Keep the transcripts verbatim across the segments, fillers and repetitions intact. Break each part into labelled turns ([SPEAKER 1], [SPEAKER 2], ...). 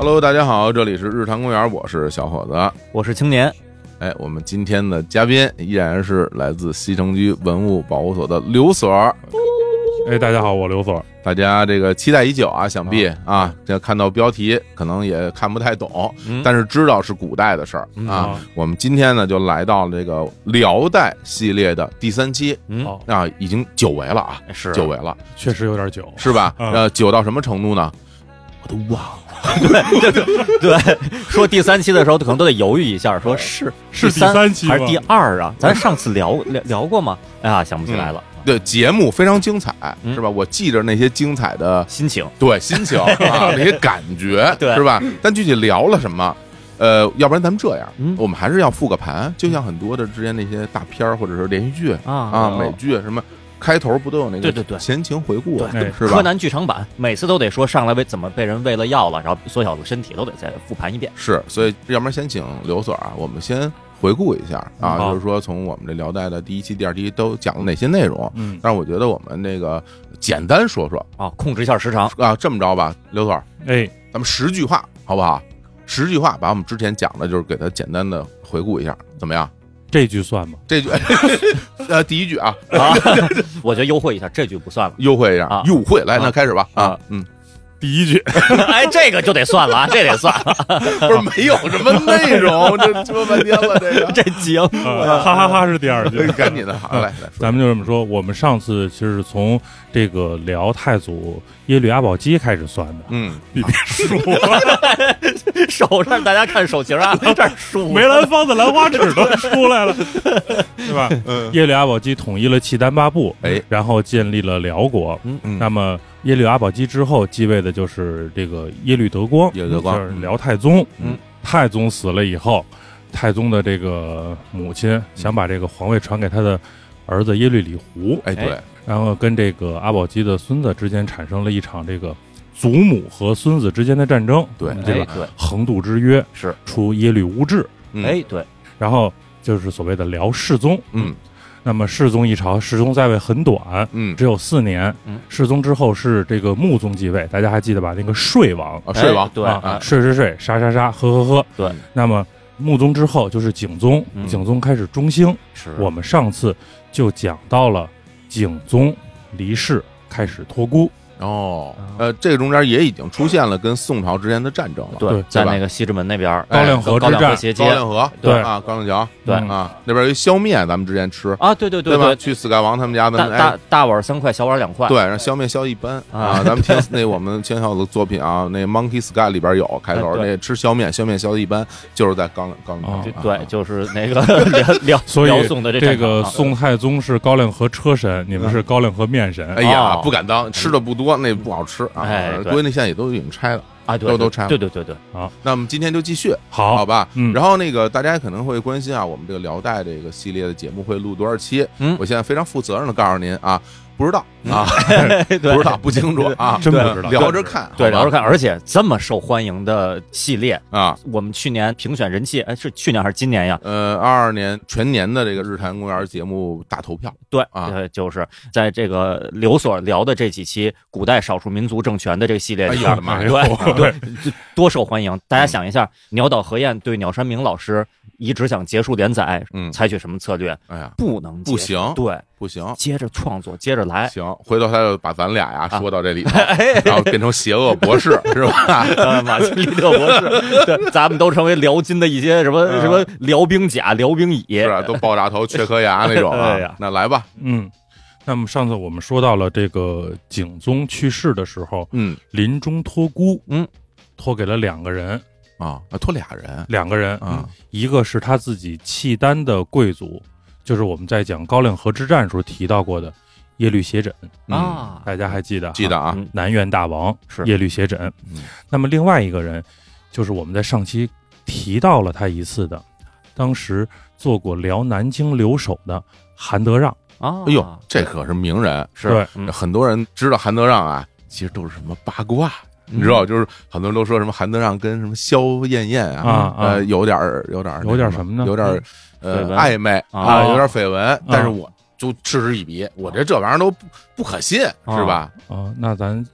[SPEAKER 1] Hello， 大家好，这里是日坛公园，我是小伙子，
[SPEAKER 2] 我是青年。
[SPEAKER 1] 哎，我们今天的嘉宾依然是来自西城区文物保护所的刘所。
[SPEAKER 3] 哎，大家好，我刘所。
[SPEAKER 1] 大家这个期待已久啊，想必啊，这看到标题可能也看不太懂，嗯、但是知道是古代的事儿、嗯、啊。我们今天呢就来到了这个辽代系列的第三期，嗯啊，已经久违了啊，
[SPEAKER 2] 是
[SPEAKER 1] 久违了，
[SPEAKER 3] 确实有点久，
[SPEAKER 1] 是吧？嗯、呃，久到什么程度呢？我都忘了。
[SPEAKER 2] 对对对，说第三期的时候可能都得犹豫一下，说是
[SPEAKER 3] 是第三期
[SPEAKER 2] 还是第二啊？咱上次聊聊聊过吗？哎呀，想不起来了。
[SPEAKER 1] 嗯对，节目非常精彩，是吧？我记着那些精彩的
[SPEAKER 2] 心情，
[SPEAKER 1] 对心情啊，那些感觉，是吧？但具体聊了什么，呃，要不然咱们这样，嗯、我们还是要复个盘，就像很多的之前那些大片或者是连续剧啊啊、美剧什么。开头不都有那个
[SPEAKER 2] 对对对
[SPEAKER 1] 前情回顾，
[SPEAKER 2] 对
[SPEAKER 1] 是吧？
[SPEAKER 2] 柯南剧场版每次都得说上来为怎么被人喂了药了，然后缩小了身体，都得再复盘一遍。
[SPEAKER 1] 是，所以要不然先请刘所啊，我们先回顾一下啊，嗯、就是说从我们这辽代的第一期、第二期都讲了哪些内容。嗯，但是我觉得我们那个简单说说
[SPEAKER 2] 啊，控制一下时长
[SPEAKER 1] 啊。这么着吧，刘所，
[SPEAKER 3] 哎，
[SPEAKER 1] 咱们十句话好不好？十句话把我们之前讲的，就是给他简单的回顾一下，怎么样？
[SPEAKER 3] 这句算吗？
[SPEAKER 1] 这句，呃，第一句啊，
[SPEAKER 2] 啊我觉得优惠一下，这句不算了，
[SPEAKER 1] 优惠一下，
[SPEAKER 2] 啊、
[SPEAKER 1] 优惠，来，那开始吧，
[SPEAKER 2] 啊，
[SPEAKER 1] 啊嗯，
[SPEAKER 3] 第一句，
[SPEAKER 2] 哎，这个就得算了啊，这得算了，
[SPEAKER 1] 不是没有什么内容，这说半天了，这个
[SPEAKER 2] 这节目、
[SPEAKER 3] 啊，哈哈哈是第二句，
[SPEAKER 1] 赶紧的，好，来，来
[SPEAKER 3] 咱们就这么说，我们上次其实是从这个辽太祖耶律阿保机开始算的，
[SPEAKER 1] 嗯，
[SPEAKER 3] 你别数，
[SPEAKER 2] 手上大家看手型啊，这儿数
[SPEAKER 3] 梅兰芳的兰花指都出来了，对吧？嗯，耶律阿保机统一了契丹八部，
[SPEAKER 1] 哎，
[SPEAKER 3] 然后建立了辽国，嗯，那么耶律阿保机之后继位的就是这个耶律德光，
[SPEAKER 1] 耶律德光，
[SPEAKER 3] 就是辽太宗，嗯，太宗死了以后，太宗的这个母亲想把这个皇位传给他的儿子耶律李胡，
[SPEAKER 1] 哎，对，
[SPEAKER 3] 然后跟这个阿保机的孙子之间产生了一场这个祖母和孙子之间的战争，
[SPEAKER 1] 对，
[SPEAKER 3] 这个横渡之约
[SPEAKER 2] 是
[SPEAKER 3] 出耶律乌质，
[SPEAKER 2] 哎，对，
[SPEAKER 3] 然后就是所谓的辽世宗，
[SPEAKER 1] 嗯。
[SPEAKER 3] 那么世宗一朝，世宗在位很短，嗯，只有四年。嗯，世宗之后是这个穆宗继位，大家还记得吧？那个税王
[SPEAKER 1] 啊，税王，
[SPEAKER 2] 哎、对
[SPEAKER 3] 啊，税是税，杀杀杀，喝喝喝。
[SPEAKER 2] 对。
[SPEAKER 3] 那么穆宗之后就是景宗，嗯、景宗开始中兴。
[SPEAKER 2] 是。
[SPEAKER 3] 我们上次就讲到了景宗离世，开始托孤。
[SPEAKER 1] 哦，呃，这个中间也已经出现了跟宋朝之间的战争了，
[SPEAKER 2] 对，在那个西直门那边，
[SPEAKER 3] 高粱河之战，
[SPEAKER 2] 斜
[SPEAKER 1] 接，高粱河，
[SPEAKER 3] 对
[SPEAKER 1] 啊，高粱桥，
[SPEAKER 2] 对
[SPEAKER 1] 啊，那边有一削面，咱们之前吃
[SPEAKER 2] 啊，对对对
[SPEAKER 1] 对吧？去死盖王他们家的
[SPEAKER 2] 大大大碗三块，小碗两块，
[SPEAKER 1] 对，然后削面削一般啊，咱们听那我们前小的作品啊，那 Monkey Sky 里边有开头那吃削面，削面削的一般，就是在高粱高粱桥，
[SPEAKER 2] 对，就是那个辽辽宋的
[SPEAKER 3] 这个宋太宗是高粱河车神，你们是高粱河面神，
[SPEAKER 1] 哎呀，不敢当，吃的不多，那不好吃。
[SPEAKER 2] 哎，
[SPEAKER 1] 估计那现在也都已经拆了
[SPEAKER 2] 啊，
[SPEAKER 1] 都都拆了。
[SPEAKER 2] 对对对对，
[SPEAKER 1] 好，那我们今天就继续，
[SPEAKER 3] 好，
[SPEAKER 1] 好吧。
[SPEAKER 3] 嗯，
[SPEAKER 1] 然后那个大家可能会关心啊，我们这个辽代这个系列的节目会录多少期？嗯，我现在非常负责任的告诉您啊。不知道啊，不知道不清楚啊，
[SPEAKER 3] 真不知道。
[SPEAKER 1] 聊着看，
[SPEAKER 2] 对，聊着看，而且这么受欢迎的系列
[SPEAKER 1] 啊，
[SPEAKER 2] 我们去年评选人气，哎，是去年还是今年呀？
[SPEAKER 1] 呃，二二年全年的这个日坛公园节目大投票，
[SPEAKER 2] 对
[SPEAKER 1] 啊，
[SPEAKER 2] 就是在这个刘所聊的这几期古代少数民族政权的这个系列里边，对对，多受欢迎。大家想一下，鸟岛和彦对鸟山明老师一直想结束连载，嗯，采取什么策略？
[SPEAKER 1] 哎呀，
[SPEAKER 2] 不能
[SPEAKER 1] 不行，
[SPEAKER 2] 对，
[SPEAKER 1] 不行，
[SPEAKER 2] 接着创作，接着来。
[SPEAKER 1] 行，回头他就把咱俩呀说到这里头，然后变成邪恶博士，是吧？
[SPEAKER 2] 马西利特博士，对，咱们都成为辽金的一些什么什么辽兵甲、辽兵乙，
[SPEAKER 1] 是啊，都爆炸头、缺颗牙那种啊。那来吧，
[SPEAKER 3] 嗯。那么上次我们说到了这个景宗去世的时候，嗯，临终托孤，嗯，托给了两个人。
[SPEAKER 1] 啊，托俩人，
[SPEAKER 3] 两个人啊、嗯，一个是他自己契丹的贵族，就是我们在讲高粱河之战时候提到过的耶律斜轸啊，大家还记得？
[SPEAKER 1] 记得啊，
[SPEAKER 3] 南院大王是耶律斜轸。嗯、那么另外一个人，就是我们在上期提到了他一次的，当时做过辽南京留守的韩德让
[SPEAKER 2] 啊。
[SPEAKER 1] 哎呦，这可是名人，
[SPEAKER 2] 是
[SPEAKER 3] 对、
[SPEAKER 1] 嗯、很多人知道韩德让啊，其实都是什么八卦。你知道，就是很多人都说什么韩德让跟什么萧燕燕啊，
[SPEAKER 3] 啊
[SPEAKER 1] 呃，有点有点
[SPEAKER 3] 有点什么呢？
[SPEAKER 1] 有点呃暧昧啊，有点绯闻。但是我就嗤之以鼻，我这这玩意儿都不不可信，是吧？
[SPEAKER 3] 啊，那咱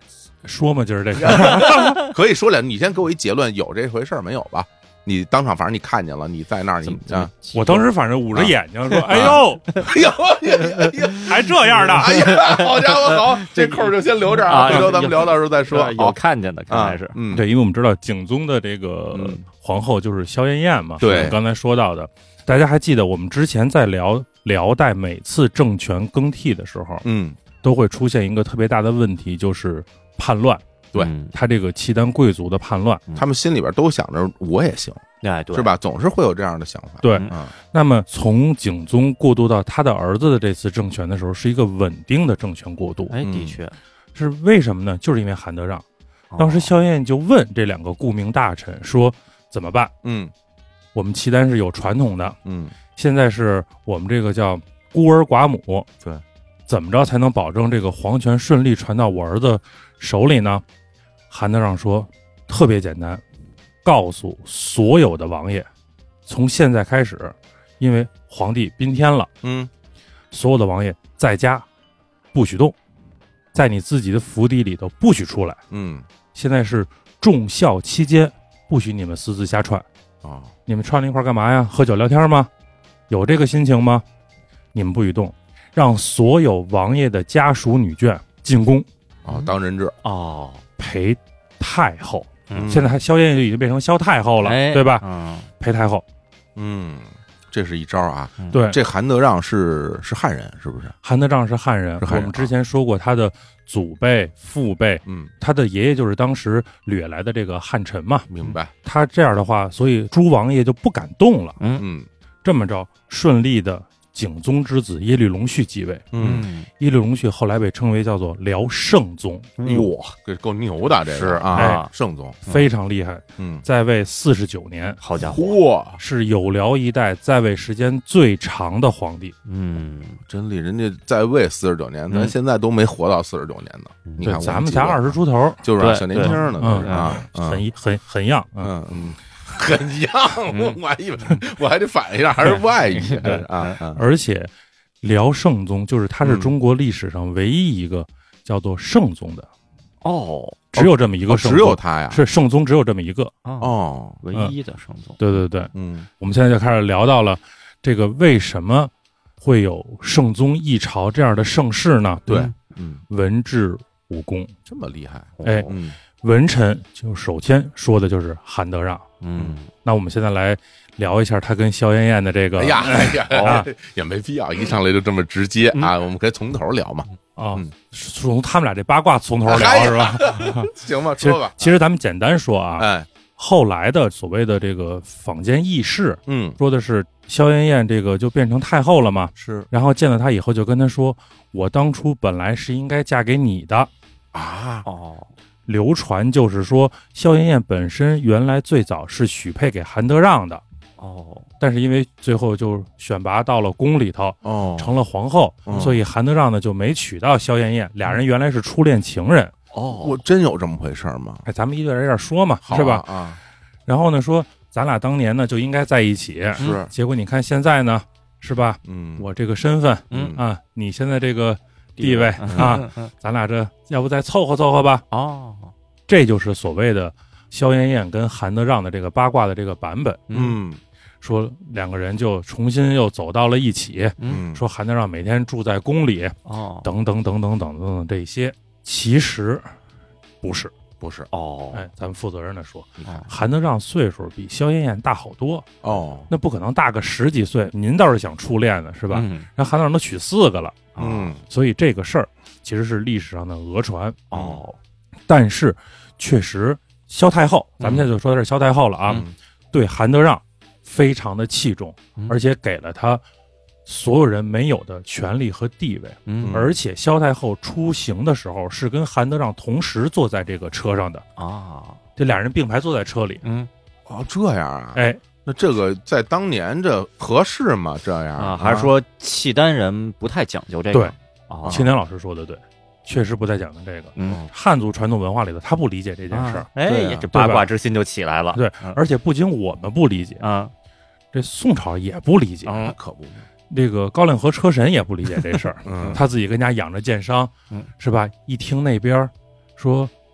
[SPEAKER 3] 说嘛，就是这个
[SPEAKER 1] 可以说两，你先给我一结论，有这回事没有吧？你当场反正你看见了，你在那儿你啊，
[SPEAKER 3] 我当时反正捂着眼睛说：“哎呦，
[SPEAKER 1] 哎呦，
[SPEAKER 3] 还这样的！
[SPEAKER 1] 哎呀，好家伙，好，这扣就先留着啊，回头咱们聊到时候再说。
[SPEAKER 2] 有看见的，看来是，
[SPEAKER 3] 嗯，对，因为我们知道景宗的这个皇后就是萧燕燕嘛，
[SPEAKER 1] 对，
[SPEAKER 3] 刚才说到的，大家还记得我们之前在聊辽代每次政权更替的时候，
[SPEAKER 1] 嗯，
[SPEAKER 3] 都会出现一个特别大的问题，就是叛乱。
[SPEAKER 1] 对，
[SPEAKER 3] 他这个契丹贵族的叛乱，
[SPEAKER 1] 他们心里边都想着我也行，
[SPEAKER 2] 哎，对，
[SPEAKER 1] 是吧？总是会有这样的想法。
[SPEAKER 3] 对，
[SPEAKER 1] 嗯，
[SPEAKER 3] 那么从景宗过渡到他的儿子的这次政权的时候，是一个稳定的政权过渡。
[SPEAKER 2] 哎，的确
[SPEAKER 3] 是为什么呢？就是因为韩德让，当时萧燕燕就问这两个顾命大臣说怎么办？
[SPEAKER 1] 嗯，
[SPEAKER 3] 我们契丹是有传统的，
[SPEAKER 1] 嗯，
[SPEAKER 3] 现在是我们这个叫孤儿寡母，
[SPEAKER 1] 对，
[SPEAKER 3] 怎么着才能保证这个皇权顺利传到我儿子手里呢？韩德让说特别简单，告诉所有的王爷，从现在开始，因为皇帝宾天了，
[SPEAKER 1] 嗯，
[SPEAKER 3] 所有的王爷在家不许动，在你自己的府邸里头不许出来，
[SPEAKER 1] 嗯，
[SPEAKER 3] 现在是重孝期间，不许你们私自瞎串。
[SPEAKER 1] 哦，
[SPEAKER 3] 你们串了一块干嘛呀？喝酒聊天吗？有这个心情吗？你们不许动，让所有王爷的家属女眷进宫，
[SPEAKER 1] 哦，当人质，
[SPEAKER 2] 哦，
[SPEAKER 3] 陪太后。
[SPEAKER 1] 嗯，
[SPEAKER 3] 现在还萧燕燕就已经变成萧太后了，
[SPEAKER 2] 哎、
[SPEAKER 3] 对吧？
[SPEAKER 2] 嗯，
[SPEAKER 3] 陪太后。
[SPEAKER 1] 嗯，这是一招啊。
[SPEAKER 3] 对，
[SPEAKER 1] 这韩德让是是汉人，是不是？
[SPEAKER 3] 韩德让是汉人，
[SPEAKER 1] 是汉人。
[SPEAKER 3] 我们之前说过他的祖辈、父辈，
[SPEAKER 1] 嗯，
[SPEAKER 3] 他的爷爷就是当时掠来的这个汉臣嘛。
[SPEAKER 1] 明白。
[SPEAKER 3] 他这样的话，所以诸王爷就不敢动了。
[SPEAKER 2] 嗯
[SPEAKER 1] 嗯，
[SPEAKER 3] 这么着顺利的。景宗之子耶律隆绪继位，
[SPEAKER 1] 嗯，
[SPEAKER 3] 耶律隆绪后来被称为叫做辽圣宗，
[SPEAKER 1] 哟，这够牛的，这
[SPEAKER 2] 是
[SPEAKER 1] 啊，
[SPEAKER 3] 哎，
[SPEAKER 1] 圣宗
[SPEAKER 3] 非常厉害，
[SPEAKER 1] 嗯，
[SPEAKER 3] 在位四十九年，
[SPEAKER 2] 好家伙，
[SPEAKER 1] 嚯，
[SPEAKER 3] 是有辽一代在位时间最长的皇帝，
[SPEAKER 2] 嗯，
[SPEAKER 1] 真厉害，人家在位四十九年，咱现在都没活到四十九年呢，你看
[SPEAKER 3] 咱们才二十出头，
[SPEAKER 1] 就是小年轻呢，
[SPEAKER 3] 嗯
[SPEAKER 1] 啊，
[SPEAKER 3] 很很很样，
[SPEAKER 1] 嗯嗯。很样，我还以为我还得反应一下，还是外语啊！
[SPEAKER 3] 而且辽圣宗就是他是中国历史上唯一一个叫做圣宗的
[SPEAKER 2] 哦，
[SPEAKER 3] 只有这么一个圣宗，
[SPEAKER 1] 只有他呀，
[SPEAKER 3] 是圣宗只有这么一个
[SPEAKER 2] 哦，唯一的圣宗。
[SPEAKER 3] 对对对，
[SPEAKER 1] 嗯，
[SPEAKER 3] 我们现在就开始聊到了这个为什么会有圣宗一朝这样的盛世呢？
[SPEAKER 1] 对，嗯，
[SPEAKER 3] 文治武功
[SPEAKER 1] 这么厉害，
[SPEAKER 3] 哎，
[SPEAKER 1] 嗯。
[SPEAKER 3] 文臣就首先说的就是韩德让，
[SPEAKER 2] 嗯，
[SPEAKER 3] 那我们现在来聊一下他跟萧燕燕的这个，
[SPEAKER 1] 哎呀，哎呀，哦、也没必要一上来就这么直接啊，我们可以从头聊嘛，
[SPEAKER 3] 啊，从他们俩这八卦从头聊是吧？
[SPEAKER 1] 行吧，说吧。
[SPEAKER 3] 其实咱们简单说啊，
[SPEAKER 1] 哎，
[SPEAKER 3] 后来的所谓的这个坊间轶事，
[SPEAKER 1] 嗯，
[SPEAKER 3] 说的是萧燕燕这个就变成太后了嘛，
[SPEAKER 1] 是，
[SPEAKER 3] 然后见了他以后就跟他说，我当初本来是应该嫁给你的
[SPEAKER 1] 啊，
[SPEAKER 2] 哦。
[SPEAKER 3] 流传就是说，萧燕燕本身原来最早是许配给韩德让的，
[SPEAKER 2] 哦，
[SPEAKER 3] 但是因为最后就选拔到了宫里头，
[SPEAKER 1] 哦，
[SPEAKER 3] 成了皇后，
[SPEAKER 1] 哦、
[SPEAKER 3] 所以韩德让呢就没娶到萧燕燕，俩人原来是初恋情人。
[SPEAKER 2] 哦，
[SPEAKER 1] 我真有这么回事吗？
[SPEAKER 3] 哎，咱们一点一点说嘛，
[SPEAKER 1] 啊、
[SPEAKER 3] 是吧？
[SPEAKER 1] 啊，
[SPEAKER 3] 然后呢说，咱俩当年呢就应该在一起，
[SPEAKER 1] 是，
[SPEAKER 3] 结果你看现在呢，是吧？
[SPEAKER 1] 嗯，
[SPEAKER 3] 我这个身份，
[SPEAKER 2] 嗯
[SPEAKER 3] 啊，你现在这个地位啊，咱俩这要不再凑合凑合吧？
[SPEAKER 2] 哦。
[SPEAKER 3] 这就是所谓的萧燕燕跟韩德让的这个八卦的这个版本。
[SPEAKER 1] 嗯，
[SPEAKER 3] 说两个人就重新又走到了一起。
[SPEAKER 1] 嗯，
[SPEAKER 3] 说韩德让每天住在宫里，
[SPEAKER 2] 哦，
[SPEAKER 3] 等等等等等等等这些，其实不是，
[SPEAKER 1] 不是。
[SPEAKER 2] 哦，
[SPEAKER 3] 哎，咱们负责任的说，
[SPEAKER 1] 你看
[SPEAKER 3] 韩德让岁数比萧燕燕大好多。
[SPEAKER 1] 哦，
[SPEAKER 3] 那不可能大个十几岁。您倒是想初恋的是吧？
[SPEAKER 2] 嗯，
[SPEAKER 3] 人韩德让都娶四个了。
[SPEAKER 1] 嗯，
[SPEAKER 3] 所以这个事儿其实是历史上的讹传。
[SPEAKER 2] 哦。
[SPEAKER 3] 但是，确实，萧太后，咱们现在就说的是萧太后了啊，
[SPEAKER 1] 嗯、
[SPEAKER 3] 对韩德让非常的器重，
[SPEAKER 2] 嗯、
[SPEAKER 3] 而且给了他所有人没有的权利和地位。
[SPEAKER 2] 嗯，
[SPEAKER 3] 而且萧太后出行的时候是跟韩德让同时坐在这个车上的
[SPEAKER 2] 啊，
[SPEAKER 3] 这俩人并排坐在车里。
[SPEAKER 2] 嗯，
[SPEAKER 1] 哦，这样啊，
[SPEAKER 3] 哎，
[SPEAKER 1] 那这个在当年这合适吗？这样
[SPEAKER 2] 啊，还是说契丹人不太讲究这个？
[SPEAKER 3] 对，
[SPEAKER 2] 哦，
[SPEAKER 3] 青年老师说的对。确实不太讲究这个，
[SPEAKER 2] 嗯，
[SPEAKER 3] 汉族传统文化里头，他不理解这件事儿、啊，
[SPEAKER 2] 哎，啊、这八卦之心就起来了。
[SPEAKER 3] 对，而且不仅我们不理解
[SPEAKER 2] 啊，
[SPEAKER 3] 这宋朝也不理解，
[SPEAKER 2] 嗯，
[SPEAKER 1] 可不，
[SPEAKER 3] 这个高令和车臣也不理解这事儿，
[SPEAKER 1] 嗯，
[SPEAKER 3] 他自己跟家养着剑商，
[SPEAKER 2] 嗯，
[SPEAKER 3] 是吧？一听那边说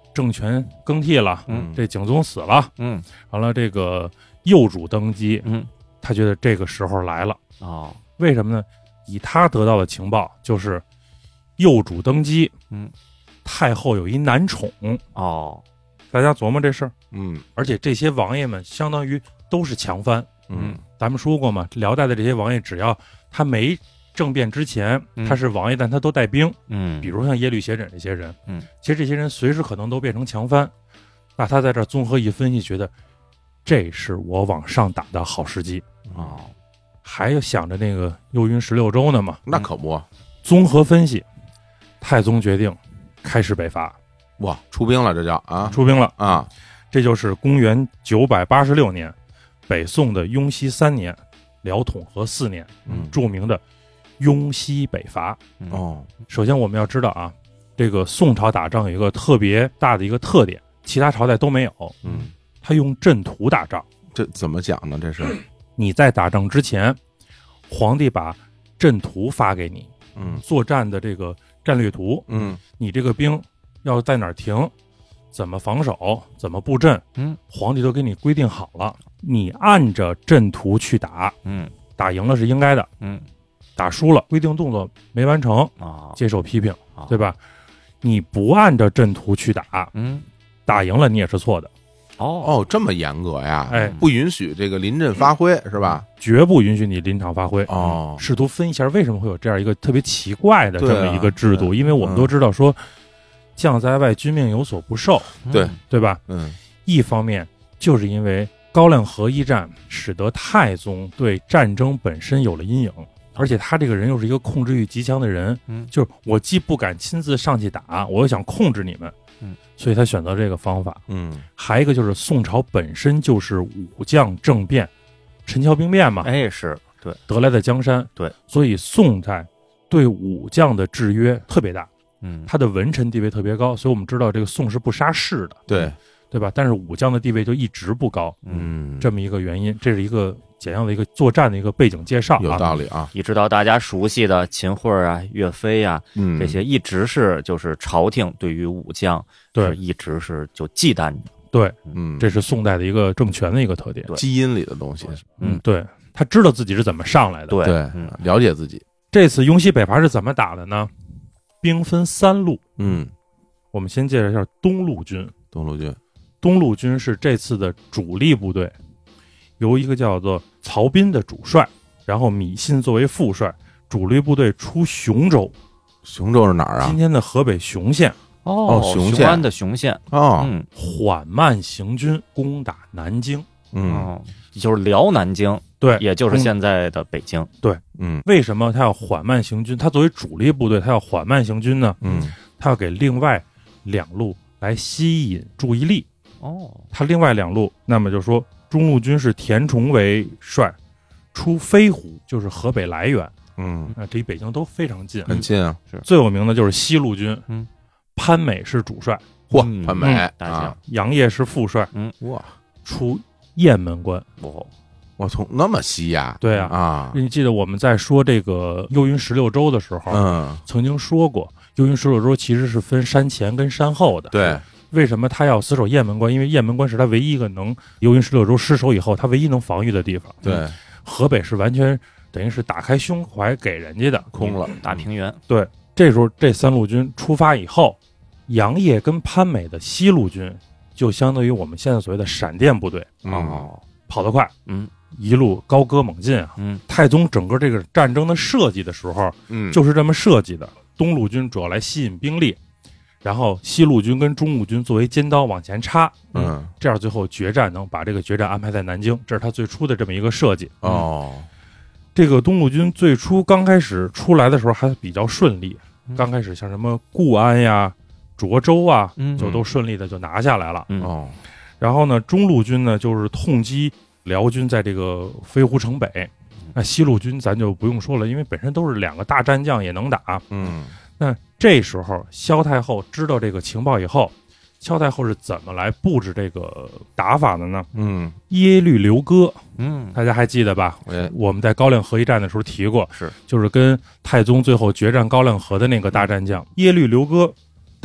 [SPEAKER 3] 政权更替了，
[SPEAKER 2] 嗯，
[SPEAKER 3] 这景宗死了，
[SPEAKER 2] 嗯，
[SPEAKER 3] 完了这个幼主登基，
[SPEAKER 2] 嗯，
[SPEAKER 3] 他觉得这个时候来了。
[SPEAKER 2] 哦，
[SPEAKER 3] 为什么呢？以他得到的情报，就是幼主登基，
[SPEAKER 2] 嗯，
[SPEAKER 3] 太后有一男宠。
[SPEAKER 2] 哦，
[SPEAKER 3] 大家琢磨这事儿。
[SPEAKER 1] 嗯，
[SPEAKER 3] 而且这些王爷们相当于都是强藩。
[SPEAKER 1] 嗯，
[SPEAKER 3] 咱们说过嘛，辽代的这些王爷，只要他没政变之前，
[SPEAKER 2] 嗯
[SPEAKER 3] 他是王爷，但他都带兵。
[SPEAKER 2] 嗯，
[SPEAKER 3] 比如像耶律斜轸这些人，
[SPEAKER 2] 嗯，
[SPEAKER 3] 其实这些人随时可能都变成强藩。那他在这儿综合一分析，觉得这是我往上打的好时机。
[SPEAKER 2] 哦，
[SPEAKER 3] 还有想着那个幽云十六州呢嘛，
[SPEAKER 1] 那可不，
[SPEAKER 3] 综合分析，太宗决定开始北伐。
[SPEAKER 1] 哇，出兵了，这叫啊，
[SPEAKER 3] 出兵了
[SPEAKER 1] 啊，
[SPEAKER 3] 这就是公元九百八十六年，北宋的雍熙三年，辽统和四年，
[SPEAKER 1] 嗯，
[SPEAKER 3] 著名的雍熙北伐。
[SPEAKER 1] 哦，
[SPEAKER 3] 首先我们要知道啊，这个宋朝打仗有一个特别大的一个特点，其他朝代都没有，
[SPEAKER 1] 嗯，
[SPEAKER 3] 他用阵图打仗。
[SPEAKER 1] 这怎么讲呢？这是
[SPEAKER 3] 你在打仗之前，皇帝把阵图发给你，
[SPEAKER 1] 嗯，
[SPEAKER 3] 作战的这个战略图，
[SPEAKER 1] 嗯，
[SPEAKER 3] 你这个兵要在哪儿停，怎么防守，怎么布阵，
[SPEAKER 2] 嗯，
[SPEAKER 3] 皇帝都给你规定好了，你按着阵图去打，
[SPEAKER 2] 嗯，
[SPEAKER 3] 打赢了是应该的，
[SPEAKER 2] 嗯，
[SPEAKER 3] 打输了规定动作没完成
[SPEAKER 2] 啊，
[SPEAKER 3] 接受批评，
[SPEAKER 2] 哦
[SPEAKER 3] 对吧？你不按照阵图去打，
[SPEAKER 2] 嗯，
[SPEAKER 3] 打赢了你也是错的，
[SPEAKER 2] 哦
[SPEAKER 1] 哦，这么严格呀？
[SPEAKER 3] 哎，
[SPEAKER 1] 不允许这个临阵发挥是吧？
[SPEAKER 3] 绝不允许你临场发挥。
[SPEAKER 1] 哦，
[SPEAKER 3] 试图分析一下为什么会有这样一个特别奇怪的这么一个制度，
[SPEAKER 1] 对啊
[SPEAKER 3] 因为我们都知道说，将在外，君命有所不受，
[SPEAKER 1] 对
[SPEAKER 3] 对吧？
[SPEAKER 1] 嗯，
[SPEAKER 3] 一方面就是因为高亮河一战，使得太宗对战争本身有了阴影，而且他这个人又是一个控制欲极强的人，
[SPEAKER 2] 嗯，
[SPEAKER 3] 就是我既不敢亲自上去打，我又想控制你们，
[SPEAKER 2] 嗯，
[SPEAKER 3] 所以他选择这个方法。
[SPEAKER 1] 嗯，
[SPEAKER 3] 还一个就是宋朝本身就是武将政变，陈桥兵变嘛，
[SPEAKER 2] 哎，是对
[SPEAKER 3] 得来的江山，
[SPEAKER 2] 对，
[SPEAKER 3] 所以宋代对武将的制约特别大，
[SPEAKER 2] 嗯，
[SPEAKER 3] 他的文臣地位特别高，所以我们知道这个宋是不杀士的，
[SPEAKER 1] 对，
[SPEAKER 3] 对吧？但是武将的地位就一直不高，
[SPEAKER 1] 嗯，
[SPEAKER 3] 这么一个原因，这是一个简要的一个作战的一个背景介绍、啊，
[SPEAKER 1] 有道理啊。
[SPEAKER 2] 一直到大家熟悉的秦桧啊、岳飞啊，
[SPEAKER 1] 嗯，
[SPEAKER 2] 这些一直是就是朝廷对于武将
[SPEAKER 3] 对
[SPEAKER 2] 一直是就忌惮着，
[SPEAKER 3] 对，
[SPEAKER 1] 嗯，
[SPEAKER 3] 这是宋代的一个政权的一个特点，
[SPEAKER 2] 对
[SPEAKER 1] 基因里的东西。
[SPEAKER 2] 嗯，
[SPEAKER 3] 对，他知道自己是怎么上来的。
[SPEAKER 2] 对
[SPEAKER 1] 对，
[SPEAKER 2] 嗯
[SPEAKER 1] 了解自己。
[SPEAKER 3] 这次雍熙北伐是怎么打的呢？兵分三路，
[SPEAKER 1] 嗯，
[SPEAKER 3] 我们先介绍一下东路军。
[SPEAKER 1] 东路军，
[SPEAKER 3] 东路军是这次的主力部队，由一个叫做曹彬的主帅，然后米信作为副帅，主力部队出雄州。
[SPEAKER 1] 雄州是哪儿啊
[SPEAKER 3] 今？天的河北雄县。
[SPEAKER 2] 哦，
[SPEAKER 1] 雄县
[SPEAKER 2] 安的雄县，
[SPEAKER 1] 哦，
[SPEAKER 2] 嗯，
[SPEAKER 3] 缓慢行军攻打南京。
[SPEAKER 1] 嗯
[SPEAKER 2] 哦，就是辽南京，
[SPEAKER 3] 对，
[SPEAKER 2] 也就是现在的北京，
[SPEAKER 1] 嗯
[SPEAKER 3] 为什么他要缓慢行军？他作为主力部队，他要缓慢行军呢？
[SPEAKER 1] 嗯，
[SPEAKER 3] 他要给另外两路来吸引注意力。
[SPEAKER 2] 哦，
[SPEAKER 3] 他另外两路，那么就说中路军是田崇为帅，出飞狐，就是河北涞源，
[SPEAKER 1] 嗯，
[SPEAKER 3] 啊，这离北京都非常近。
[SPEAKER 1] 很近啊。
[SPEAKER 3] 最有名的就是西路军，
[SPEAKER 2] 嗯，
[SPEAKER 3] 潘美是主帅，
[SPEAKER 1] 嚯，
[SPEAKER 2] 嗯
[SPEAKER 1] 潘美
[SPEAKER 2] 大将
[SPEAKER 1] 啊，
[SPEAKER 3] 杨业是副帅，
[SPEAKER 1] 哇，
[SPEAKER 3] 出雁门关。
[SPEAKER 2] 哦，
[SPEAKER 1] 我从那么西呀？
[SPEAKER 3] 对啊，
[SPEAKER 1] 啊，
[SPEAKER 3] 你记得我们在说这个幽云十六州的时候，
[SPEAKER 1] 嗯，
[SPEAKER 3] 曾经说过，幽云十六州其实是分山前跟山后的。
[SPEAKER 1] 对，
[SPEAKER 3] 为什么他要死守雁门关？因为雁门关是他唯一一个能幽云十六州失守以后，他唯一能防御的地方。
[SPEAKER 1] 对，
[SPEAKER 3] 河北是完全等于是打开胸怀给人家的，
[SPEAKER 1] 空了。
[SPEAKER 2] 大平原，
[SPEAKER 3] 对，这时候这三路军出发以后，杨业跟潘美的西路军就相当于我们现在所谓的闪电部队，
[SPEAKER 1] 嗯，
[SPEAKER 2] 哦，
[SPEAKER 3] 跑得快，
[SPEAKER 2] 嗯
[SPEAKER 3] 一路高歌猛进啊。
[SPEAKER 2] 嗯
[SPEAKER 3] 太宗整个这个战争的设计的时候，
[SPEAKER 1] 嗯，
[SPEAKER 3] 就是这么设计的。东路军主要来吸引兵力，然后西路军跟中路军作为尖刀往前插，
[SPEAKER 1] 嗯，
[SPEAKER 3] 这样最后决战能把这个决战安排在南京，这是他最初的这么一个设计。
[SPEAKER 1] 哦，
[SPEAKER 3] 这个东路军最初刚开始出来的时候还比较顺利，
[SPEAKER 2] 嗯
[SPEAKER 3] 刚开始像什么固安呀、涿州啊，
[SPEAKER 2] 嗯
[SPEAKER 3] 就都顺利的就拿下来了。
[SPEAKER 2] 嗯
[SPEAKER 1] 哦，
[SPEAKER 3] 然后呢，中路军呢就是痛击辽军在这个飞狐城北，那西路军咱就不用说了，因为本身都是两个大战将，也能打。
[SPEAKER 1] 嗯
[SPEAKER 3] 那这时候萧太后知道这个情报以后，萧太后是怎么来布置这个打法的呢？
[SPEAKER 1] 嗯，
[SPEAKER 3] 耶律刘歌，
[SPEAKER 2] 嗯，
[SPEAKER 3] 大家还记得吧？
[SPEAKER 1] 哎，
[SPEAKER 3] 我们在高亮河一战的时候提过，
[SPEAKER 2] 是
[SPEAKER 3] 就是跟太宗最后决战高亮河的那个大战将耶律刘歌，党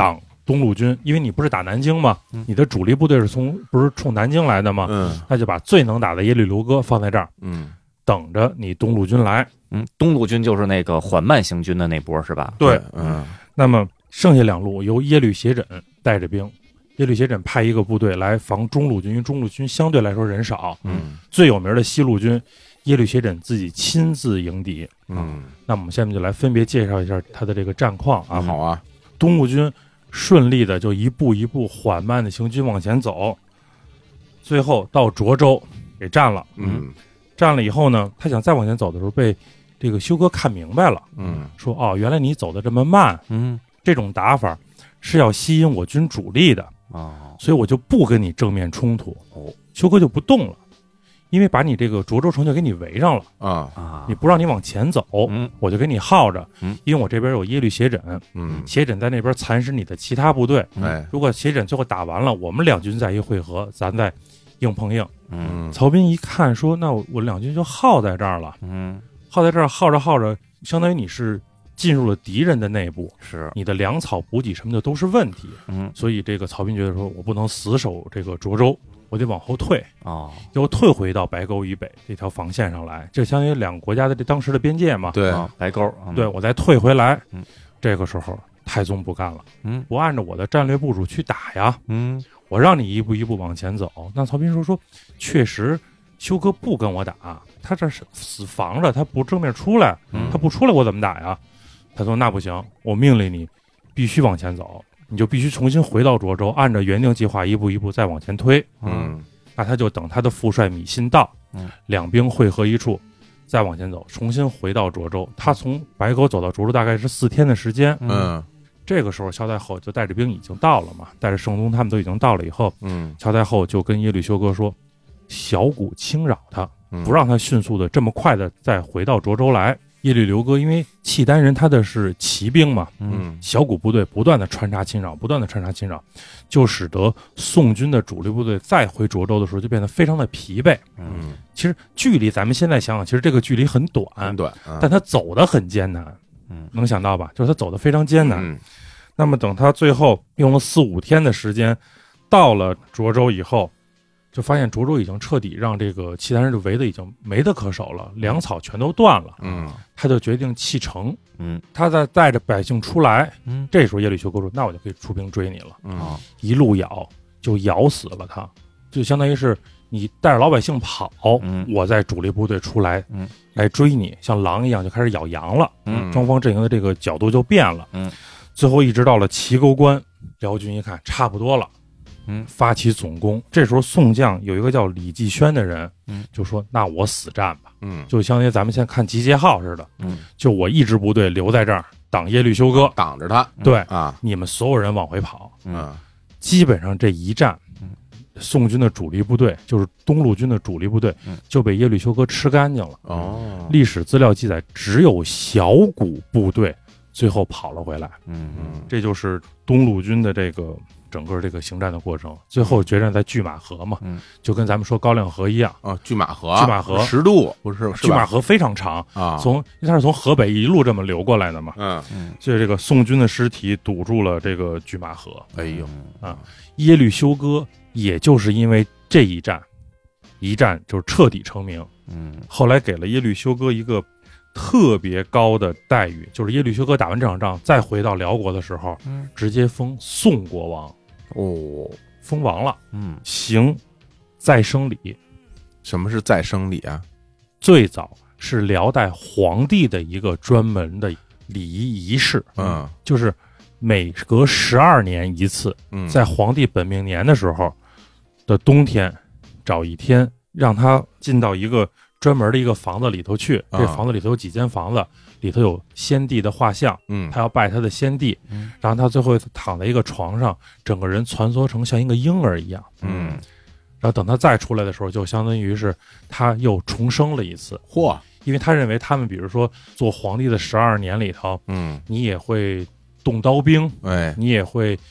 [SPEAKER 3] 东路军，因为你不是打南京吗？你的主力部队是从不是冲南京来的吗？
[SPEAKER 1] 嗯，
[SPEAKER 3] 那就把最能打的耶律刘哥放在这儿，
[SPEAKER 1] 嗯，
[SPEAKER 3] 等着你东路军来。
[SPEAKER 2] 嗯，东路军就是那个缓慢行军的那波是吧？
[SPEAKER 3] 对，
[SPEAKER 1] 嗯。
[SPEAKER 3] 那么剩下两路由耶律斜轸带着兵，耶律斜轸派一个部队来防中路军，因为中路军相对来说人少。
[SPEAKER 1] 嗯，
[SPEAKER 3] 最有名的西路军，耶律斜轸自己亲自迎敌。
[SPEAKER 1] 嗯，
[SPEAKER 3] 那我们下面就来分别介绍一下他的这个战况啊。
[SPEAKER 1] 好啊，
[SPEAKER 3] 东路军顺利的就一步一步缓慢的行军往前走，最后到涿州给占了。
[SPEAKER 1] 嗯，
[SPEAKER 3] 占了以后呢，他想再往前走的时候，被这个休哥看明白了。
[SPEAKER 1] 嗯，
[SPEAKER 3] 说哦，原来你走的这么慢，
[SPEAKER 2] 嗯，
[SPEAKER 3] 这种打法是要吸引我军主力的。
[SPEAKER 2] 哦，
[SPEAKER 3] 所以我就不跟你正面冲突。
[SPEAKER 2] 哦，
[SPEAKER 3] 休哥就不动了，因为把你这个涿州城就给你围上了
[SPEAKER 1] 啊
[SPEAKER 2] 啊，
[SPEAKER 3] 你不让你往前走，
[SPEAKER 2] 嗯，
[SPEAKER 3] 我就给你耗着，
[SPEAKER 2] 嗯，
[SPEAKER 3] 因为我这边有耶律斜轸，
[SPEAKER 1] 嗯，
[SPEAKER 3] 斜轸在那边蚕食你的其他部队，
[SPEAKER 1] 哎，
[SPEAKER 3] 如果斜轸最后打完了，我们两军再一会合，咱再硬碰硬。
[SPEAKER 2] 嗯，
[SPEAKER 3] 曹彬一看说，那我两军就耗在这儿了，
[SPEAKER 2] 嗯，
[SPEAKER 3] 耗在这儿，耗着耗着，相当于你是进入了敌人的内部，
[SPEAKER 2] 是
[SPEAKER 3] 你的粮草补给什么的都是问题。
[SPEAKER 2] 嗯，
[SPEAKER 3] 所以这个曹彬觉得说，我不能死守这个涿州，我得往后退，
[SPEAKER 2] 哦，
[SPEAKER 3] 又退回到白沟以北这条防线上来，这相当于两个国家的这当时的边界嘛。
[SPEAKER 1] 对，
[SPEAKER 2] 啊白沟，嗯
[SPEAKER 3] 对，我再退回来。
[SPEAKER 2] 嗯，
[SPEAKER 3] 这个时候太宗不干了，
[SPEAKER 2] 嗯，
[SPEAKER 3] 不按照我的战略部署去打呀，
[SPEAKER 2] 嗯，
[SPEAKER 3] 我让你一步一步往前走。那曹彬说说，确实休哥不跟我打，他这是死防着，他不正面出来，
[SPEAKER 2] 嗯
[SPEAKER 3] 他不出来我怎么打呀？他说那不行，我命令你必须往前走，你就必须重新回到涿州，按照原定计划一步一步再往前推。
[SPEAKER 1] 嗯，
[SPEAKER 3] 那他就等他的副帅米信到，
[SPEAKER 2] 嗯，
[SPEAKER 3] 两兵汇合一处，再往前走，重新回到涿州。他从白沟走到涿州大概是四天的时间。
[SPEAKER 1] 嗯，
[SPEAKER 3] 这个时候萧太后就带着兵已经到了嘛，带着圣宗他们都已经到了以后，
[SPEAKER 1] 嗯，
[SPEAKER 3] 萧太后就跟耶律休哥说，小股轻扰他，
[SPEAKER 1] 嗯
[SPEAKER 3] 不让他迅速的这么快的再回到涿州来。耶律刘哥因为契丹人他的是骑兵嘛，
[SPEAKER 1] 嗯，
[SPEAKER 3] 小股部队不断的穿插侵扰，不断的穿插侵扰，就使得宋军的主力部队再回涿州的时候就变得非常的疲惫。
[SPEAKER 1] 嗯，
[SPEAKER 3] 其实距离咱们现在想想，其实这个距离很短，
[SPEAKER 1] 很短，啊
[SPEAKER 3] 但他走得很艰难。
[SPEAKER 2] 嗯，
[SPEAKER 3] 能想到吧？就是他走得非常艰难。
[SPEAKER 1] 嗯
[SPEAKER 3] 那么等他最后用了四五天的时间，到了涿州以后，就发现涿州已经彻底让这个契丹人就围的已经没得可守了，粮草全都断了。
[SPEAKER 1] 嗯，
[SPEAKER 3] 他就决定弃城。
[SPEAKER 2] 嗯，
[SPEAKER 3] 他再带着百姓出来。
[SPEAKER 2] 嗯，
[SPEAKER 3] 这时候耶律休哥说：“那我就可以出兵追你了。”
[SPEAKER 1] 嗯，
[SPEAKER 3] 一路咬就咬死了他，就相当于是你带着老百姓跑，
[SPEAKER 2] 嗯，
[SPEAKER 3] 我在主力部队出来，
[SPEAKER 2] 嗯，
[SPEAKER 3] 来追你，像狼一样就开始咬羊了。
[SPEAKER 2] 嗯，
[SPEAKER 3] 双方阵营的这个角度就变了。
[SPEAKER 2] 嗯，
[SPEAKER 3] 最后一直到了齐沟关，辽军一看差不多了，
[SPEAKER 2] 嗯，
[SPEAKER 3] 发起总攻。这时候宋将有一个叫李继轩的人，
[SPEAKER 2] 嗯，
[SPEAKER 3] 就说：“那我死战吧。”
[SPEAKER 1] 嗯，
[SPEAKER 3] 就相当于咱们现在看集结号似的，
[SPEAKER 2] 嗯，
[SPEAKER 3] 就我一支部队留在这儿挡耶律休哥，
[SPEAKER 1] 挡着他，
[SPEAKER 3] 对
[SPEAKER 1] 啊，
[SPEAKER 3] 你们所有人往回跑。
[SPEAKER 1] 嗯，
[SPEAKER 3] 基本上这一战，
[SPEAKER 2] 嗯，
[SPEAKER 3] 宋军的主力部队就是东路军的主力部队，
[SPEAKER 2] 嗯，
[SPEAKER 3] 就被耶律休哥吃干净了。
[SPEAKER 1] 哦，
[SPEAKER 3] 历史资料记载，只有小股部队最后跑了回来。
[SPEAKER 2] 嗯嗯，
[SPEAKER 3] 这就是东路军的这个整个这个行战的过程。最后决战在拒马河嘛，
[SPEAKER 2] 嗯，
[SPEAKER 3] 就跟咱们说高粱河一样。
[SPEAKER 1] 啊，拒马河，
[SPEAKER 3] 拒马河
[SPEAKER 1] 十渡不是？
[SPEAKER 3] 拒马河非常长
[SPEAKER 1] 啊，
[SPEAKER 3] 从它是从河北一路这么流过来的嘛。
[SPEAKER 1] 嗯
[SPEAKER 2] 嗯，
[SPEAKER 3] 所以这个宋军的尸体堵住了这个拒马河。
[SPEAKER 1] 哎呦
[SPEAKER 3] 啊，耶律休哥也就是因为这一战，一战就是彻底成名。
[SPEAKER 2] 嗯，
[SPEAKER 3] 后来给了耶律休哥一个特别高的待遇，就是耶律休哥打完这场仗，再回到辽国的时候，
[SPEAKER 2] 嗯，
[SPEAKER 3] 直接封宋国王，
[SPEAKER 2] 哦，
[SPEAKER 3] 封王了，
[SPEAKER 2] 嗯，
[SPEAKER 3] 行再生礼。
[SPEAKER 1] 什么是再生礼啊？
[SPEAKER 3] 最早是辽代皇帝的一个专门的礼仪仪式，
[SPEAKER 1] 嗯，
[SPEAKER 3] 就是每隔十二年一次，
[SPEAKER 1] 嗯，
[SPEAKER 3] 在皇帝本命年的时候的冬天，找一天让他进到一个专门的一个房子里头去。
[SPEAKER 1] 啊
[SPEAKER 3] 这房子里头有几间房子，里头有先帝的画像，
[SPEAKER 1] 嗯，
[SPEAKER 3] 他要拜他的先帝，
[SPEAKER 2] 嗯，
[SPEAKER 3] 然后他最后躺在一个床上，整个人蜷缩成像一个婴儿一样，
[SPEAKER 1] 嗯，
[SPEAKER 3] 然后等他再出来的时候，就相当于是他又重生了一次。
[SPEAKER 1] 嚯，
[SPEAKER 3] 因为他认为他们比如说做皇帝的十二年里头，
[SPEAKER 1] 嗯，
[SPEAKER 3] 你也会动刀兵，
[SPEAKER 1] 哎，
[SPEAKER 3] 你也会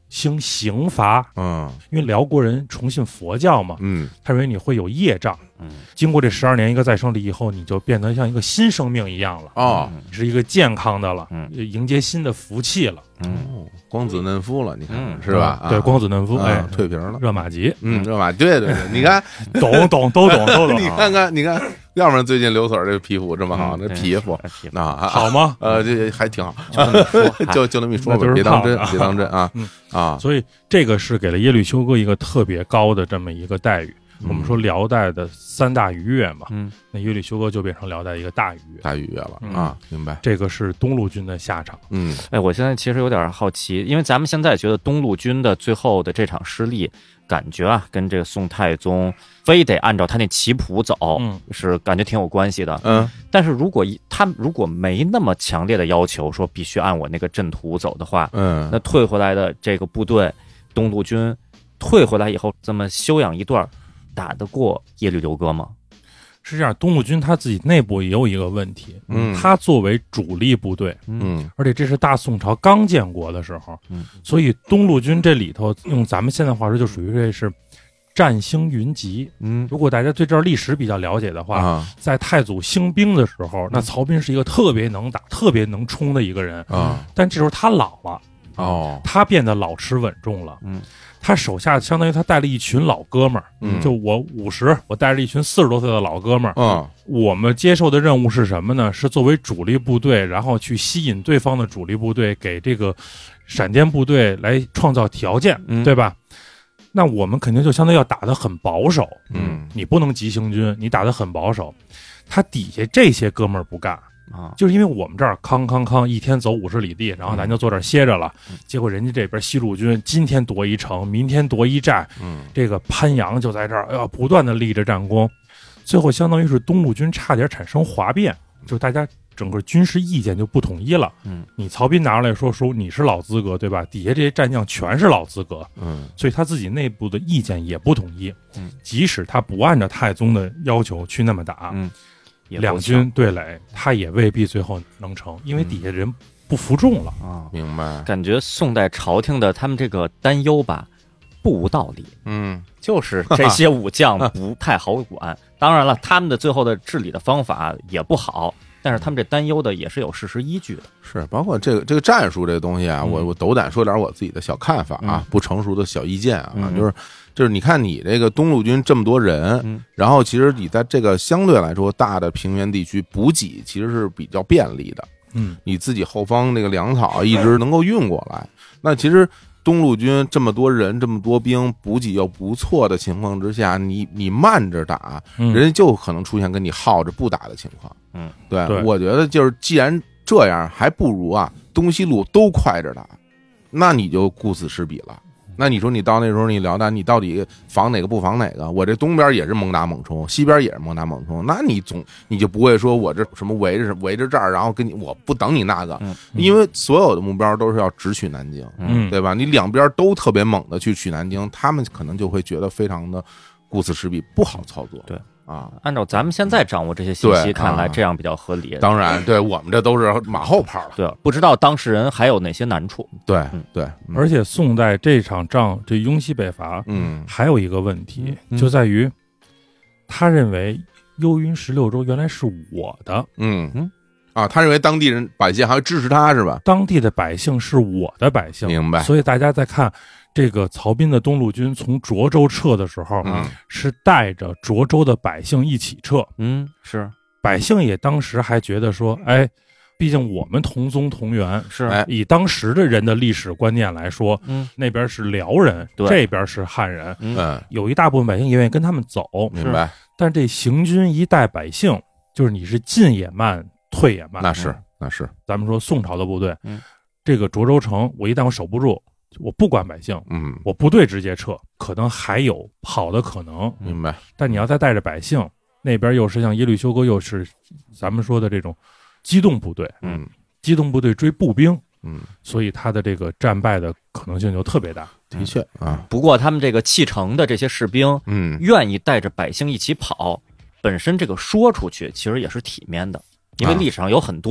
[SPEAKER 3] 兴刑罚，
[SPEAKER 1] 嗯，
[SPEAKER 3] 因为辽国人崇信佛教嘛，
[SPEAKER 1] 嗯，
[SPEAKER 3] 他认为你会有业障，
[SPEAKER 2] 嗯，
[SPEAKER 3] 经过这十二年一个再生力以后，你就变得像一个新生命一样了，
[SPEAKER 1] 哦，
[SPEAKER 3] 是一个健康的了，
[SPEAKER 2] 嗯，
[SPEAKER 3] 迎接新的福气了，
[SPEAKER 2] 嗯，
[SPEAKER 1] 光子嫩肤了，你看、
[SPEAKER 2] 嗯、
[SPEAKER 1] 是吧？
[SPEAKER 3] 对，
[SPEAKER 1] 啊、
[SPEAKER 3] 光子嫩肤，哎，
[SPEAKER 1] 蜕皮了，
[SPEAKER 3] 热玛吉，
[SPEAKER 1] 嗯，热玛，对对对，你看，
[SPEAKER 3] 懂懂都懂都懂，
[SPEAKER 1] 你看看，你看，要不然最近刘所这个皮肤这么好，那、
[SPEAKER 2] 嗯、
[SPEAKER 1] 皮肤
[SPEAKER 2] 那、
[SPEAKER 1] 啊、
[SPEAKER 3] 好吗？
[SPEAKER 1] 呃，这还挺好，
[SPEAKER 2] 就
[SPEAKER 1] 就就那么一说吧，
[SPEAKER 3] 就是
[SPEAKER 1] 别当真，别当真啊、
[SPEAKER 3] 嗯、
[SPEAKER 1] 啊！
[SPEAKER 3] 所以这个是给了耶律休哥一个特别高的这么一个待遇。我们说辽代的三大逾越嘛，
[SPEAKER 2] 嗯，
[SPEAKER 3] 那耶律休哥就变成辽代一个大逾越，
[SPEAKER 1] 大逾越了、
[SPEAKER 3] 嗯、
[SPEAKER 1] 啊，明白？
[SPEAKER 3] 这个是东路军的下场。
[SPEAKER 1] 嗯，
[SPEAKER 2] 哎，我现在其实有点好奇，因为咱们现在觉得东路军的最后的这场失利，感觉啊，跟这个宋太宗非得按照他那棋谱走，
[SPEAKER 3] 嗯，
[SPEAKER 2] 是感觉挺有关系的。
[SPEAKER 1] 嗯，
[SPEAKER 2] 但是如果他如果没那么强烈的要求，说必须按我那个阵图走的话，
[SPEAKER 1] 嗯，
[SPEAKER 2] 那退回来的这个部队，东路军退回来以后，这么休养一段，打得过耶律刘哥吗？
[SPEAKER 3] 是这样，东路军他自己内部也有一个问题，
[SPEAKER 1] 嗯，
[SPEAKER 3] 他作为主力部队，
[SPEAKER 1] 嗯，
[SPEAKER 3] 而且这是大宋朝刚建国的时候，
[SPEAKER 2] 嗯，
[SPEAKER 3] 所以东路军这里头用咱们现在话说，就属于这是战兴云集。
[SPEAKER 2] 嗯，
[SPEAKER 3] 如果大家对这段历史比较了解的话，
[SPEAKER 1] 啊、
[SPEAKER 3] 在太祖兴兵的时候，那曹彬是一个特别能打、特别能冲的一个人
[SPEAKER 1] 啊，
[SPEAKER 3] 但这时候他老了，
[SPEAKER 1] 哦，
[SPEAKER 3] 他变得老持稳重了，
[SPEAKER 2] 嗯。
[SPEAKER 3] 他手下相当于他带了一群老哥们儿，
[SPEAKER 1] 嗯，
[SPEAKER 3] 就我五十，我带着一群四十多岁的老哥们儿，
[SPEAKER 1] 嗯，
[SPEAKER 3] 我们接受的任务是什么呢？是作为主力部队，然后去吸引对方的主力部队，给这个闪电部队来创造条件，
[SPEAKER 2] 嗯、
[SPEAKER 3] 对吧？那我们肯定就相当于要打得很保守，
[SPEAKER 1] 嗯，
[SPEAKER 3] 你不能急行军，你打得很保守。他底下这些哥们儿不干。
[SPEAKER 2] 啊，
[SPEAKER 3] 就是因为我们这儿康康康一天走五十里地，然后咱就坐这儿歇着了，
[SPEAKER 2] 嗯、
[SPEAKER 3] 结果人家这边西路军今天夺一城，明天夺一寨，
[SPEAKER 1] 嗯，
[SPEAKER 3] 这个潘阳就在这儿，哎呀，不断的立着战功，最后相当于是东路军差点产生哗变，就大家整个军事意见就不统一了。
[SPEAKER 2] 嗯，
[SPEAKER 3] 你曹彬拿出来说说你是老资格，对吧？底下这些战将全是老资格，
[SPEAKER 1] 嗯，
[SPEAKER 3] 所以他自己内部的意见也不统一。
[SPEAKER 2] 嗯，
[SPEAKER 3] 即使他不按照太宗的要求去那么打，
[SPEAKER 2] 嗯。
[SPEAKER 3] 两军对垒，他也未必最后能成，因为底下人不服众了
[SPEAKER 2] 啊。
[SPEAKER 1] 明白？
[SPEAKER 2] 感觉宋代朝廷的他们这个担忧吧，不无道理。
[SPEAKER 1] 嗯，
[SPEAKER 2] 就是这些武将不太好管。当然了，他们的最后的治理的方法也不好，但是他们这担忧的也是有事实依据的。
[SPEAKER 1] 是，包括这个这个战术这个东西啊，
[SPEAKER 2] 嗯、
[SPEAKER 1] 我我斗胆说点我自己的小看法啊，
[SPEAKER 2] 嗯、
[SPEAKER 1] 不成熟的小意见啊，
[SPEAKER 2] 嗯、
[SPEAKER 1] 就是。就是你看你这个东路军这么多人，
[SPEAKER 2] 嗯，
[SPEAKER 1] 然后其实你在这个相对来说大的平原地区补给其实是比较便利的，
[SPEAKER 3] 嗯，
[SPEAKER 1] 你自己后方那个粮草一直能够运过来。那其实东路军这么多人这么多兵，补给又不错的情况之下，你你慢着打，
[SPEAKER 3] 嗯、
[SPEAKER 1] 人家就可能出现跟你耗着不打的情况。
[SPEAKER 2] 嗯，
[SPEAKER 1] 对，
[SPEAKER 3] 对
[SPEAKER 1] 我觉得就是既然这样，还不如啊东西路都快着打，那你就顾此失彼了。那你说你到那时候你辽代你到底防哪个不防哪个？我这东边也是猛打猛冲，西边也是猛打猛冲，那你总你就不会说我这什么围着围着这儿，然后跟你我不等你那个，
[SPEAKER 2] 嗯、
[SPEAKER 1] 因为所有的目标都是要直取南京，
[SPEAKER 3] 嗯，
[SPEAKER 1] 对吧？你两边都特别猛的去取南京，他们可能就会觉得非常的顾此失彼，不好操作。
[SPEAKER 2] 对。
[SPEAKER 1] 啊，
[SPEAKER 2] 按照咱们现在掌握这些信息看来，
[SPEAKER 1] 啊、
[SPEAKER 2] 这样比较合理。
[SPEAKER 1] 当然，对我们这都是马后炮了。
[SPEAKER 2] 对，不知道当事人还有哪些难处。
[SPEAKER 1] 对，
[SPEAKER 2] 嗯、
[SPEAKER 1] 对。
[SPEAKER 3] 嗯、而且宋代这场仗，这雍西北伐，
[SPEAKER 1] 嗯，
[SPEAKER 3] 还有一个问题，
[SPEAKER 2] 嗯、
[SPEAKER 3] 就在于他认为幽云十六州原来是我的。
[SPEAKER 1] 嗯嗯。啊，他认为当地人百姓还会支持他，是吧？
[SPEAKER 3] 当地的百姓是我的百姓，
[SPEAKER 1] 明白。
[SPEAKER 3] 所以大家在看这个曹彬的东路军从涿州撤的时候，
[SPEAKER 1] 嗯，
[SPEAKER 3] 是带着涿州的百姓一起撤。
[SPEAKER 2] 嗯，是
[SPEAKER 3] 百姓也当时还觉得说，哎，毕竟我们同宗同源，
[SPEAKER 2] 是
[SPEAKER 3] 以当时的人的历史观念来说，
[SPEAKER 2] 嗯，
[SPEAKER 3] 那边是辽人，这边是汉人，
[SPEAKER 1] 嗯，
[SPEAKER 3] 有一大部分百姓也愿意跟他们走，
[SPEAKER 1] 明白。
[SPEAKER 3] 但这行军一代百姓，就是你是进也慢。退也慢，
[SPEAKER 1] 那是那是。
[SPEAKER 3] 咱们说宋朝的部队，
[SPEAKER 2] 嗯，
[SPEAKER 3] 这个涿州城，我一旦我守不住，我不管百姓，
[SPEAKER 1] 嗯，
[SPEAKER 3] 我部队直接撤，可能还有跑的可能，
[SPEAKER 1] 明白。
[SPEAKER 3] 但你要再带着百姓，那边又是像耶律休哥，又是咱们说的这种机动部队，
[SPEAKER 1] 嗯，
[SPEAKER 3] 机动部队追步兵，
[SPEAKER 1] 嗯，
[SPEAKER 3] 所以他的这个战败的可能性就特别大。
[SPEAKER 1] 的确啊，
[SPEAKER 2] 不过他们这个弃城的这些士兵，
[SPEAKER 1] 嗯，
[SPEAKER 2] 愿意带着百姓一起跑，本身这个说出去其实也是体面的。因为历史上有很多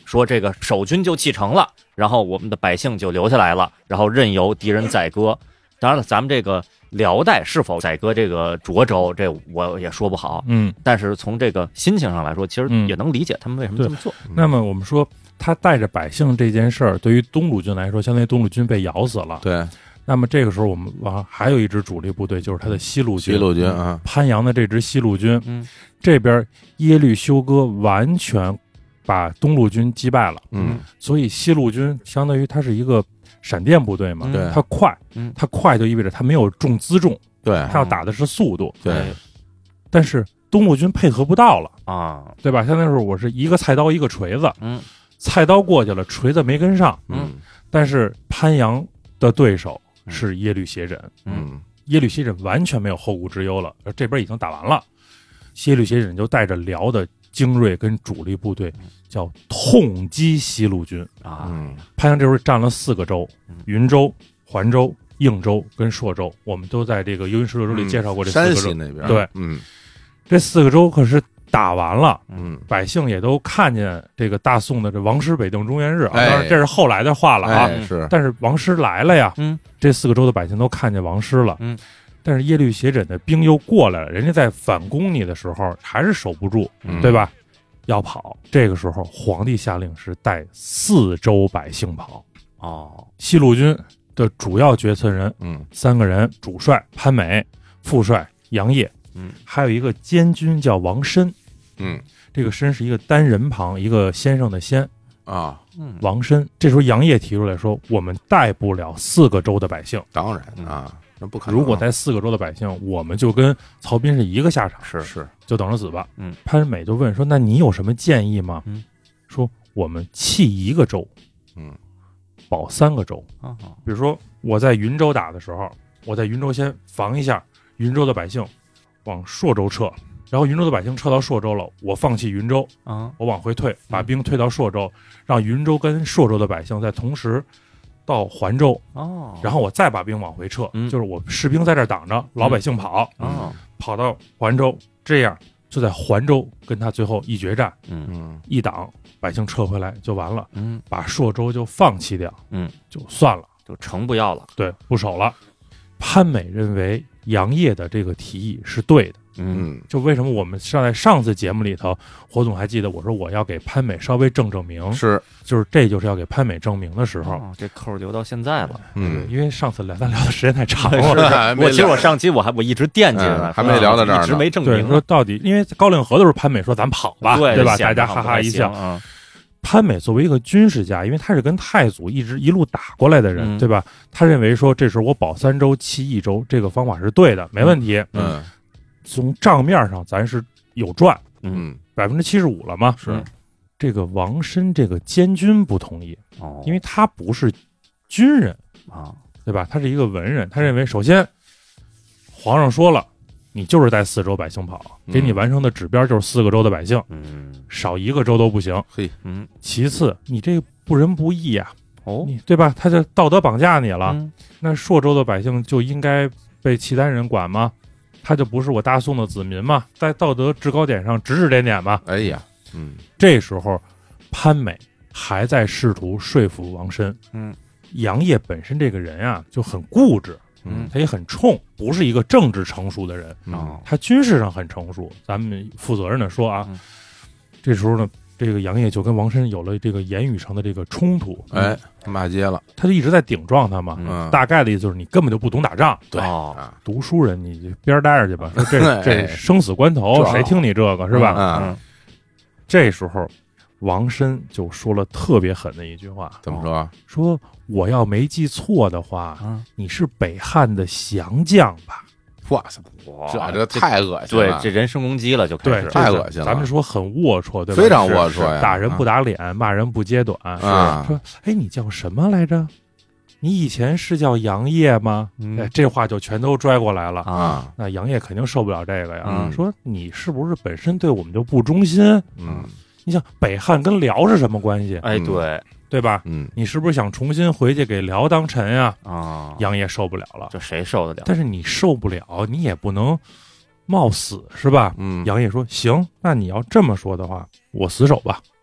[SPEAKER 2] 说这个守军就弃城了，然后我们的百姓就留下来了，然后任由敌人宰割。当然了，咱们这个辽代是否宰割这个涿州，这我也说不好。嗯，但是从这个心情上来说，其实也能理解他们为什么这么做。
[SPEAKER 3] 嗯、那么我们说，他带着百姓这件事儿，对于东路军来说，相当于东路军被咬死了。
[SPEAKER 1] 对。
[SPEAKER 3] 那么这个时候，我们往还有一支主力部队，就是他的西路军。
[SPEAKER 1] 西路军啊，
[SPEAKER 3] 潘阳的这支西路军，嗯，这边耶律休哥完全把东路军击败了。嗯，所以西路军相当于他是一个闪电部队嘛，
[SPEAKER 1] 对，
[SPEAKER 3] 他快，他快就意味着他没有重辎重，
[SPEAKER 1] 对，
[SPEAKER 3] 他要打的是速度，
[SPEAKER 1] 对。
[SPEAKER 3] 但是东路军配合不到了啊，对吧？相当于是我是一个菜刀一个锤子，嗯，菜刀过去了，锤子没跟上，嗯，但是潘阳的对手是耶律斜轸，嗯，耶律斜轸完全没有后顾之忧了，而这边已经打完了，耶律斜轸就带着辽的精锐跟主力部队，叫痛击西路军啊。嗯、潘阳这时候占了四个州：云州、环州、应州跟朔州。我们都在这个《游吟十六州》里介绍过这四个州。
[SPEAKER 1] 山西那边，
[SPEAKER 3] 对，
[SPEAKER 1] 嗯，
[SPEAKER 3] 这四个州可是打完了，嗯，百姓也都看见这个大宋的这王师北定中原日啊，当然这是后来的话了啊，
[SPEAKER 1] 哎、是，
[SPEAKER 3] 但是王师来了呀，嗯，这四个州的百姓都看见王师了，嗯。但是耶律斜轸的兵又过来了，人家在反攻你的时候还是守不住，嗯、对吧？要跑。这个时候，皇帝下令是带四州百姓跑。哦，西路军的主要决策人，嗯，三个人：主帅潘美，副帅杨业，嗯，还有一个监军叫王申，
[SPEAKER 1] 嗯，
[SPEAKER 3] 这个申是一个单人旁，一个先生的先
[SPEAKER 1] 啊，
[SPEAKER 3] 嗯，王申。这时候杨业提出来说，我们带不了四个州的百姓。
[SPEAKER 1] 当然啊。那不可能！
[SPEAKER 3] 如果带四个州的百姓，我们就跟曹彬是一个下场，
[SPEAKER 1] 是是，
[SPEAKER 3] 就等着死吧。嗯，潘美就问说：“那你有什么建议吗？”嗯，说我们弃一个州，嗯，保三个州。啊，比如说我在云州打的时候，我在云州先防一下云州的百姓，往朔州撤，然后云州的百姓撤到朔州了，我放弃云州啊，我往回退，把兵退到朔州，让云州跟朔州的百姓在同时到环州哦，然后我再把兵往回撤，嗯、就是我士兵在这儿挡着，老百姓跑，嗯、跑到环州，这样就在环州跟他最后一决战，嗯，一挡百姓撤回来就完了，嗯，把朔州就放弃掉，嗯，就算了，
[SPEAKER 2] 就城不要了，
[SPEAKER 3] 对，不守了。潘美认为杨业的这个提议是对的。嗯，就为什么我们上在上次节目里头，火总还记得我说我要给潘美稍微正正名，
[SPEAKER 1] 是，
[SPEAKER 3] 就是这就是要给潘美正名的时候，
[SPEAKER 2] 哦、这扣留到现在了。
[SPEAKER 3] 嗯，因为上次聊咱聊的时间太长了，
[SPEAKER 2] 我其实我上期我还我一直惦记着呢、
[SPEAKER 1] 嗯，还没聊到这儿呢，
[SPEAKER 2] 一直没正名。
[SPEAKER 3] 说到底，因为高令和的时候，潘美说咱跑吧，
[SPEAKER 2] 对
[SPEAKER 3] 对吧？大家哈哈一笑。嗯，潘美作为一个军事家，因为他是跟太祖一直一路打过来的人，嗯、对吧？他认为说这时候我保三州弃一州，这个方法是对的，没问题。嗯。嗯，从账面上咱是有赚，嗯，百分之七十五了嘛。
[SPEAKER 1] 是，
[SPEAKER 3] 这个王申这个监军不同意，哦，因为他不是军人啊，对吧？他是一个文人，他认为首先皇上说了，你就是带四州百姓跑，给你完成的指标就是四个州的百姓，嗯，少一个州都不行。
[SPEAKER 1] 嘿，
[SPEAKER 3] 嗯，其次你这不仁不义呀、啊，哦，你对吧？他就道德绑架你了，嗯、那朔州的百姓就应该被契丹人管吗？他就不是我大宋的子民嘛，在道德制高点上指指点点吧。
[SPEAKER 1] 哎呀，嗯，
[SPEAKER 3] 这时候潘美还在试图说服王申。嗯，杨业本身这个人啊就很固执，嗯，他也很冲，不是一个政治成熟的人。嗯，他军事上很成熟。咱们负责任的说啊，嗯、这时候呢，这个杨业就跟王申有了这个言语上的这个冲突。
[SPEAKER 1] 哎，骂街了。
[SPEAKER 3] 他就一直在顶撞他嘛。嗯，大概的意思就是你根本就不懂打仗。
[SPEAKER 1] 对，
[SPEAKER 3] 哦、读书人你就边待着去吧。说这这生死关头，谁听你这个是吧？
[SPEAKER 1] 嗯，
[SPEAKER 3] 这时候王申就说了特别狠的一句话。
[SPEAKER 1] 怎么说？哦、
[SPEAKER 3] 说我要没记错的话，嗯、你是北汉的降将吧？
[SPEAKER 1] 哇塞，这这太恶心了！
[SPEAKER 2] 对，这人身攻击了，就开始
[SPEAKER 1] 太恶心了。
[SPEAKER 3] 咱们说很龌龊，对吧？
[SPEAKER 1] 非常龌龊呀！
[SPEAKER 3] 打人不打脸，啊、骂人不揭短。
[SPEAKER 1] 啊、
[SPEAKER 3] 说，哎，你叫什么来着？你以前是叫杨业吗？嗯、哎，这话就全都拽过来了啊！那杨业肯定受不了这个呀，嗯、说你是不是本身对我们就不忠心？嗯，你想北汉跟辽是什么关系？
[SPEAKER 2] 哎，对。
[SPEAKER 3] 对吧？
[SPEAKER 1] 嗯，
[SPEAKER 3] 你是不是想重新回去给辽当臣呀？啊，杨业受不了了，
[SPEAKER 2] 这谁受得了？
[SPEAKER 3] 但是你受不了，你也不能冒死是吧？嗯，杨业说行，那你要这么说的话，我死守吧。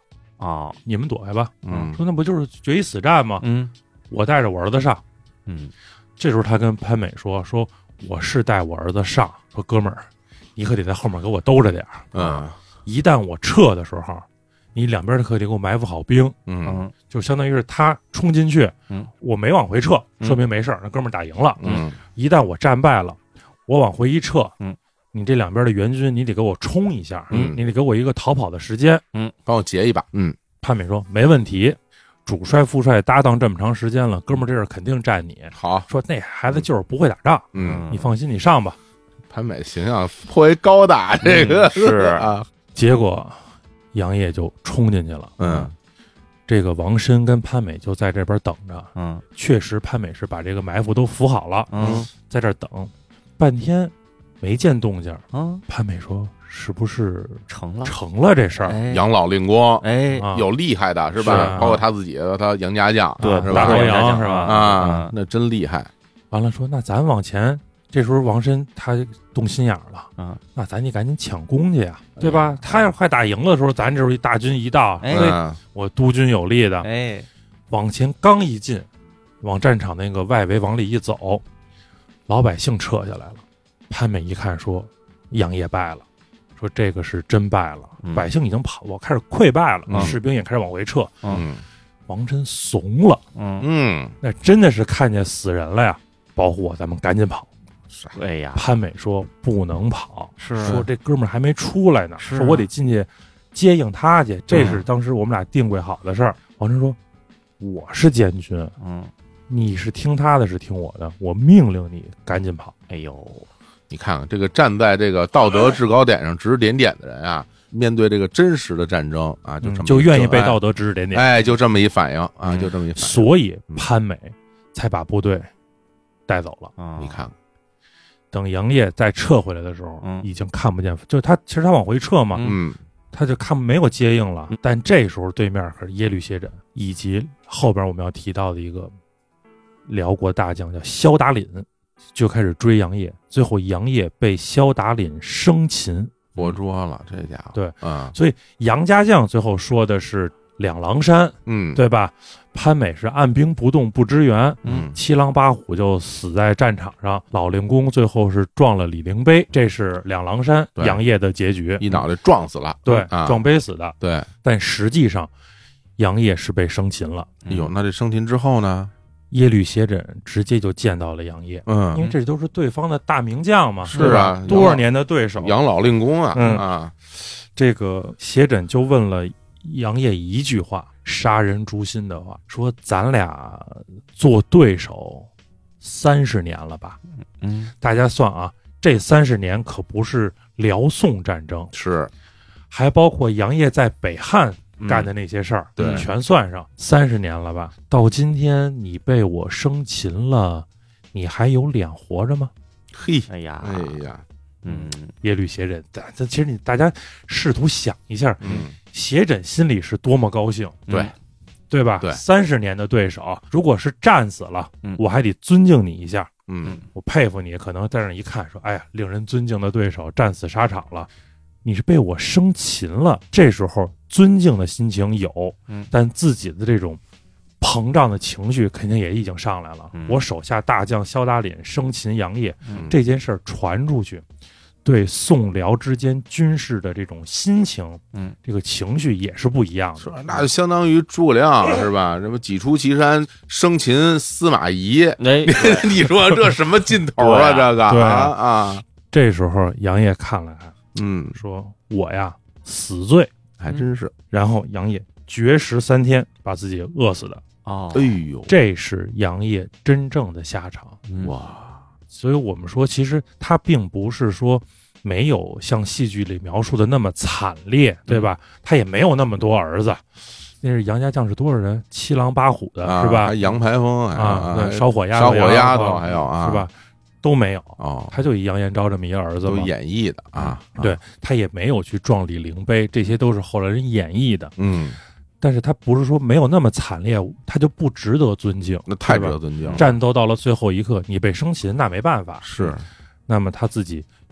[SPEAKER 2] 啊，
[SPEAKER 3] 你们躲开吧。
[SPEAKER 1] 嗯，
[SPEAKER 3] 说那不就是决一死战吗？
[SPEAKER 2] 嗯，
[SPEAKER 3] 我带着我儿子上。
[SPEAKER 2] 嗯，
[SPEAKER 3] 这时候他跟潘美说：“说我是带我儿子上，说哥们儿，你可得在后面给我兜着点儿。
[SPEAKER 1] 嗯，
[SPEAKER 3] 一旦我撤的时候，你两边可得给我埋伏好兵。
[SPEAKER 1] 嗯，
[SPEAKER 3] 就相当于是他冲进去，
[SPEAKER 2] 嗯，
[SPEAKER 3] 我没往回撤，
[SPEAKER 2] 嗯
[SPEAKER 3] 说明没事儿，那哥们儿打赢了。
[SPEAKER 1] 嗯，
[SPEAKER 3] 一旦我战败了，我往回一撤，
[SPEAKER 2] 嗯，
[SPEAKER 3] 你这两边的援军你得给我冲一下，
[SPEAKER 1] 嗯，
[SPEAKER 3] 你得给我一个逃跑的时间。
[SPEAKER 2] 嗯，
[SPEAKER 1] 帮我截一把。嗯，
[SPEAKER 3] 潘美说没问题。”主帅副帅搭档这么长时间了，哥们儿这事儿肯定站你。
[SPEAKER 1] 好，
[SPEAKER 3] 说那孩子就是不会打仗，
[SPEAKER 1] 嗯，
[SPEAKER 3] 你放心，你上吧。
[SPEAKER 1] 潘美形象颇为高大，这个、
[SPEAKER 2] 嗯、是
[SPEAKER 1] 啊。
[SPEAKER 3] 结果杨业就冲进去了。
[SPEAKER 1] 嗯，
[SPEAKER 3] 这个王申跟潘美就在这边等着。
[SPEAKER 2] 嗯，
[SPEAKER 3] 确实潘美是把这个埋伏都伏好了。
[SPEAKER 2] 嗯，
[SPEAKER 3] 在这等半天没见动静。
[SPEAKER 2] 嗯，
[SPEAKER 3] 潘美说是不是
[SPEAKER 2] 成了
[SPEAKER 3] 成了这事儿？
[SPEAKER 2] 哎、
[SPEAKER 1] 养老令公，
[SPEAKER 2] 哎，
[SPEAKER 3] 啊、
[SPEAKER 1] 有厉害的是吧？
[SPEAKER 3] 是啊、
[SPEAKER 1] 包括他自己，他杨家将，
[SPEAKER 2] 对，
[SPEAKER 1] 是吧？
[SPEAKER 3] 大头羊
[SPEAKER 2] 是吧？
[SPEAKER 1] 啊，那真厉害。
[SPEAKER 3] 完了说，那咱往前。这时候王申他动心眼了，
[SPEAKER 2] 嗯，
[SPEAKER 3] 那咱得赶紧抢功去呀，对吧？哎、他要快打赢了的时候，咱这时候一大军一到，
[SPEAKER 2] 哎，
[SPEAKER 3] 我督军有力的，
[SPEAKER 2] 哎，
[SPEAKER 3] 往前刚一进，往战场那个外围往里一走，老百姓撤下来了。潘美一看说，杨业败了，说这个是真败了，
[SPEAKER 2] 嗯、
[SPEAKER 3] 百姓已经跑，我开始溃败了，
[SPEAKER 1] 嗯、
[SPEAKER 3] 士兵也开始往回撤。
[SPEAKER 1] 嗯，
[SPEAKER 3] 王申怂了，
[SPEAKER 2] 嗯
[SPEAKER 1] 嗯，
[SPEAKER 3] 那真的是看见死人了呀，保护我，咱们赶紧跑。
[SPEAKER 2] 哎呀，
[SPEAKER 3] 潘美说不能跑，
[SPEAKER 2] 是
[SPEAKER 3] 说这哥们儿还没出来呢，
[SPEAKER 2] 是、啊、
[SPEAKER 3] 说我得进去接应他去，这是当时我们俩定规好的事儿。嗯、王申说我是监军，
[SPEAKER 2] 嗯，
[SPEAKER 3] 你是听他的，是听我的，我命令你赶紧跑。
[SPEAKER 2] 哎呦，
[SPEAKER 1] 你看看这个站在这个道德制高点上指指点点的人啊，面对这个真实的战争啊，就这么、
[SPEAKER 3] 嗯、就愿意被道德指指点点，
[SPEAKER 1] 哎，就这么一反应啊，嗯、就这么一反应。
[SPEAKER 3] 所以潘美才把部队带走了。
[SPEAKER 2] 嗯、
[SPEAKER 1] 你看看。
[SPEAKER 3] 等杨业再撤回来的时候，
[SPEAKER 2] 嗯，
[SPEAKER 3] 已经看不见，就是他其实他往回撤嘛，
[SPEAKER 1] 嗯，
[SPEAKER 3] 他就看没有接应了。
[SPEAKER 2] 嗯、
[SPEAKER 3] 但这时候对面可是耶律斜轸，以及后边我们要提到的一个辽国大将叫萧达廪，就开始追杨业，最后杨业被萧达廪生擒
[SPEAKER 1] 活捉了，这家伙。
[SPEAKER 3] 对，
[SPEAKER 1] 嗯，
[SPEAKER 3] 所以杨家将最后说的是两狼山，
[SPEAKER 1] 嗯，
[SPEAKER 3] 对吧？潘美是按兵不动不支援，
[SPEAKER 1] 嗯，
[SPEAKER 3] 七狼八虎就死在战场上，老令公最后是撞了李陵碑，这是两狼山杨业的结局，
[SPEAKER 1] 一脑袋撞死了，
[SPEAKER 3] 对，
[SPEAKER 1] 啊、
[SPEAKER 3] 撞碑死的，
[SPEAKER 1] 对。
[SPEAKER 3] 但实际上，杨业是被生擒了。
[SPEAKER 1] 哎呦，那这生擒之后呢？
[SPEAKER 3] 耶律斜轸直接就见到了杨业，
[SPEAKER 1] 嗯，
[SPEAKER 3] 因为这都是对方的大名将嘛，
[SPEAKER 1] 是啊，
[SPEAKER 3] 多少年的对手，
[SPEAKER 1] 杨老令公啊，
[SPEAKER 3] 嗯
[SPEAKER 1] 啊，
[SPEAKER 3] 这个斜轸就问了杨业一句话。杀人诛心的话，说咱俩做对手三十年了吧？
[SPEAKER 2] 嗯，
[SPEAKER 3] 大家算啊，这三十年可不是辽宋战争，
[SPEAKER 1] 是，
[SPEAKER 3] 还包括杨业在北汉干的那些事儿，
[SPEAKER 1] 嗯、对，
[SPEAKER 3] 全算上三十年了吧？到今天你被我生擒了，你还有脸活着吗？
[SPEAKER 1] 嘿，
[SPEAKER 2] 哎呀，
[SPEAKER 1] 哎呀，
[SPEAKER 2] 嗯，
[SPEAKER 3] 耶律斜轸，这其实你大家试图想一下，
[SPEAKER 1] 嗯。
[SPEAKER 3] 斜轸心里是多么高兴，
[SPEAKER 1] 对，
[SPEAKER 2] 嗯、
[SPEAKER 3] 对吧？
[SPEAKER 1] 对，
[SPEAKER 3] 三十年的对手，如果是战死了，
[SPEAKER 2] 嗯、
[SPEAKER 3] 我还得尊敬你一下，
[SPEAKER 1] 嗯，
[SPEAKER 3] 我佩服你。可能在那一看，说，哎呀，令人尊敬的对手战死沙场了，你是被我生擒了。这时候尊敬的心情有，
[SPEAKER 2] 嗯，
[SPEAKER 3] 但自己的这种膨胀的情绪肯定也已经上来了。
[SPEAKER 2] 嗯、
[SPEAKER 3] 我手下大将萧达廪生擒杨业，
[SPEAKER 2] 嗯、
[SPEAKER 3] 这件事儿传出去。对宋辽之间军事的这种心情，
[SPEAKER 2] 嗯，
[SPEAKER 3] 这个情绪也是不一样的。
[SPEAKER 1] 是，那就相当于诸葛亮是吧？什么几出祁山生擒司马懿，
[SPEAKER 2] 哎，
[SPEAKER 1] 你说这什么劲头啊？这个
[SPEAKER 3] 对
[SPEAKER 1] 啊啊！
[SPEAKER 3] 这时候杨业看来，
[SPEAKER 1] 嗯，
[SPEAKER 3] 说我呀死罪，
[SPEAKER 1] 还真是。
[SPEAKER 3] 然后杨业绝食三天，把自己饿死的。
[SPEAKER 2] 哦，
[SPEAKER 1] 哎呦，
[SPEAKER 3] 这是杨业真正的下场。
[SPEAKER 1] 哇！
[SPEAKER 3] 所以我们说，其实他并不是说没有像戏剧里描述的那么惨烈，对吧？他也没有那么多儿子。那是杨家将是多少人？七狼八虎的，
[SPEAKER 1] 啊、
[SPEAKER 3] 是吧？
[SPEAKER 1] 杨排风
[SPEAKER 3] 啊，对，烧火丫
[SPEAKER 1] 头，烧火丫头还有啊，
[SPEAKER 3] 是吧？都没有
[SPEAKER 1] 哦，
[SPEAKER 3] 他就以杨延昭这么一个儿子
[SPEAKER 1] 都演绎的啊。
[SPEAKER 3] 对，他也没有去撞李陵碑，这些都是后来人演绎的。
[SPEAKER 1] 嗯。
[SPEAKER 3] 但是他不是说没有那么惨烈，他就不值得尊敬，
[SPEAKER 1] 那太值得尊敬了。
[SPEAKER 3] 战斗到了最后一刻，你被生擒，那没办法。
[SPEAKER 1] 是，
[SPEAKER 3] 那么他自己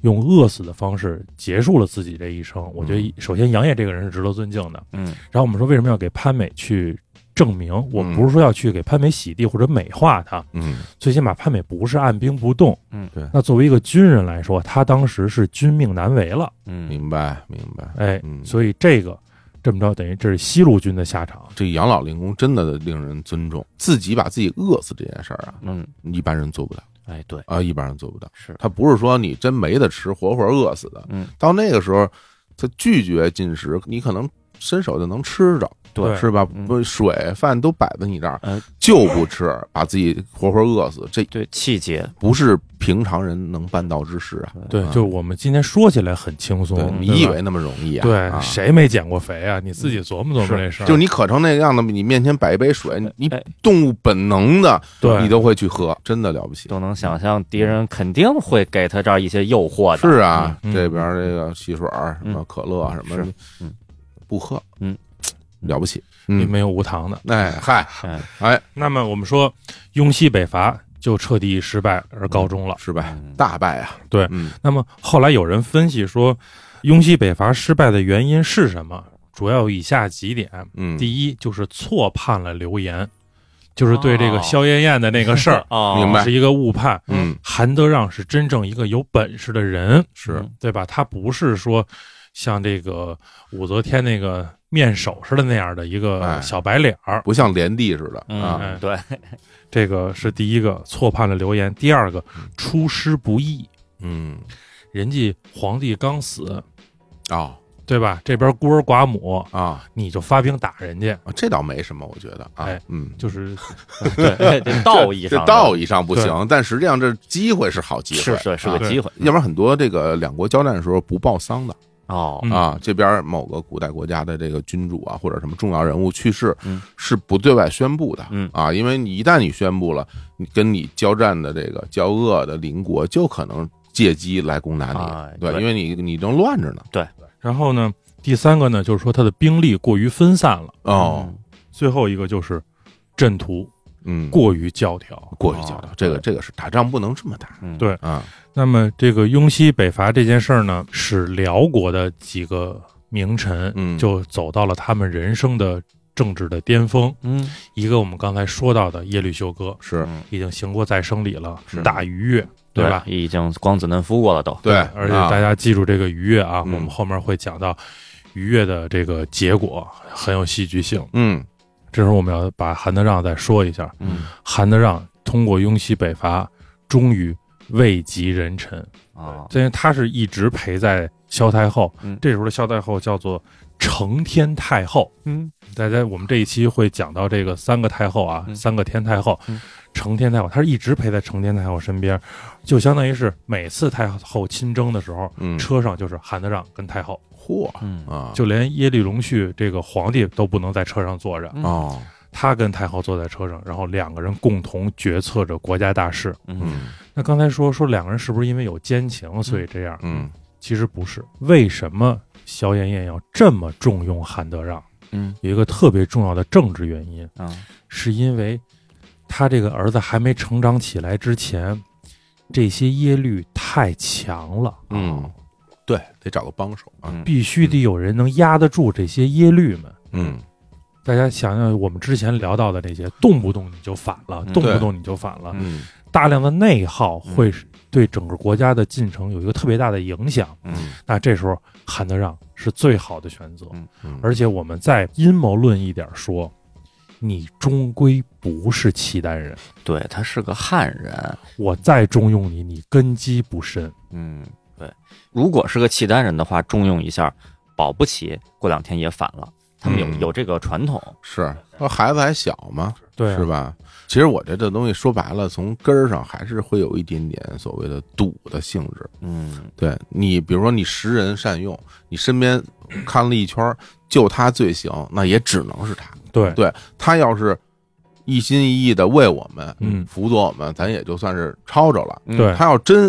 [SPEAKER 3] 用饿死的方式结束了自己这一生。我觉得首先杨业这个人是值得尊敬的，
[SPEAKER 2] 嗯。
[SPEAKER 3] 然后我们说为什么要给潘美去证明？我们不是说要去给潘美洗地或者美化他，
[SPEAKER 1] 嗯，
[SPEAKER 3] 最起码潘美不是按兵不动，
[SPEAKER 2] 嗯，
[SPEAKER 1] 对。
[SPEAKER 3] 那作为一个军人来说，他当时是军命难违了，
[SPEAKER 2] 嗯，
[SPEAKER 1] 明白明白，
[SPEAKER 3] 哎，
[SPEAKER 1] 嗯，
[SPEAKER 3] 所以这个这么着等于这是西路军的下场。
[SPEAKER 1] 这杨老令公真的令人尊重，自己把自己饿死这件事儿啊，
[SPEAKER 2] 嗯，
[SPEAKER 1] 一般人做不到。
[SPEAKER 2] 哎，对
[SPEAKER 1] 啊，一般人做不到。
[SPEAKER 2] 是
[SPEAKER 1] 他不是说你真没得吃，活活饿死的。
[SPEAKER 2] 嗯，
[SPEAKER 1] 到那个时候，他拒绝进食，你可能伸手就能吃着，
[SPEAKER 3] 对，
[SPEAKER 1] 是吧？
[SPEAKER 2] 嗯、
[SPEAKER 1] 不，水饭都摆在你这儿，
[SPEAKER 2] 呃，
[SPEAKER 1] 就不吃，把自己活活饿死，这
[SPEAKER 2] 对气节
[SPEAKER 1] 不是平常人能办到之事啊。
[SPEAKER 3] 对，就我们今天说起来很轻松，
[SPEAKER 1] 你以为那么容易啊？
[SPEAKER 3] 对，
[SPEAKER 1] 啊
[SPEAKER 3] 谁没减过肥啊？你自己琢磨琢磨这事儿。
[SPEAKER 1] 就你渴成那个样子，你面前摆一杯水，你动物本能的，
[SPEAKER 3] 对，
[SPEAKER 1] 你都会去喝，真的了不起。
[SPEAKER 2] 都能想象敌人肯定会给他这儿一些诱惑的。
[SPEAKER 1] 是啊，
[SPEAKER 3] 嗯、
[SPEAKER 1] 这边这个汽水什么可乐什么，
[SPEAKER 2] 嗯，
[SPEAKER 1] 不喝，
[SPEAKER 2] 嗯，
[SPEAKER 1] 了不起。
[SPEAKER 3] 嗯，没有无糖的。
[SPEAKER 1] 哎嗨，哎，
[SPEAKER 3] 那么我们说雍西北伐就彻底失败而告终了，
[SPEAKER 1] 失败大败啊。
[SPEAKER 3] 对，
[SPEAKER 1] 嗯，
[SPEAKER 3] 那么后来有人分析说，雍西北伐失败的原因是什么？主要有以下几点。
[SPEAKER 1] 嗯，
[SPEAKER 3] 第一就是错判了流言，就是对这个萧燕燕的那个事儿，
[SPEAKER 2] 哦，
[SPEAKER 1] 明白，
[SPEAKER 3] 是一个误判。
[SPEAKER 1] 嗯，
[SPEAKER 3] 韩德让是真正一个有本事的人，
[SPEAKER 1] 是
[SPEAKER 3] 对吧？他不是说像这个武则天那个面首似的那样的一个小白脸儿，
[SPEAKER 1] 不像连帝似的啊。
[SPEAKER 2] 嗯，对，
[SPEAKER 3] 这个是第一个错判了流言。第二个，出师不义。
[SPEAKER 1] 嗯，
[SPEAKER 3] 人家皇帝刚死，
[SPEAKER 1] 哦，
[SPEAKER 3] 对吧？这边孤儿寡母
[SPEAKER 1] 啊，
[SPEAKER 3] 你就发兵打人家，
[SPEAKER 1] 这倒没什么，我觉得啊，
[SPEAKER 3] 哎，
[SPEAKER 1] 嗯，
[SPEAKER 3] 就是
[SPEAKER 2] 对这道义上，
[SPEAKER 1] 这道义上不行，但实际上这机会是好机会，
[SPEAKER 2] 是是是个机会。
[SPEAKER 1] 要不然很多这个两国交战的时候不报丧的。
[SPEAKER 2] 哦
[SPEAKER 1] 啊，这边某个古代国家的这个君主啊，或者什么重要人物去世，
[SPEAKER 2] 嗯，
[SPEAKER 1] 是不对外宣布的，
[SPEAKER 2] 嗯
[SPEAKER 1] 啊，因为你一旦你宣布了，你跟你交战的这个交恶的邻国就可能借机来攻打你，
[SPEAKER 2] 哎、
[SPEAKER 1] 对，因为你你正乱着呢。
[SPEAKER 2] 对，
[SPEAKER 3] 然后呢，第三个呢，就是说他的兵力过于分散了。
[SPEAKER 1] 哦，
[SPEAKER 2] 嗯、
[SPEAKER 3] 最后一个就是阵图，
[SPEAKER 1] 嗯，
[SPEAKER 3] 过于教条，
[SPEAKER 1] 过于教条，这个这个是打仗不能这么打，
[SPEAKER 2] 嗯、
[SPEAKER 3] 对
[SPEAKER 1] 啊。
[SPEAKER 3] 那么这个雍西北伐这件事儿呢，使辽国的几个名臣，
[SPEAKER 1] 嗯，
[SPEAKER 3] 就走到了他们人生的政治的巅峰。
[SPEAKER 2] 嗯，
[SPEAKER 3] 一个我们刚才说到的耶律休哥
[SPEAKER 1] 是
[SPEAKER 3] 已经行过再生礼了，大逾越，对吧？
[SPEAKER 2] 已经光子嫩敷过了都。
[SPEAKER 1] 对，
[SPEAKER 3] 而且大家记住这个逾越啊，
[SPEAKER 1] 嗯、
[SPEAKER 3] 我们后面会讲到逾越的这个结果很有戏剧性。
[SPEAKER 1] 嗯，
[SPEAKER 3] 这时候我们要把韩德让再说一下。
[SPEAKER 2] 嗯，
[SPEAKER 3] 韩德让通过雍西北伐，终于位极人臣
[SPEAKER 2] 啊，
[SPEAKER 3] 因为他是一直陪在萧太后，
[SPEAKER 2] 嗯，
[SPEAKER 3] 这时候的萧太后叫做承天太后，
[SPEAKER 2] 嗯，
[SPEAKER 3] 大家我们这一期会讲到这个三个太后啊，
[SPEAKER 2] 嗯、
[SPEAKER 3] 三个天太后，
[SPEAKER 2] 嗯，
[SPEAKER 3] 承天太后，她是一直陪在承天太后身边，就相当于是每次太后亲征的时候，
[SPEAKER 1] 嗯，
[SPEAKER 3] 车上就是韩德让跟太后，
[SPEAKER 1] 嚯，
[SPEAKER 2] 嗯
[SPEAKER 1] 啊，
[SPEAKER 3] 就连耶律隆绪这个皇帝都不能在车上坐着，
[SPEAKER 2] 嗯、
[SPEAKER 1] 哦。
[SPEAKER 3] 他跟太后坐在车上，然后两个人共同决策着国家大事。
[SPEAKER 2] 嗯，
[SPEAKER 3] 那刚才说说两个人是不是因为有奸情所以这样？
[SPEAKER 1] 嗯，
[SPEAKER 3] 其实不是。为什么萧燕燕要这么重用韩德让？
[SPEAKER 2] 嗯，
[SPEAKER 3] 有一个特别重要的政治原因
[SPEAKER 2] 啊，
[SPEAKER 3] 是因为他这个儿子还没成长起来之前，这些耶律太强了。
[SPEAKER 1] 嗯，对，得找个帮手啊，
[SPEAKER 3] 必须得有人能压得住这些耶律们。
[SPEAKER 1] 嗯。
[SPEAKER 3] 大家想想，我们之前聊到的那些，动不动你就反了，
[SPEAKER 2] 嗯、
[SPEAKER 3] 动不动你就反了，
[SPEAKER 1] 嗯，
[SPEAKER 3] 大量的内耗会对整个国家的进程有一个特别大的影响。
[SPEAKER 2] 嗯，
[SPEAKER 3] 那这时候韩德让是最好的选择。
[SPEAKER 2] 嗯
[SPEAKER 1] 嗯，
[SPEAKER 3] 而且我们再阴谋论一点说，你终归不是契丹人，
[SPEAKER 2] 对，他是个汉人。
[SPEAKER 3] 我再重用你，你根基不深。
[SPEAKER 2] 嗯，对，如果是个契丹人的话，重用一下，保不齐过两天也反了。他们有、嗯、有这个传统，
[SPEAKER 1] 是孩子还小嘛，
[SPEAKER 3] 对、啊，
[SPEAKER 1] 是吧？其实我这这东西说白了，从根儿上还是会有一点点所谓的赌的性质。
[SPEAKER 2] 嗯，
[SPEAKER 1] 对你，比如说你识人善用，你身边看了一圈，就他最行，那也只能是他。
[SPEAKER 3] 对，
[SPEAKER 1] 对他要是一心一意的为我们，
[SPEAKER 3] 嗯，
[SPEAKER 1] 辅佐我们，咱也就算是抄着了。
[SPEAKER 3] 对，
[SPEAKER 1] 他要真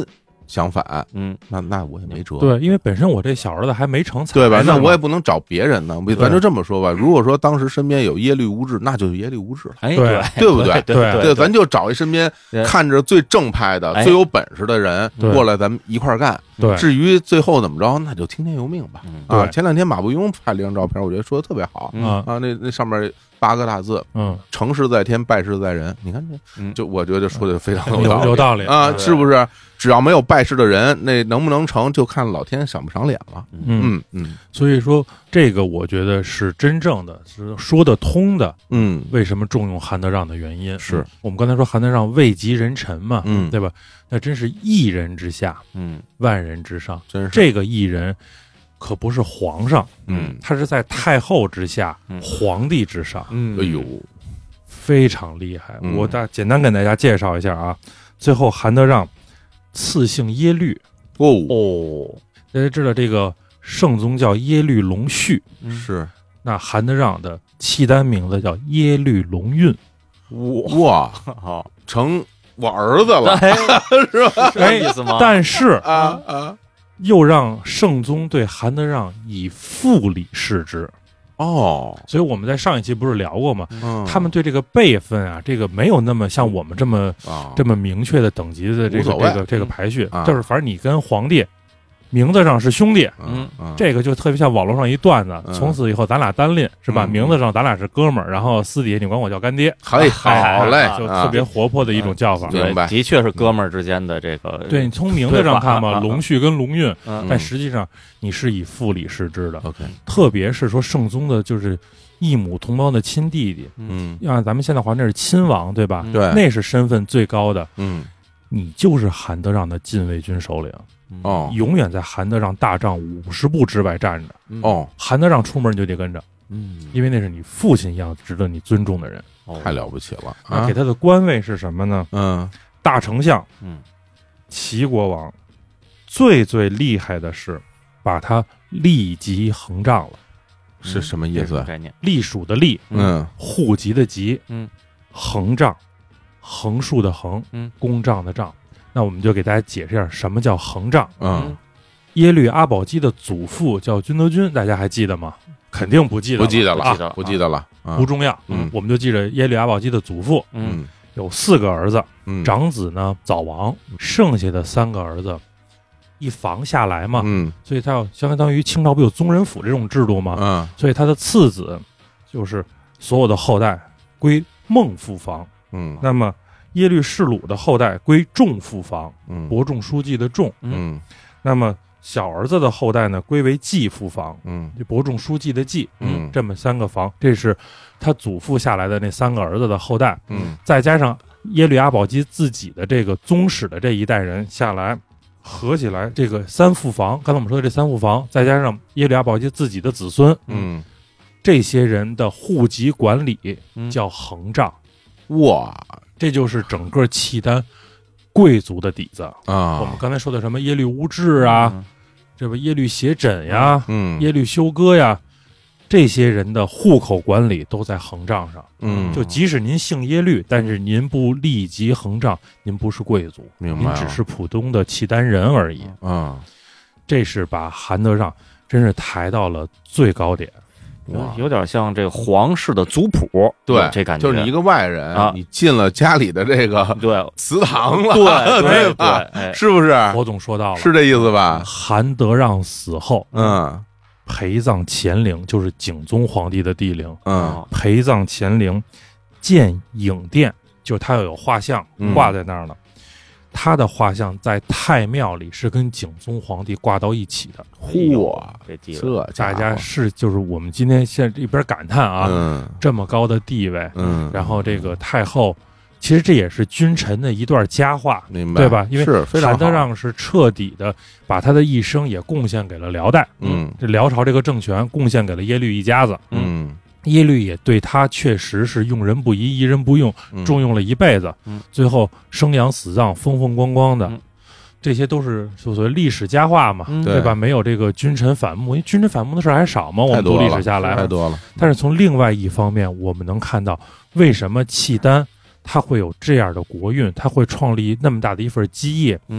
[SPEAKER 1] 相反，
[SPEAKER 2] 嗯，
[SPEAKER 1] 那那我也没辙。
[SPEAKER 3] 对，因为本身我这小儿子还没成才，
[SPEAKER 1] 对吧？那我也不能找别人呢。咱就这么说吧，如果说当时身边有耶律无志，那就是耶律无志了，
[SPEAKER 2] 哎，
[SPEAKER 3] 对
[SPEAKER 2] 对
[SPEAKER 1] 不对？
[SPEAKER 2] 对
[SPEAKER 1] 对，咱就找一身边看着最正派的、最有本事的人过来，咱们一块儿干。
[SPEAKER 3] 对，
[SPEAKER 1] 至于最后怎么着，那就听天由命吧。啊，前两天马伯庸拍了一张照片，我觉得说的特别好啊，那那上面八个大字，嗯，成事在天，败事在人。你看这，就我觉得说的非常有道理，
[SPEAKER 3] 有道理
[SPEAKER 1] 啊，是不是？只要没有败事的人，那能不能成，就看老天赏不赏脸了。嗯嗯，
[SPEAKER 3] 所以说这个我觉得是真正的是说得通的。嗯，为什么重用韩德让的原因，
[SPEAKER 1] 是
[SPEAKER 3] 我们刚才说韩德让位极人臣嘛，
[SPEAKER 1] 嗯，
[SPEAKER 3] 对吧？那真是一人之下，
[SPEAKER 2] 嗯，
[SPEAKER 3] 万人之上。
[SPEAKER 1] 真是
[SPEAKER 3] 这个一人可不是皇上，
[SPEAKER 1] 嗯，
[SPEAKER 3] 他是在太后之下，嗯、皇帝之上。
[SPEAKER 1] 嗯，哎呦，
[SPEAKER 3] 非常厉害。
[SPEAKER 1] 嗯、
[SPEAKER 3] 我大简单跟大家介绍一下啊。最后韩德让赐姓耶律。
[SPEAKER 1] 哦
[SPEAKER 2] 哦，
[SPEAKER 3] 大家知道这个圣宗叫耶律隆绪，
[SPEAKER 1] 是。
[SPEAKER 3] 那韩德让的契丹名字叫耶律隆运。
[SPEAKER 1] 哇，好，成我儿子了，是吧？
[SPEAKER 2] 是这意思吗？
[SPEAKER 3] 但是
[SPEAKER 1] 啊啊，
[SPEAKER 3] 又让圣宗对韩德让以复礼视之。
[SPEAKER 1] 哦，
[SPEAKER 3] 所以我们在上一期不是聊过吗？
[SPEAKER 1] 嗯、
[SPEAKER 3] 他们对这个辈分啊，这个没有那么像我们这么、
[SPEAKER 1] 哦、
[SPEAKER 3] 这么明确的等级的这个这个这个排序，
[SPEAKER 1] 嗯、
[SPEAKER 3] 就是反正你跟皇帝名字上是兄弟，
[SPEAKER 1] 嗯，嗯
[SPEAKER 3] 这个就特别像网络上一段子，
[SPEAKER 1] 嗯、
[SPEAKER 3] 从此以后咱俩单拎是吧？
[SPEAKER 1] 嗯、
[SPEAKER 3] 名字上咱俩是哥们儿，然后私底下你管我叫干爹，
[SPEAKER 1] 嘿，好嘞，
[SPEAKER 3] 就特别活泼的一种叫法。
[SPEAKER 2] 对，的确是哥们儿之间的这个。
[SPEAKER 3] 对，你从名字上看嘛，隆绪跟隆运，
[SPEAKER 2] 嗯、
[SPEAKER 3] 但实际上你是以复礼视之的。
[SPEAKER 1] OK，
[SPEAKER 3] 特别是说圣宗的就是异母同胞的亲弟弟，
[SPEAKER 1] 嗯，
[SPEAKER 3] 按咱们现在话那是亲王，对吧？
[SPEAKER 1] 对，
[SPEAKER 3] 那是身份最高的。
[SPEAKER 1] 嗯，
[SPEAKER 3] 你就是韩德让的禁卫军首领。
[SPEAKER 1] 哦，
[SPEAKER 3] 永远在韩德让大帐五十步之外站着。
[SPEAKER 1] 哦，
[SPEAKER 3] 韩德让出门你就得跟着，
[SPEAKER 2] 嗯，
[SPEAKER 3] 因为那是你父亲一样值得你尊重的人。
[SPEAKER 1] 哦、太了不起了。
[SPEAKER 3] 那给他的官位是什么呢？
[SPEAKER 1] 嗯，
[SPEAKER 3] 大丞相。
[SPEAKER 2] 嗯，
[SPEAKER 3] 齐国王。最最厉害的是把他立级横杖了。
[SPEAKER 1] 是什么意思？
[SPEAKER 2] 概念？
[SPEAKER 3] 隶属的隶，
[SPEAKER 1] 嗯，
[SPEAKER 3] 户籍的籍，
[SPEAKER 2] 嗯，
[SPEAKER 3] 横杖，横竖的横，
[SPEAKER 2] 嗯，
[SPEAKER 3] 公杖的杖。那我们就给大家解释一下什么叫横杖。
[SPEAKER 1] 嗯，
[SPEAKER 3] 耶律阿保机的祖父叫君德军，大家还记得吗？肯定不记得，
[SPEAKER 1] 不记得了，
[SPEAKER 2] 啊、
[SPEAKER 1] 不记得了，
[SPEAKER 3] 啊、不重要。
[SPEAKER 1] 嗯，
[SPEAKER 3] 我们就记着耶律阿保机的祖父，
[SPEAKER 1] 嗯，
[SPEAKER 3] 有四个儿子，
[SPEAKER 1] 嗯，
[SPEAKER 3] 长子呢早亡，剩下的三个儿子一房下来嘛，
[SPEAKER 1] 嗯，
[SPEAKER 3] 所以他要相当于清朝不有宗人府这种制度吗？
[SPEAKER 1] 嗯，
[SPEAKER 3] 所以他的次子就是所有的后代归孟父房，
[SPEAKER 1] 嗯，
[SPEAKER 3] 那么耶律世鲁的后代归仲父房，
[SPEAKER 1] 嗯，
[SPEAKER 3] 伯仲书记的仲，
[SPEAKER 1] 嗯，
[SPEAKER 3] 那么小儿子的后代呢归为季父房，
[SPEAKER 1] 嗯，
[SPEAKER 3] 就伯仲书记的季，
[SPEAKER 1] 嗯，
[SPEAKER 3] 这么三个房，这是他祖父下来的那三个儿子的后代，
[SPEAKER 1] 嗯，
[SPEAKER 3] 再加上耶律阿保机自己的这个宗室的这一代人下来。合起来，这个三父房，刚才我们说的这三父房，再加上耶律阿保机自己的子孙，
[SPEAKER 1] 嗯，
[SPEAKER 3] 这些人的户籍管理叫横杖。
[SPEAKER 1] 哇，
[SPEAKER 3] 这就是整个契丹贵族的底子
[SPEAKER 1] 啊！
[SPEAKER 3] 我们刚才说的什么耶律乌质啊，
[SPEAKER 2] 嗯、
[SPEAKER 3] 这不耶律斜轸呀，
[SPEAKER 1] 嗯，
[SPEAKER 3] 耶律休哥呀，这些人的户口管理都在横杖上。
[SPEAKER 1] 嗯，
[SPEAKER 3] 就即使您姓耶律，但是您不立即横杖，您不是贵族，
[SPEAKER 1] 明白？
[SPEAKER 3] 您只是普通的契丹人而已。
[SPEAKER 1] 啊，
[SPEAKER 3] 这是把韩德让真是抬到了最高点。
[SPEAKER 2] 有有点像这个皇室的族谱，
[SPEAKER 1] 对，
[SPEAKER 2] 这感觉
[SPEAKER 1] 就是你一个外人
[SPEAKER 2] 啊，
[SPEAKER 1] 你进了家里的这个
[SPEAKER 2] 对
[SPEAKER 1] 祠堂了，
[SPEAKER 2] 对
[SPEAKER 1] 对
[SPEAKER 2] 吧？
[SPEAKER 1] 对，是不是？
[SPEAKER 3] 火总说到了，
[SPEAKER 1] 是这意思吧？
[SPEAKER 3] 韩德让死后，
[SPEAKER 1] 嗯。
[SPEAKER 3] 陪葬乾陵，就是景宗皇帝的帝陵。
[SPEAKER 1] 嗯，
[SPEAKER 3] 陪葬乾陵，建影殿，就是他要有画像挂在那儿了。嗯、他的画像在太庙里是跟景宗皇帝挂到一起的。
[SPEAKER 1] 嚯，
[SPEAKER 2] 这
[SPEAKER 1] 这
[SPEAKER 3] 大家是就是我们今天现在一边感叹啊，
[SPEAKER 1] 嗯，
[SPEAKER 3] 这么高的地位，
[SPEAKER 1] 嗯，
[SPEAKER 3] 然后这个太后。其实这也是君臣的一段佳话，
[SPEAKER 1] 明白
[SPEAKER 3] 对吧？因为韩德让
[SPEAKER 1] 是
[SPEAKER 3] 是彻底的把他的一生也贡献给了辽代，
[SPEAKER 1] 嗯，
[SPEAKER 3] 这辽朝这个政权贡献给了耶律一家子，
[SPEAKER 1] 嗯，
[SPEAKER 3] 耶律也对他确实是用人不疑，疑人不用，重用了一辈子，
[SPEAKER 2] 嗯，
[SPEAKER 3] 最后生养死葬，风风光光的，
[SPEAKER 2] 嗯、
[SPEAKER 3] 这些都是所谓历史佳话嘛，
[SPEAKER 2] 嗯、
[SPEAKER 3] 对吧？没有这个君臣反目，因为君臣反目的事还少嘛，我们读历史下来
[SPEAKER 1] 太多了。
[SPEAKER 3] 但是从另外一方面，我们能看到为什么契丹。他会有这样的国运，他会创立那么大的一份基业，
[SPEAKER 2] 嗯，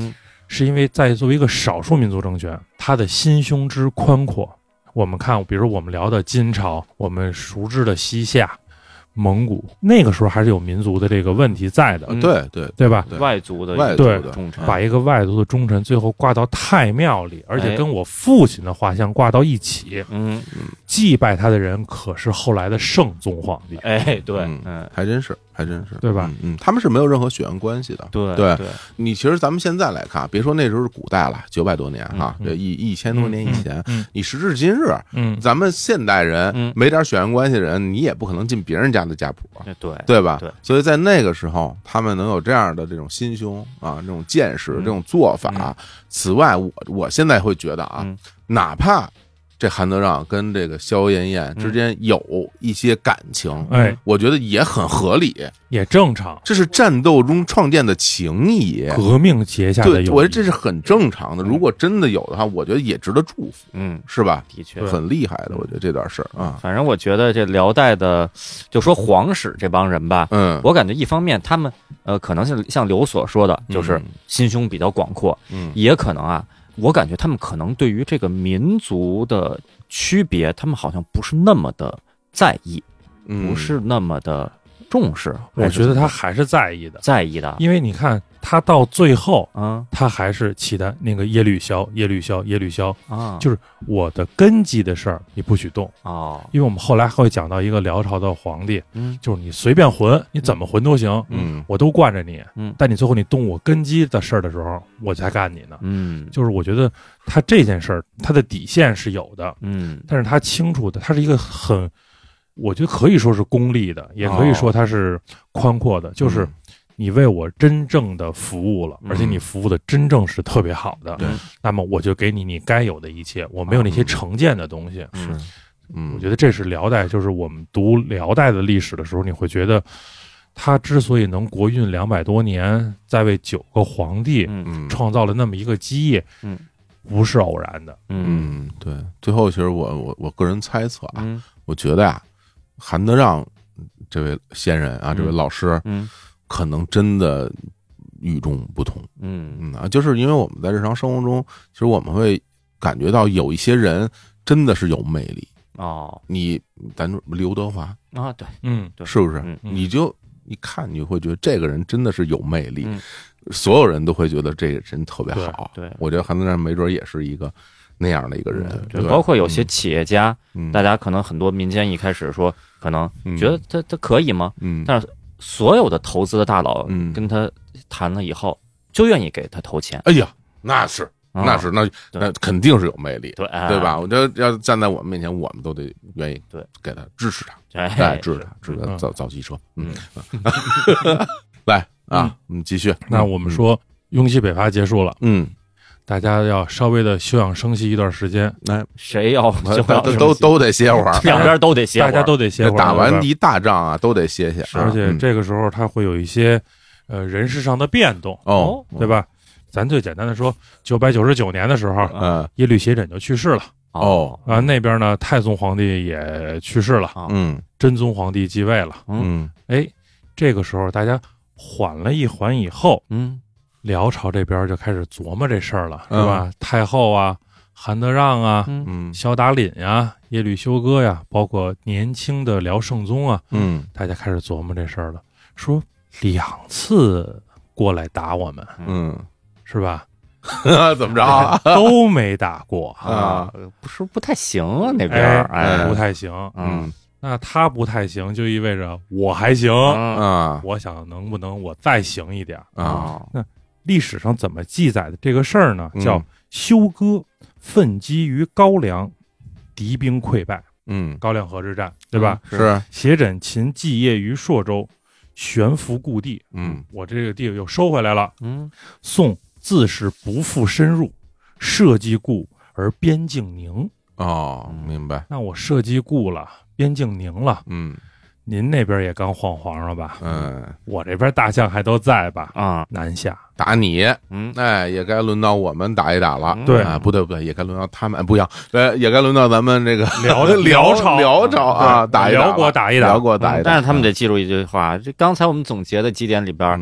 [SPEAKER 3] 是因为在作为一个少数民族政权，它的心胸之宽阔。我们看，比如我们聊的金朝，我们熟知的西夏、蒙古，那个时候还是有民族的这个问题在的，
[SPEAKER 1] 嗯、对对
[SPEAKER 3] 对吧？
[SPEAKER 2] 对外族的
[SPEAKER 1] 外
[SPEAKER 3] 族的
[SPEAKER 2] 忠臣，
[SPEAKER 3] 把一个外族的忠臣最后挂到太庙里，而且跟我父亲的画像挂到一起，
[SPEAKER 2] 嗯，
[SPEAKER 3] 祭拜他的人可是后来的圣宗皇帝。
[SPEAKER 2] 哎，对，
[SPEAKER 1] 嗯，嗯还真是，还真是，
[SPEAKER 3] 对吧？
[SPEAKER 1] 嗯，嗯他们是没有任何血缘关系的。
[SPEAKER 2] 对
[SPEAKER 1] 对，
[SPEAKER 2] 对
[SPEAKER 1] 你其实咱们现在来看，别说那时候是古代了，九百多年哈，
[SPEAKER 3] 嗯、
[SPEAKER 1] 这一一千多年以前，
[SPEAKER 3] 嗯嗯、
[SPEAKER 1] 你时至今日，
[SPEAKER 3] 嗯，
[SPEAKER 1] 咱们现代人、
[SPEAKER 2] 嗯、
[SPEAKER 1] 没点血缘关系的人，你也不可能进别人家的家谱，
[SPEAKER 2] 对
[SPEAKER 1] 对吧？
[SPEAKER 2] 对，
[SPEAKER 1] 所以在那个时候，他们能有这样的这种心胸啊，这种见识，
[SPEAKER 2] 嗯、
[SPEAKER 1] 这种做法。
[SPEAKER 2] 嗯、
[SPEAKER 1] 此外，我我现在会觉得啊，
[SPEAKER 2] 嗯、
[SPEAKER 1] 哪怕这韩德让跟这个萧燕燕之间有一些感情，
[SPEAKER 3] 哎、嗯，
[SPEAKER 1] 我觉得也很合理，
[SPEAKER 3] 也正常。
[SPEAKER 1] 这是战斗中创建的情谊，
[SPEAKER 3] 革命结下的友谊。
[SPEAKER 1] 对，我觉得这是很正常的。如果真的有的话，我觉得也值得祝福，
[SPEAKER 2] 嗯，
[SPEAKER 1] 是吧？
[SPEAKER 2] 的确，
[SPEAKER 1] 很厉害的，我觉得这段事儿啊。
[SPEAKER 2] 反正我觉得这辽代的，就说皇室这帮人吧，
[SPEAKER 1] 嗯，
[SPEAKER 2] 我感觉一方面他们呃，可能像像刘所说的，就是心胸比较广阔，
[SPEAKER 1] 嗯，
[SPEAKER 2] 也可能啊。我感觉他们可能对于这个民族的区别，他们好像不是那么的在意，
[SPEAKER 1] 嗯、
[SPEAKER 2] 不是那么的重视。
[SPEAKER 3] 我觉得他还是在意的，
[SPEAKER 2] 在意的，
[SPEAKER 3] 因为你看他到最后，
[SPEAKER 2] 嗯，
[SPEAKER 3] 他还是起的那个耶律萧，耶律萧，耶律萧
[SPEAKER 2] 啊，
[SPEAKER 3] 就是我的根基的事儿，你不许动
[SPEAKER 2] 哦。
[SPEAKER 3] 因为我们后来还会讲到一个辽朝的皇帝，
[SPEAKER 2] 嗯，
[SPEAKER 3] 就是你随便混，你怎么混都行，
[SPEAKER 1] 嗯，
[SPEAKER 3] 我都惯着你，
[SPEAKER 2] 嗯，
[SPEAKER 3] 但你最后你动我根基的事儿的时候，我才干你呢，
[SPEAKER 2] 嗯，
[SPEAKER 3] 就是我觉得他这件事儿他的底线是有的，
[SPEAKER 2] 嗯，
[SPEAKER 3] 但是他清楚的，他是一个很，我觉得可以说是功利的，也可以说他是宽阔的，
[SPEAKER 1] 哦、
[SPEAKER 3] 就是你为我真正的服务了，而且你服务的真正是特别好的，
[SPEAKER 1] 对、
[SPEAKER 2] 嗯，
[SPEAKER 3] 那么我就给你你该有的一切，我没有那些成见的东西，
[SPEAKER 1] 是、嗯，嗯，
[SPEAKER 3] 我觉得这是辽代，就是我们读辽代的历史的时候，你会觉得他之所以能国运两百多年，在为九个皇帝创造了那么一个基业，
[SPEAKER 2] 嗯，
[SPEAKER 3] 不是偶然的，
[SPEAKER 1] 嗯，对。最后，其实我我我个人猜测啊，
[SPEAKER 2] 嗯、
[SPEAKER 1] 我觉得呀、啊，韩德让这位先人啊，
[SPEAKER 2] 嗯、
[SPEAKER 1] 这位老师，
[SPEAKER 2] 嗯。
[SPEAKER 1] 可能真的与众不同，
[SPEAKER 2] 嗯
[SPEAKER 1] 嗯啊，就是因为我们在日常生活中，其实我们会感觉到有一些人真的是有魅力
[SPEAKER 2] 哦。
[SPEAKER 1] 你咱说刘德华
[SPEAKER 2] 啊，对，
[SPEAKER 3] 嗯，
[SPEAKER 2] 对，
[SPEAKER 1] 是不是？
[SPEAKER 2] 嗯、
[SPEAKER 1] 你就一看，你会觉得这个人真的是有魅力，
[SPEAKER 2] 嗯、
[SPEAKER 1] 所有人都会觉得这个人特别好。
[SPEAKER 2] 对，对
[SPEAKER 1] 我觉得韩德让没准也是一个那样的一个人，
[SPEAKER 2] 嗯、
[SPEAKER 1] 对，
[SPEAKER 2] 包括有些企业家，
[SPEAKER 1] 嗯、
[SPEAKER 2] 大家可能很多民间一开始说，可能觉得他、嗯、他可以吗？
[SPEAKER 1] 嗯，
[SPEAKER 2] 但是。所有的投资的大佬跟他谈了以后，
[SPEAKER 1] 嗯、
[SPEAKER 2] 就愿意给他投钱。
[SPEAKER 1] 哎呀，那是，那是，那那肯定是有魅力，
[SPEAKER 2] 对
[SPEAKER 1] 对吧？我觉得要站在我们面前，我们都得愿意
[SPEAKER 2] 对
[SPEAKER 1] 给他支持他，
[SPEAKER 2] 哎，
[SPEAKER 1] 支持他，支持他造造汽车。
[SPEAKER 2] 嗯，
[SPEAKER 1] 来啊，我们继续。
[SPEAKER 3] 那我们说雍熙北伐结束了，
[SPEAKER 1] 嗯。
[SPEAKER 3] 大家要稍微的休养生息一段时间，
[SPEAKER 1] 哎，
[SPEAKER 2] 谁要
[SPEAKER 1] 都都都得歇会儿，
[SPEAKER 2] 两边都得歇会儿，
[SPEAKER 3] 大家都得歇会儿。
[SPEAKER 1] 打完一大仗啊，都得歇歇。
[SPEAKER 3] 而且这个时候他会有一些呃人事上的变动
[SPEAKER 1] 哦，
[SPEAKER 3] 对吧？咱最简单的说，九百九十九年的时候，
[SPEAKER 1] 嗯，
[SPEAKER 3] 耶律斜轸就去世了。
[SPEAKER 1] 哦
[SPEAKER 3] 啊，那边呢，太宗皇帝也去世了。
[SPEAKER 1] 嗯，
[SPEAKER 3] 真宗皇帝继位了。
[SPEAKER 1] 嗯，
[SPEAKER 3] 哎，这个时候大家缓了一缓以后，
[SPEAKER 2] 嗯。
[SPEAKER 3] 辽朝这边就开始琢磨这事儿了，是吧？嗯、太后啊，韩德让啊，
[SPEAKER 1] 嗯，
[SPEAKER 3] 萧达廪呀，耶律休哥呀，包括年轻的辽圣宗啊，
[SPEAKER 1] 嗯，
[SPEAKER 3] 大家开始琢磨这事儿了，说两次过来打我们，
[SPEAKER 1] 嗯，
[SPEAKER 3] 是吧？
[SPEAKER 1] 怎么着
[SPEAKER 3] 都没打过
[SPEAKER 1] 啊？
[SPEAKER 2] 不是不太行啊，那边
[SPEAKER 3] 哎，不太行，
[SPEAKER 1] 嗯。
[SPEAKER 3] 那他不太行，就意味着我还行
[SPEAKER 1] 啊！
[SPEAKER 3] 我想能不能我再行一点
[SPEAKER 1] 啊？
[SPEAKER 3] 那历史上怎么记载的这个事儿呢？
[SPEAKER 1] 嗯、
[SPEAKER 3] 叫休哥奋击于高梁，敌兵溃败。
[SPEAKER 1] 嗯，
[SPEAKER 3] 高梁河之战，对吧？
[SPEAKER 1] 嗯、是
[SPEAKER 3] 斜轸秦继业于朔州，悬浮故地。
[SPEAKER 1] 嗯，
[SPEAKER 3] 我这个地又收回来了。
[SPEAKER 2] 嗯，
[SPEAKER 3] 宋自是不复深入，社稷固而边境宁。
[SPEAKER 1] 哦，明白。
[SPEAKER 3] 那我社稷固了，边境宁了。
[SPEAKER 1] 嗯。
[SPEAKER 3] 您那边也刚换皇上吧？
[SPEAKER 1] 嗯，
[SPEAKER 3] 我这边大将还都在吧？
[SPEAKER 2] 啊，
[SPEAKER 3] 南下
[SPEAKER 1] 打你，
[SPEAKER 2] 嗯，
[SPEAKER 1] 哎，也该轮到我们打一打了。
[SPEAKER 3] 对
[SPEAKER 1] 啊，不对不对，也该轮到他们，不一样，呃，也该轮到咱们这个
[SPEAKER 3] 辽
[SPEAKER 1] 辽
[SPEAKER 3] 朝
[SPEAKER 1] 辽朝啊，打一打，
[SPEAKER 3] 辽国打一打，
[SPEAKER 1] 辽国打一打。
[SPEAKER 2] 但是他们得记住一句话，这刚才我们总结的几点里边，说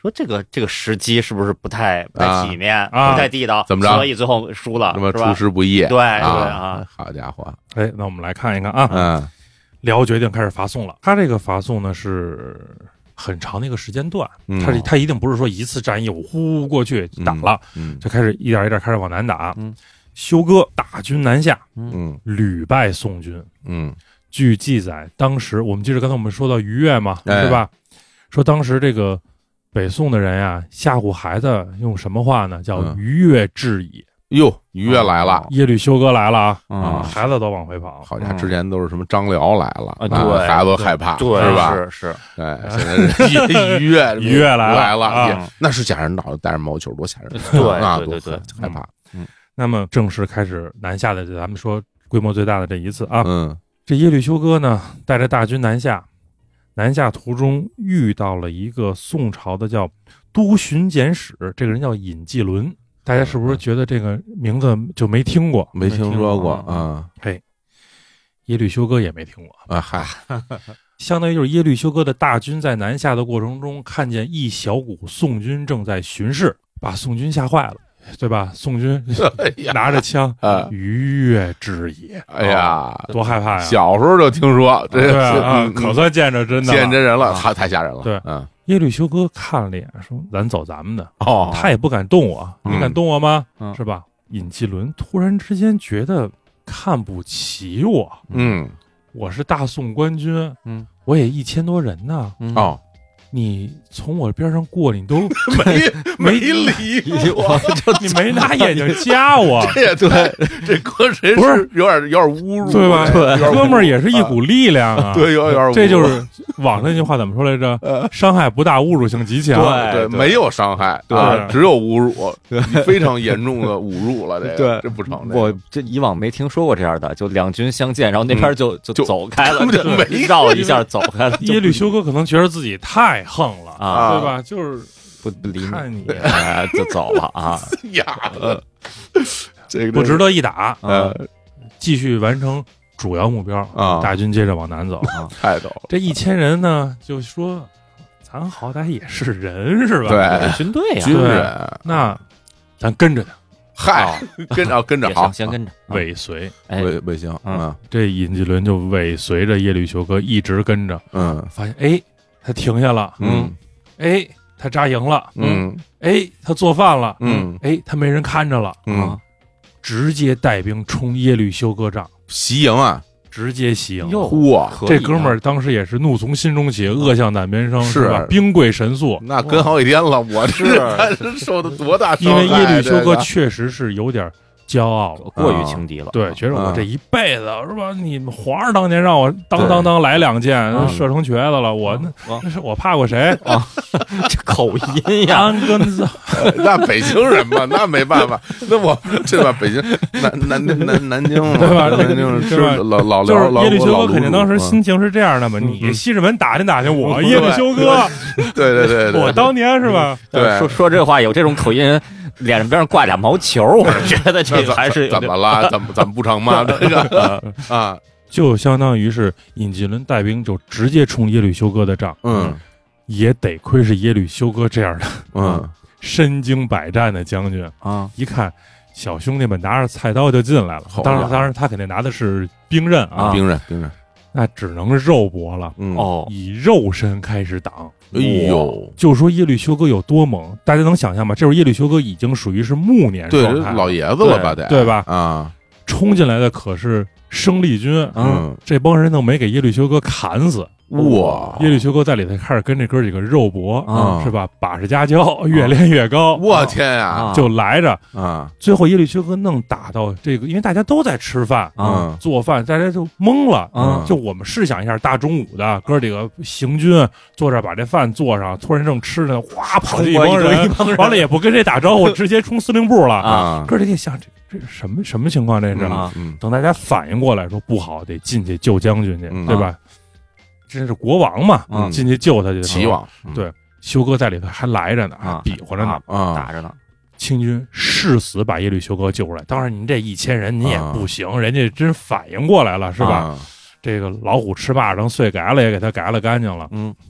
[SPEAKER 2] 说这个这个时机是不是不太不太体面，
[SPEAKER 3] 啊、
[SPEAKER 2] 不太地道？
[SPEAKER 1] 怎么着？
[SPEAKER 2] 所以最后输了，
[SPEAKER 1] 什么出师不意？
[SPEAKER 2] 对对
[SPEAKER 1] 啊，好家伙！
[SPEAKER 3] 哎，那我们来看一看啊，
[SPEAKER 1] 嗯，
[SPEAKER 3] 辽决定开始发送了。他这个发送呢是很长的一个时间段，
[SPEAKER 1] 嗯、
[SPEAKER 3] 他是他一定不是说一次战役我呼过去打了，
[SPEAKER 1] 嗯，嗯
[SPEAKER 3] 就开始一点一点开始往南打。
[SPEAKER 2] 嗯，
[SPEAKER 3] 休哥大军南下，
[SPEAKER 1] 嗯，
[SPEAKER 3] 屡败宋军。
[SPEAKER 1] 嗯，
[SPEAKER 3] 据记载，当时我们记得刚才我们说到于越嘛，
[SPEAKER 1] 哎、
[SPEAKER 3] 对吧？说当时这个北宋的人呀，吓唬孩子用什么话呢？叫于越至矣。
[SPEAKER 1] 哟、嗯，于越来了，
[SPEAKER 3] 耶律休哥来了啊！
[SPEAKER 2] 啊，
[SPEAKER 3] 孩子都往回跑。
[SPEAKER 1] 好家伙，之前都是什么张辽来了，
[SPEAKER 2] 啊，对，
[SPEAKER 1] 孩子都害怕，
[SPEAKER 2] 对，
[SPEAKER 1] 是吧？
[SPEAKER 2] 是是，
[SPEAKER 1] 哎，现在是于越
[SPEAKER 3] 于越来
[SPEAKER 1] 来了，
[SPEAKER 3] 啊，
[SPEAKER 1] 那是吓人，脑袋带着毛球，多吓人！
[SPEAKER 2] 对
[SPEAKER 1] 啊，
[SPEAKER 2] 对对对，
[SPEAKER 1] 害怕。
[SPEAKER 2] 嗯，
[SPEAKER 3] 那么正式开始南下的，咱们说规模最大的这一次啊，
[SPEAKER 1] 嗯，
[SPEAKER 3] 这耶律休哥呢，带着大军南下，南下途中遇到了一个宋朝的叫都巡检使，这个人叫尹继伦。大家是不是觉得这个名字就没听过？
[SPEAKER 1] 没听说过啊？
[SPEAKER 3] 嘿，耶律休哥也没听过
[SPEAKER 1] 啊！嗨，
[SPEAKER 3] 相当于就是耶律休哥的大军在南下的过程中，看见一小股宋军正在巡视，把宋军吓坏了，对吧？宋军拿着枪，于越至也。
[SPEAKER 1] 哎呀，
[SPEAKER 3] 多害怕呀！
[SPEAKER 1] 小时候就听说，这
[SPEAKER 3] 对啊，可算见着真的
[SPEAKER 1] 见真人了，太太吓人了。
[SPEAKER 3] 对，
[SPEAKER 1] 嗯。
[SPEAKER 3] 耶律休哥看了眼，说：“咱走咱们的。”
[SPEAKER 1] 哦，
[SPEAKER 3] 他也不敢动我，
[SPEAKER 1] 嗯、
[SPEAKER 3] 你敢动我吗？
[SPEAKER 2] 嗯、
[SPEAKER 3] 是吧？尹继伦突然之间觉得看不起我，
[SPEAKER 1] 嗯，
[SPEAKER 3] 我是大宋官军，
[SPEAKER 2] 嗯，
[SPEAKER 3] 我也一千多人呢，
[SPEAKER 2] 嗯、
[SPEAKER 1] 哦，
[SPEAKER 3] 你从我边上过，你都
[SPEAKER 1] 没
[SPEAKER 3] 没
[SPEAKER 1] 理我，
[SPEAKER 3] 你没拿眼睛夹我，
[SPEAKER 1] 这也对，这搁谁
[SPEAKER 3] 不是
[SPEAKER 1] 有点有点侮辱，
[SPEAKER 3] 对吧？
[SPEAKER 1] 对，
[SPEAKER 3] 哥们儿也是一股力量啊，
[SPEAKER 1] 对，有点，
[SPEAKER 3] 这就是网上那句话怎么说来着？伤害不大，侮辱性极强。
[SPEAKER 1] 对，没有伤害，
[SPEAKER 3] 对，
[SPEAKER 1] 只有侮辱，非常严重的侮辱了。这个这不成，
[SPEAKER 2] 我这以往没听说过这样的，就两军相见，然后那边就就走开了，
[SPEAKER 1] 就没
[SPEAKER 2] 绕一下走开了。
[SPEAKER 3] 耶律休哥可能觉得自己太横了
[SPEAKER 2] 啊，
[SPEAKER 3] 对吧？就是
[SPEAKER 2] 不不理
[SPEAKER 3] 看你
[SPEAKER 2] 就走了啊
[SPEAKER 1] 呀，这个
[SPEAKER 3] 不值得一打，
[SPEAKER 1] 呃，
[SPEAKER 3] 继续完成主要目标
[SPEAKER 1] 啊，
[SPEAKER 3] 大军接着往南走
[SPEAKER 2] 啊，
[SPEAKER 1] 太逗了。
[SPEAKER 3] 这一千人呢，就说咱好歹也是人是吧？
[SPEAKER 1] 对，
[SPEAKER 2] 军队呀，
[SPEAKER 1] 军人，
[SPEAKER 3] 那咱跟着他。
[SPEAKER 1] 嗨，跟着跟着好，
[SPEAKER 2] 先跟着
[SPEAKER 3] 尾随，
[SPEAKER 1] 尾尾行啊。
[SPEAKER 3] 这尹继伦就尾随着耶律休哥一直跟着，
[SPEAKER 1] 嗯，
[SPEAKER 3] 发现哎，他停下了，
[SPEAKER 1] 嗯，
[SPEAKER 3] 哎，他扎营了，
[SPEAKER 1] 嗯，
[SPEAKER 3] 哎，他做饭了，
[SPEAKER 1] 嗯，
[SPEAKER 3] 哎，他没人看着了，
[SPEAKER 1] 嗯，
[SPEAKER 3] 直接带兵冲耶律休哥帐，
[SPEAKER 1] 袭营啊。
[SPEAKER 3] 直接袭营，
[SPEAKER 1] 嚯！
[SPEAKER 3] 这哥们儿当时也是怒从心中起，恶向胆边生，
[SPEAKER 1] 是
[SPEAKER 3] 吧？兵贵神速，
[SPEAKER 1] 那跟好几天了，我
[SPEAKER 2] 是
[SPEAKER 1] 受的多大伤害？
[SPEAKER 3] 因为耶律休哥确实是有点骄傲了，
[SPEAKER 2] 过于轻敌了。
[SPEAKER 3] 对，觉得我这一辈子是吧？你们皇上当年让我当当当来两箭，射成瘸子了，我那那是我怕过谁
[SPEAKER 2] 啊？这口音呀，
[SPEAKER 3] 安根子，
[SPEAKER 1] 那北京人嘛，那没办法，那我对吧？北京南南南南京
[SPEAKER 3] 对吧？
[SPEAKER 1] 南京是老老
[SPEAKER 3] 就是耶律休哥肯定当时心情是这样的嘛？你西直门打听打听我耶律休哥，
[SPEAKER 1] 对对对，
[SPEAKER 3] 我当年是吧？
[SPEAKER 1] 对，
[SPEAKER 2] 说说这话有这种口音。脸上边上挂俩毛球，我觉得这个还是
[SPEAKER 1] 怎么了？怎么怎么不成吗？这个啊，
[SPEAKER 3] 就相当于是尹继伦带兵就直接冲耶律休哥的帐。
[SPEAKER 1] 嗯，
[SPEAKER 3] 也得亏是耶律休哥这样的，
[SPEAKER 1] 嗯，
[SPEAKER 3] 身经百战的将军
[SPEAKER 2] 啊！
[SPEAKER 3] 一看小兄弟们拿着菜刀就进来了，当然，当然他肯定拿的是兵刃啊，
[SPEAKER 1] 兵刃，兵刃，
[SPEAKER 3] 那只能肉搏了。
[SPEAKER 2] 哦，
[SPEAKER 3] 以肉身开始挡。
[SPEAKER 1] 哎呦，
[SPEAKER 3] 就说耶律休哥有多猛，大家能想象吗？这时候耶律休哥已经属于是暮年状态，
[SPEAKER 1] 老爷子了吧？得
[SPEAKER 3] 对吧？
[SPEAKER 1] 啊，
[SPEAKER 3] 冲进来的可是生力军，
[SPEAKER 1] 嗯，
[SPEAKER 3] 这帮人都没给耶律休哥砍死。
[SPEAKER 1] 哇！
[SPEAKER 3] 耶律休哥在里头开始跟这哥几个肉搏
[SPEAKER 1] 啊，
[SPEAKER 3] 是吧？把式夹交，越练越高。
[SPEAKER 1] 我天呀！
[SPEAKER 3] 就来着
[SPEAKER 1] 啊！
[SPEAKER 3] 最后耶律休哥弄打到这个，因为大家都在吃饭
[SPEAKER 1] 啊，
[SPEAKER 3] 做饭，大家就懵了
[SPEAKER 1] 啊。
[SPEAKER 3] 就我们试想一下，大中午的哥几个行军坐这把这饭做上，突然正吃呢，哗跑进一帮人，完了也不跟谁打招呼，直接冲司令部了
[SPEAKER 1] 啊！
[SPEAKER 3] 哥几个想这这什么什么情况？这是
[SPEAKER 2] 啊！
[SPEAKER 3] 等大家反应过来，说不好，得进去救将军去，
[SPEAKER 1] 嗯、
[SPEAKER 3] 对吧？这是国王嘛，
[SPEAKER 1] 嗯、
[SPEAKER 3] 进去救他去。
[SPEAKER 1] 齐王、
[SPEAKER 3] 嗯、对，休哥在里头还来着呢，还比划着呢，
[SPEAKER 1] 啊，
[SPEAKER 2] 打着呢。
[SPEAKER 3] 清军誓死把耶律休哥救出来。当然，您这一千人您也不行，啊、人家真反应过来了，是吧？
[SPEAKER 1] 啊、
[SPEAKER 3] 这个老虎吃巴掌，碎改了也给他改了干净了。
[SPEAKER 2] 嗯，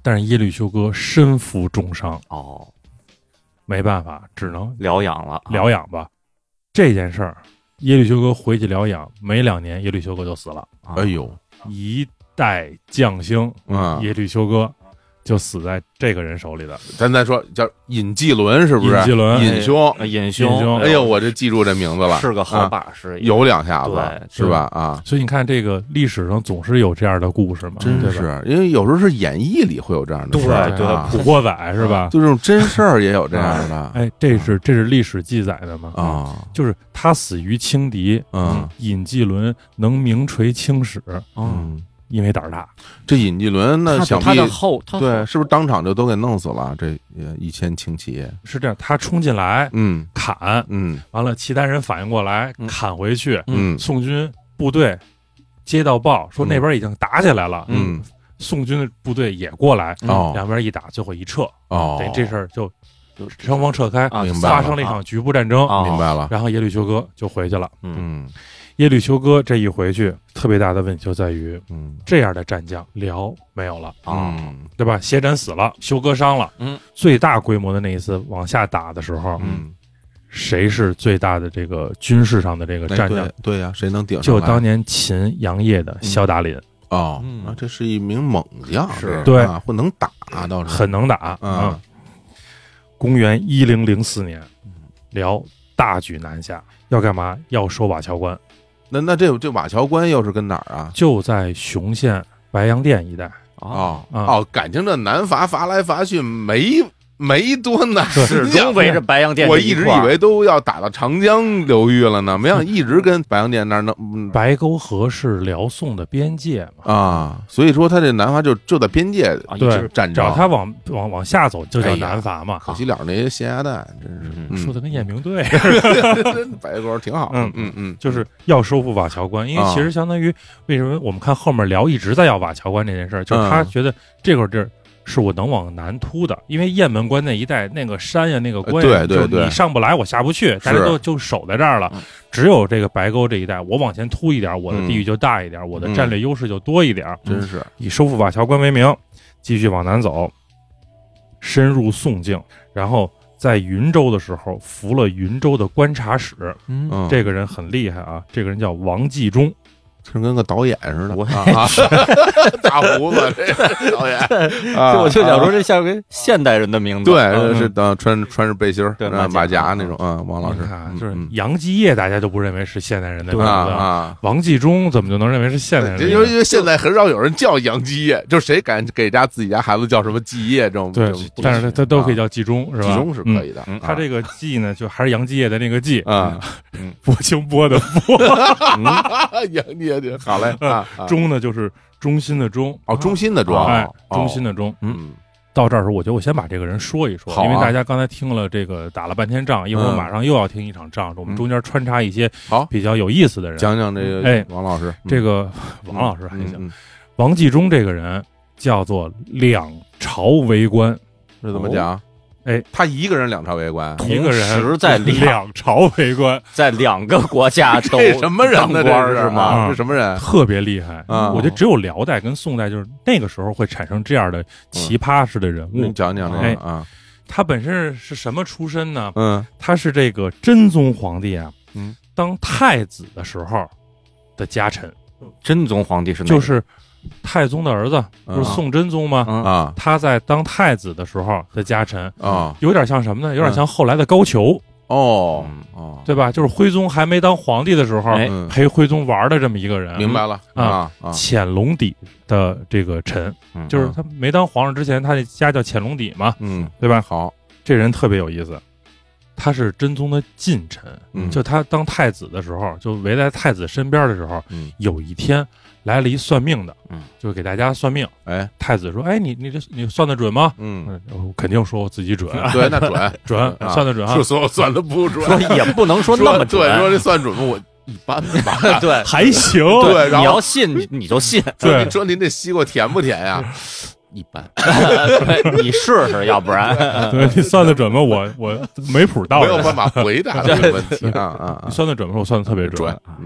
[SPEAKER 3] 但是耶律休哥身负重伤，
[SPEAKER 2] 哦，
[SPEAKER 3] 没办法，只能
[SPEAKER 2] 疗养了，
[SPEAKER 3] 疗养吧。这件事儿，耶律休哥回去疗养，没两年，耶律休哥就死了。
[SPEAKER 1] 哎呦，
[SPEAKER 3] 一代将星，
[SPEAKER 1] 嗯，
[SPEAKER 3] 耶律休哥就死在这个人手里的。
[SPEAKER 1] 咱再说叫尹继伦，是不是？
[SPEAKER 3] 尹继伦，
[SPEAKER 1] 尹兄，
[SPEAKER 2] 尹兄，
[SPEAKER 1] 哎呦，我这记住这名字了，
[SPEAKER 2] 是个好把式，
[SPEAKER 1] 有两下子，
[SPEAKER 2] 对，
[SPEAKER 1] 是吧？啊，
[SPEAKER 3] 所以你看，这个历史上总是有这样的故事嘛，
[SPEAKER 1] 真是，因为有时候是演绎里会有这样的事儿，
[SPEAKER 2] 对对，
[SPEAKER 3] 古惑仔是吧？
[SPEAKER 1] 就这种真事儿也有这样的。
[SPEAKER 3] 哎，这是这是历史记载的嘛？
[SPEAKER 1] 啊，
[SPEAKER 3] 就是他死于轻敌，
[SPEAKER 1] 嗯，
[SPEAKER 3] 尹继伦能名垂青史，
[SPEAKER 1] 嗯。
[SPEAKER 3] 因为胆儿大，
[SPEAKER 1] 这尹继伦那想必
[SPEAKER 2] 他的后
[SPEAKER 1] 对，是不是当场就都给弄死了？这一千轻骑
[SPEAKER 3] 是这样，他冲进来，
[SPEAKER 1] 嗯，
[SPEAKER 3] 砍，
[SPEAKER 1] 嗯，
[SPEAKER 3] 完了，契丹人反应过来，砍回去，
[SPEAKER 1] 嗯，
[SPEAKER 3] 宋军部队接到报说那边已经打起来了，
[SPEAKER 1] 嗯，
[SPEAKER 3] 宋军的部队也过来，
[SPEAKER 1] 哦，
[SPEAKER 3] 两边一打，最后一撤，
[SPEAKER 1] 哦，
[SPEAKER 3] 等于这事儿就双方撤开，
[SPEAKER 1] 明白，
[SPEAKER 3] 发生了一场局部战争，
[SPEAKER 1] 明白了。
[SPEAKER 3] 然后耶律休哥就回去了，
[SPEAKER 1] 嗯。
[SPEAKER 3] 耶律休哥这一回去，特别大的问题就在于，
[SPEAKER 1] 嗯，
[SPEAKER 3] 这样的战将辽没有了，
[SPEAKER 1] 嗯，
[SPEAKER 3] 对吧？谢展死了，休哥伤了，
[SPEAKER 2] 嗯，
[SPEAKER 3] 最大规模的那一次往下打的时候，
[SPEAKER 1] 嗯，
[SPEAKER 3] 谁是最大的这个军事上的这个战将？
[SPEAKER 1] 对呀，谁能顶上？
[SPEAKER 3] 就当年秦杨业的萧达林。
[SPEAKER 1] 哦，啊，这是一名猛将，
[SPEAKER 2] 是
[SPEAKER 1] 对，不能打，倒是
[SPEAKER 3] 很能打啊。公元一零零四年，辽大举南下，要干嘛？要收瓦桥关。
[SPEAKER 1] 那那这这瓦桥关又是跟哪儿啊？
[SPEAKER 3] 就在雄县白洋淀一带。
[SPEAKER 1] 哦哦，感情这南伐伐来伐去没没多难，
[SPEAKER 2] 始终围着白洋淀。
[SPEAKER 1] 我一直以为都要打到长江流域了呢，没想到一直跟白洋淀那儿弄。
[SPEAKER 3] 白沟河是辽宋的边界嘛？
[SPEAKER 1] 啊，所以说他这南伐就就在边界
[SPEAKER 3] 对
[SPEAKER 1] 战
[SPEAKER 3] 争，只要他往往往下走就叫南伐嘛。
[SPEAKER 1] 可惜了那些咸鸭蛋，真
[SPEAKER 3] 是说的跟验明对，
[SPEAKER 1] 白沟挺好。
[SPEAKER 3] 嗯
[SPEAKER 1] 嗯嗯，
[SPEAKER 3] 就是要收复瓦桥关，因为其实相当于为什么我们看后面辽一直在要瓦桥关这件事儿，就是他觉得这块地儿。是我能往南突的，因为雁门关那一带那个山呀、那个关呀，
[SPEAKER 1] 对对对，
[SPEAKER 3] 你上不来，我下不去，大家都就守在这儿了。只有这个白沟这一带，我往前突一点，我的地域就大一点，我的战略优势就多一点。
[SPEAKER 1] 真是
[SPEAKER 3] 以收复瓦桥关为名，继续往南走，深入宋境，然后在云州的时候服了云州的观察使。
[SPEAKER 1] 嗯，
[SPEAKER 3] 这个人很厉害啊，这个人叫王继忠。
[SPEAKER 1] 就跟个导演似的，
[SPEAKER 2] 我
[SPEAKER 1] 啊，大胡子这个导演，
[SPEAKER 2] 啊，我就想说这像个现代人的名字，
[SPEAKER 1] 对，是的，穿穿着背心儿、马甲那种，啊，王老师，
[SPEAKER 3] 就是杨继业，大家就不认为是现代人的名字
[SPEAKER 1] 啊，
[SPEAKER 3] 王继忠怎么就能认为是现代人？
[SPEAKER 1] 因为因为现在很少有人叫杨继业，就谁敢给家自己家孩子叫什么继业这种？
[SPEAKER 3] 对，但是他都可以叫继忠，是吧？
[SPEAKER 1] 继忠是可以的，
[SPEAKER 3] 他这个继呢，就还是杨继业的那个继
[SPEAKER 1] 啊，
[SPEAKER 3] 波清波的波，
[SPEAKER 1] 杨继。好嘞啊，
[SPEAKER 3] 忠呢就是忠心的忠
[SPEAKER 1] 哦，忠心的忠，
[SPEAKER 3] 哎，忠心的忠。嗯，到这儿时候，我觉得我先把这个人说一说，因为大家刚才听了这个打了半天仗，一会儿马上又要听一场仗，我们中间穿插一些
[SPEAKER 1] 好
[SPEAKER 3] 比较有意思的人，
[SPEAKER 1] 讲讲这个哎，王老师，
[SPEAKER 3] 这个王老师还行。王继忠这个人叫做两朝为官，
[SPEAKER 1] 这怎么讲？
[SPEAKER 3] 哎，
[SPEAKER 1] 他一个人两朝为官，
[SPEAKER 3] 一个人
[SPEAKER 2] 在
[SPEAKER 3] 两朝为官，
[SPEAKER 2] 在两个国家都
[SPEAKER 1] 什么人呢？
[SPEAKER 2] 这是吗？
[SPEAKER 1] 是什么人？
[SPEAKER 3] 特别厉害
[SPEAKER 1] 啊！
[SPEAKER 3] 我觉得只有辽代跟宋代，就是那个时候会产生这样的奇葩式的人物。
[SPEAKER 1] 你讲讲这个啊？
[SPEAKER 3] 他本身是什么出身呢？
[SPEAKER 1] 嗯，
[SPEAKER 3] 他是这个真宗皇帝啊，
[SPEAKER 1] 嗯，
[SPEAKER 3] 当太子的时候的家臣。
[SPEAKER 2] 真宗皇帝是
[SPEAKER 3] 就是太宗的儿子，不是宋真宗吗？
[SPEAKER 1] 啊，
[SPEAKER 3] 他在当太子的时候的家臣
[SPEAKER 1] 啊，
[SPEAKER 3] 有点像什么呢？有点像后来的高俅
[SPEAKER 1] 哦哦，
[SPEAKER 3] 对吧？就是徽宗还没当皇帝的时候，陪徽宗玩的这么一个人。
[SPEAKER 1] 明白了
[SPEAKER 3] 啊，潜龙底的这个臣，就是他没当皇上之前，他的家叫潜龙底嘛，
[SPEAKER 1] 嗯，
[SPEAKER 3] 对吧？
[SPEAKER 1] 好，
[SPEAKER 3] 这人特别有意思。他是真宗的近臣，
[SPEAKER 1] 嗯，
[SPEAKER 3] 就他当太子的时候，就围在太子身边的时候，
[SPEAKER 1] 嗯，
[SPEAKER 3] 有一天来了一算命的，
[SPEAKER 2] 嗯，
[SPEAKER 3] 就给大家算命。
[SPEAKER 1] 哎，
[SPEAKER 3] 太子说：“哎，你你这你算的准吗？”
[SPEAKER 1] 嗯，
[SPEAKER 3] 我肯定说我自己准，
[SPEAKER 1] 对，那准
[SPEAKER 3] 准，算的准哈。
[SPEAKER 1] 说所有算的不准，
[SPEAKER 2] 说也不能说那么准，
[SPEAKER 1] 对，说这算准吗？我一般吧，
[SPEAKER 2] 对，
[SPEAKER 3] 还行。
[SPEAKER 1] 对，
[SPEAKER 2] 你要信你你就信。
[SPEAKER 3] 对，
[SPEAKER 1] 你说您这西瓜甜不甜呀？一般，
[SPEAKER 2] 你试试，要不然，
[SPEAKER 3] 对你算的准吗？我我没谱到，
[SPEAKER 1] 没有办法回答这个问题啊啊！
[SPEAKER 3] 你算的准吗？我算的特别
[SPEAKER 1] 准。嗯，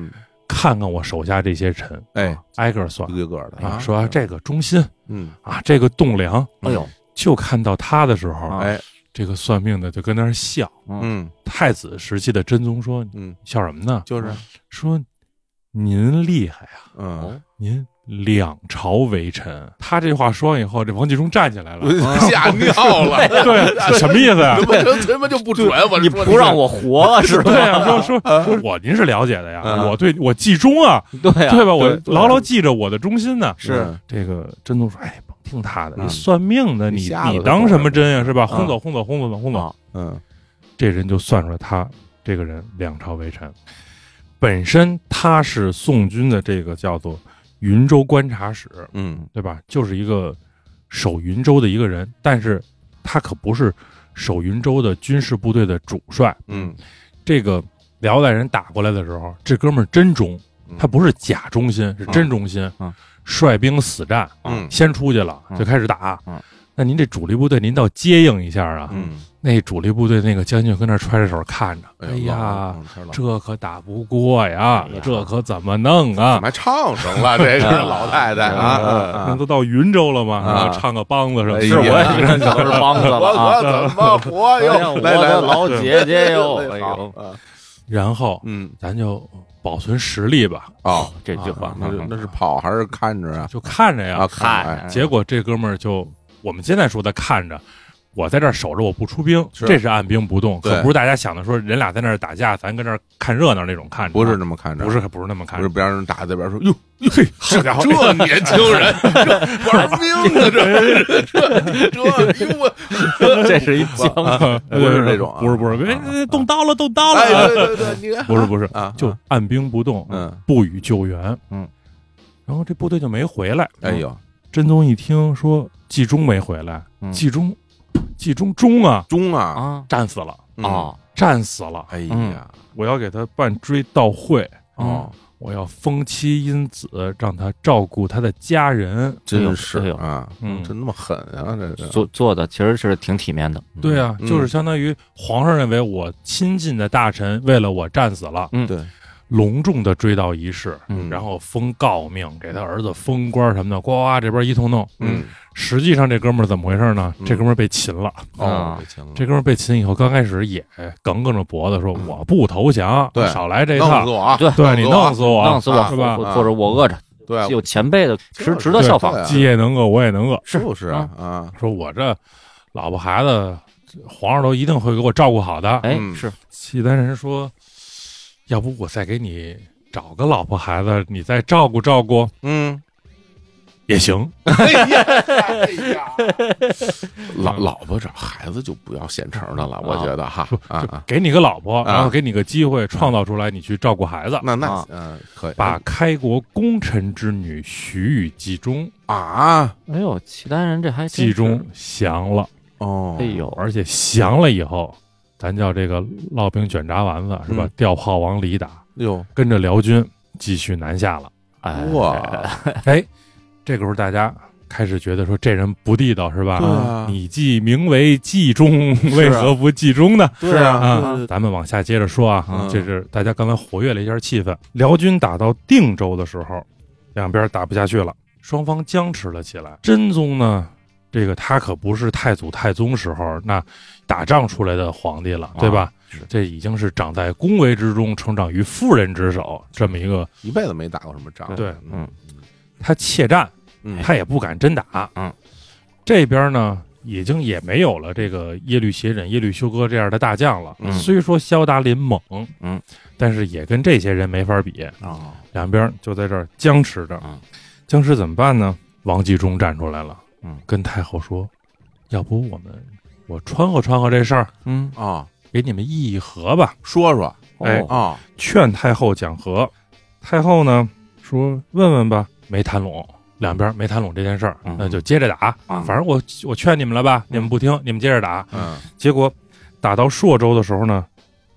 [SPEAKER 3] 看看我手下这些臣，
[SPEAKER 1] 哎，
[SPEAKER 3] 挨个算，
[SPEAKER 1] 一个个的
[SPEAKER 3] 啊，说这个忠心，
[SPEAKER 1] 嗯
[SPEAKER 3] 啊，这个栋梁，
[SPEAKER 2] 哎呦，
[SPEAKER 3] 就看到他的时候，
[SPEAKER 1] 哎，
[SPEAKER 3] 这个算命的就跟那儿笑。
[SPEAKER 1] 嗯，
[SPEAKER 3] 太子时期的真宗说：“
[SPEAKER 1] 嗯，
[SPEAKER 3] 笑什么呢？
[SPEAKER 1] 就是
[SPEAKER 3] 说您厉害呀，
[SPEAKER 1] 嗯，
[SPEAKER 3] 您两朝为臣。”他这话说完以后，这王继忠站起来了，
[SPEAKER 1] 吓尿了。
[SPEAKER 3] 对，什么意思呀？
[SPEAKER 1] 怎么就怎么就不准？我
[SPEAKER 2] 你不让我活了是吧？
[SPEAKER 3] 对呀，说说说我您是了解的呀，我对我记忠啊，
[SPEAKER 2] 对呀，
[SPEAKER 3] 对吧？我牢牢记着我的忠心呢。
[SPEAKER 1] 是
[SPEAKER 3] 这个真宗说：“哎，甭听他的，你算命的，你你当什么真呀？是吧？轰走轰走轰走轰走。”
[SPEAKER 1] 嗯，
[SPEAKER 3] 这人就算出来，他这个人两朝为臣，本身他是宋军的这个叫做云州观察使，
[SPEAKER 1] 嗯，
[SPEAKER 3] 对吧？就是一个守云州的一个人，但是他可不是守云州的军事部队的主帅。
[SPEAKER 1] 嗯，
[SPEAKER 3] 这个辽代人打过来的时候，这哥们儿真忠，他不是假忠心，是真忠心。
[SPEAKER 2] 嗯，
[SPEAKER 3] 率兵死战，
[SPEAKER 1] 嗯，
[SPEAKER 3] 先出去了就开始打。
[SPEAKER 2] 嗯，
[SPEAKER 3] 那您这主力部队，您倒接应一下啊。
[SPEAKER 1] 嗯，
[SPEAKER 3] 那主力部队那个将军跟那揣着手看着，
[SPEAKER 1] 哎
[SPEAKER 3] 哎呀，
[SPEAKER 1] 嗯
[SPEAKER 3] 这可打不过呀，
[SPEAKER 2] 哎呀
[SPEAKER 3] 这可怎么弄啊？
[SPEAKER 1] 怎么还唱上了？这是老太太啊，
[SPEAKER 3] 那都到云州了吗？
[SPEAKER 1] 啊
[SPEAKER 3] 唱个梆子什么的。
[SPEAKER 1] 哎呀
[SPEAKER 2] 是我也是跟小是帮子了
[SPEAKER 1] 我
[SPEAKER 2] 啊！
[SPEAKER 1] 可怎么活哟？
[SPEAKER 2] 我
[SPEAKER 1] 来来，
[SPEAKER 2] 的老姐姐哟！哎呦，
[SPEAKER 1] 啊
[SPEAKER 3] 然后，
[SPEAKER 1] 嗯，
[SPEAKER 3] 咱就保存实力吧，
[SPEAKER 1] 哦，
[SPEAKER 2] 这句话
[SPEAKER 1] 那是那是跑还是看着啊？
[SPEAKER 3] 就看着
[SPEAKER 1] 啊，
[SPEAKER 3] 呀。
[SPEAKER 1] 看
[SPEAKER 2] 看
[SPEAKER 3] 结果这哥们儿就，我们现在说的看着。我在这儿守着，我不出兵，
[SPEAKER 1] 是
[SPEAKER 3] 这是按兵不动，
[SPEAKER 1] 对
[SPEAKER 3] 可不是大家想的说人俩在那儿打架，咱跟这儿看热闹那种看着，
[SPEAKER 1] 不是那么看着，
[SPEAKER 3] 不是不是那么看着，
[SPEAKER 1] 不是别让人打这边说哟，
[SPEAKER 3] 嘿，好家伙，
[SPEAKER 1] 这年轻人这玩命啊，这这这你我
[SPEAKER 2] 这是一将军，
[SPEAKER 1] 不是这种啊，
[SPEAKER 3] 不是不是，哎，动刀了动刀
[SPEAKER 1] 哎，
[SPEAKER 3] 了，
[SPEAKER 1] 对对对，你看
[SPEAKER 3] 不是不是
[SPEAKER 1] 啊，
[SPEAKER 3] 就按兵不动，
[SPEAKER 1] 嗯，
[SPEAKER 3] 不予救援，
[SPEAKER 2] 嗯，
[SPEAKER 3] 然后这部队就没回来。
[SPEAKER 1] 哎呦，
[SPEAKER 3] 真宗一听说季忠没回来，
[SPEAKER 2] 嗯
[SPEAKER 3] 季忠，季忠忠啊，
[SPEAKER 1] 中啊
[SPEAKER 2] 啊
[SPEAKER 3] 战死了，
[SPEAKER 2] 哦，
[SPEAKER 3] 战死了，
[SPEAKER 1] 哎呀，
[SPEAKER 3] 我要给他办追悼会，
[SPEAKER 1] 哦，
[SPEAKER 3] 我要封妻荫子，让他照顾他的家人。
[SPEAKER 1] 真是
[SPEAKER 2] 哎呦
[SPEAKER 1] 啊，
[SPEAKER 3] 嗯
[SPEAKER 1] 真那么狠啊，这是
[SPEAKER 2] 做做的其实是挺体面的。
[SPEAKER 3] 对啊，
[SPEAKER 1] 嗯
[SPEAKER 3] 就是相当于皇上认为我亲近的大臣为了我战死了，
[SPEAKER 2] 嗯，
[SPEAKER 1] 对，
[SPEAKER 3] 隆重的追悼仪式，
[SPEAKER 1] 嗯
[SPEAKER 3] 然后封诰命，给他儿子封官什么的，呱呱这边一通弄。
[SPEAKER 1] 嗯，
[SPEAKER 3] 实际上这哥们儿怎么回事呢？
[SPEAKER 1] 嗯
[SPEAKER 3] 这哥们儿被擒了。
[SPEAKER 1] 哦
[SPEAKER 2] 啊，
[SPEAKER 1] 被擒了
[SPEAKER 3] 这哥们儿被擒以后，刚开始也耿耿着脖子说：“我不投降，
[SPEAKER 1] 嗯对
[SPEAKER 3] 少来这
[SPEAKER 1] 弄死
[SPEAKER 3] 套，
[SPEAKER 1] 我啊，
[SPEAKER 2] 对
[SPEAKER 3] 对你弄死我，
[SPEAKER 2] 弄死我，
[SPEAKER 3] 是吧？
[SPEAKER 2] 或或者我饿着，
[SPEAKER 1] 对，
[SPEAKER 2] 有前辈的，值值得效仿
[SPEAKER 1] 对。
[SPEAKER 3] 鸡也能饿，我也能饿。
[SPEAKER 2] 是
[SPEAKER 1] 就是啊啊，
[SPEAKER 3] 说我这老婆孩子，皇上都一定会给我照顾好的。”
[SPEAKER 2] 哎，
[SPEAKER 1] 嗯
[SPEAKER 2] 是
[SPEAKER 3] 契丹人说：“要不我再给你找个老婆孩子，你再照顾照顾
[SPEAKER 1] 嗯，
[SPEAKER 3] 也行。
[SPEAKER 1] 哎呀，哎呀，老老婆找孩子就不要现成的了，我觉得哈啊啊，
[SPEAKER 3] 给你个老婆，
[SPEAKER 1] 啊
[SPEAKER 3] 然后给你个机会，创造出来你去照顾孩子。
[SPEAKER 1] 那那
[SPEAKER 2] 啊
[SPEAKER 1] 嗯可以
[SPEAKER 3] 把开国功臣之女许予季忠，
[SPEAKER 1] 啊
[SPEAKER 2] 哎呦，契丹人这还真是
[SPEAKER 3] 季忠降了。
[SPEAKER 1] 哦，
[SPEAKER 2] 哎呦，
[SPEAKER 3] 而且降了以后，咱叫这个烙饼卷炸丸子是吧？
[SPEAKER 1] 嗯
[SPEAKER 3] 调炮往里打，
[SPEAKER 1] 哟
[SPEAKER 3] 跟着辽军继续南下了。
[SPEAKER 2] 哎
[SPEAKER 1] 哇，
[SPEAKER 3] 哎，这个时候大家开始觉得说这人不地道是吧？
[SPEAKER 1] 对啊
[SPEAKER 3] 你既名为季忠，为何不季忠呢？
[SPEAKER 1] 对啊
[SPEAKER 3] 啊，咱们往下接着说啊，
[SPEAKER 1] 嗯
[SPEAKER 3] 这是大家刚才活跃了一下气氛。辽军打到定州的时候，两边打不下去了，双方僵持了起来。真宗呢，这个他可不是太祖太宗时候那打仗出来的皇帝了，对吧？
[SPEAKER 1] 啊是
[SPEAKER 3] 这已经是长在宫闱之中，成长于妇人之手，这么一个
[SPEAKER 1] 一辈子没打过什么仗，
[SPEAKER 3] 对
[SPEAKER 2] 嗯
[SPEAKER 3] 他怯战，
[SPEAKER 1] 嗯
[SPEAKER 3] 他也不敢真打。
[SPEAKER 2] 嗯，
[SPEAKER 3] 这边呢，已经也没有了这个耶律斜轸、耶律休哥这样的大将了。
[SPEAKER 1] 嗯
[SPEAKER 3] 虽说萧达林猛，
[SPEAKER 2] 嗯，
[SPEAKER 3] 但是也跟这些人没法比。
[SPEAKER 2] 哦，
[SPEAKER 3] 两边就在这儿僵持着。
[SPEAKER 2] 嗯
[SPEAKER 3] 僵持怎么办呢？王继忠站出来了，
[SPEAKER 2] 嗯，
[SPEAKER 3] 跟太后说：“要不我们我穿和穿和这事儿，
[SPEAKER 2] 嗯，
[SPEAKER 1] 啊，
[SPEAKER 3] 给你们议议和吧。
[SPEAKER 1] 说说
[SPEAKER 3] 哎
[SPEAKER 2] 哦
[SPEAKER 1] 啊，”
[SPEAKER 3] 劝太后讲和。太后呢说：“问问吧。”没谈拢，两边没谈拢这件事儿，
[SPEAKER 2] 嗯
[SPEAKER 3] 那就接着打。
[SPEAKER 2] 啊
[SPEAKER 3] 反正我我劝你们了吧，你们不听，你们接着打。
[SPEAKER 1] 嗯
[SPEAKER 3] 结果打到朔州的时候呢，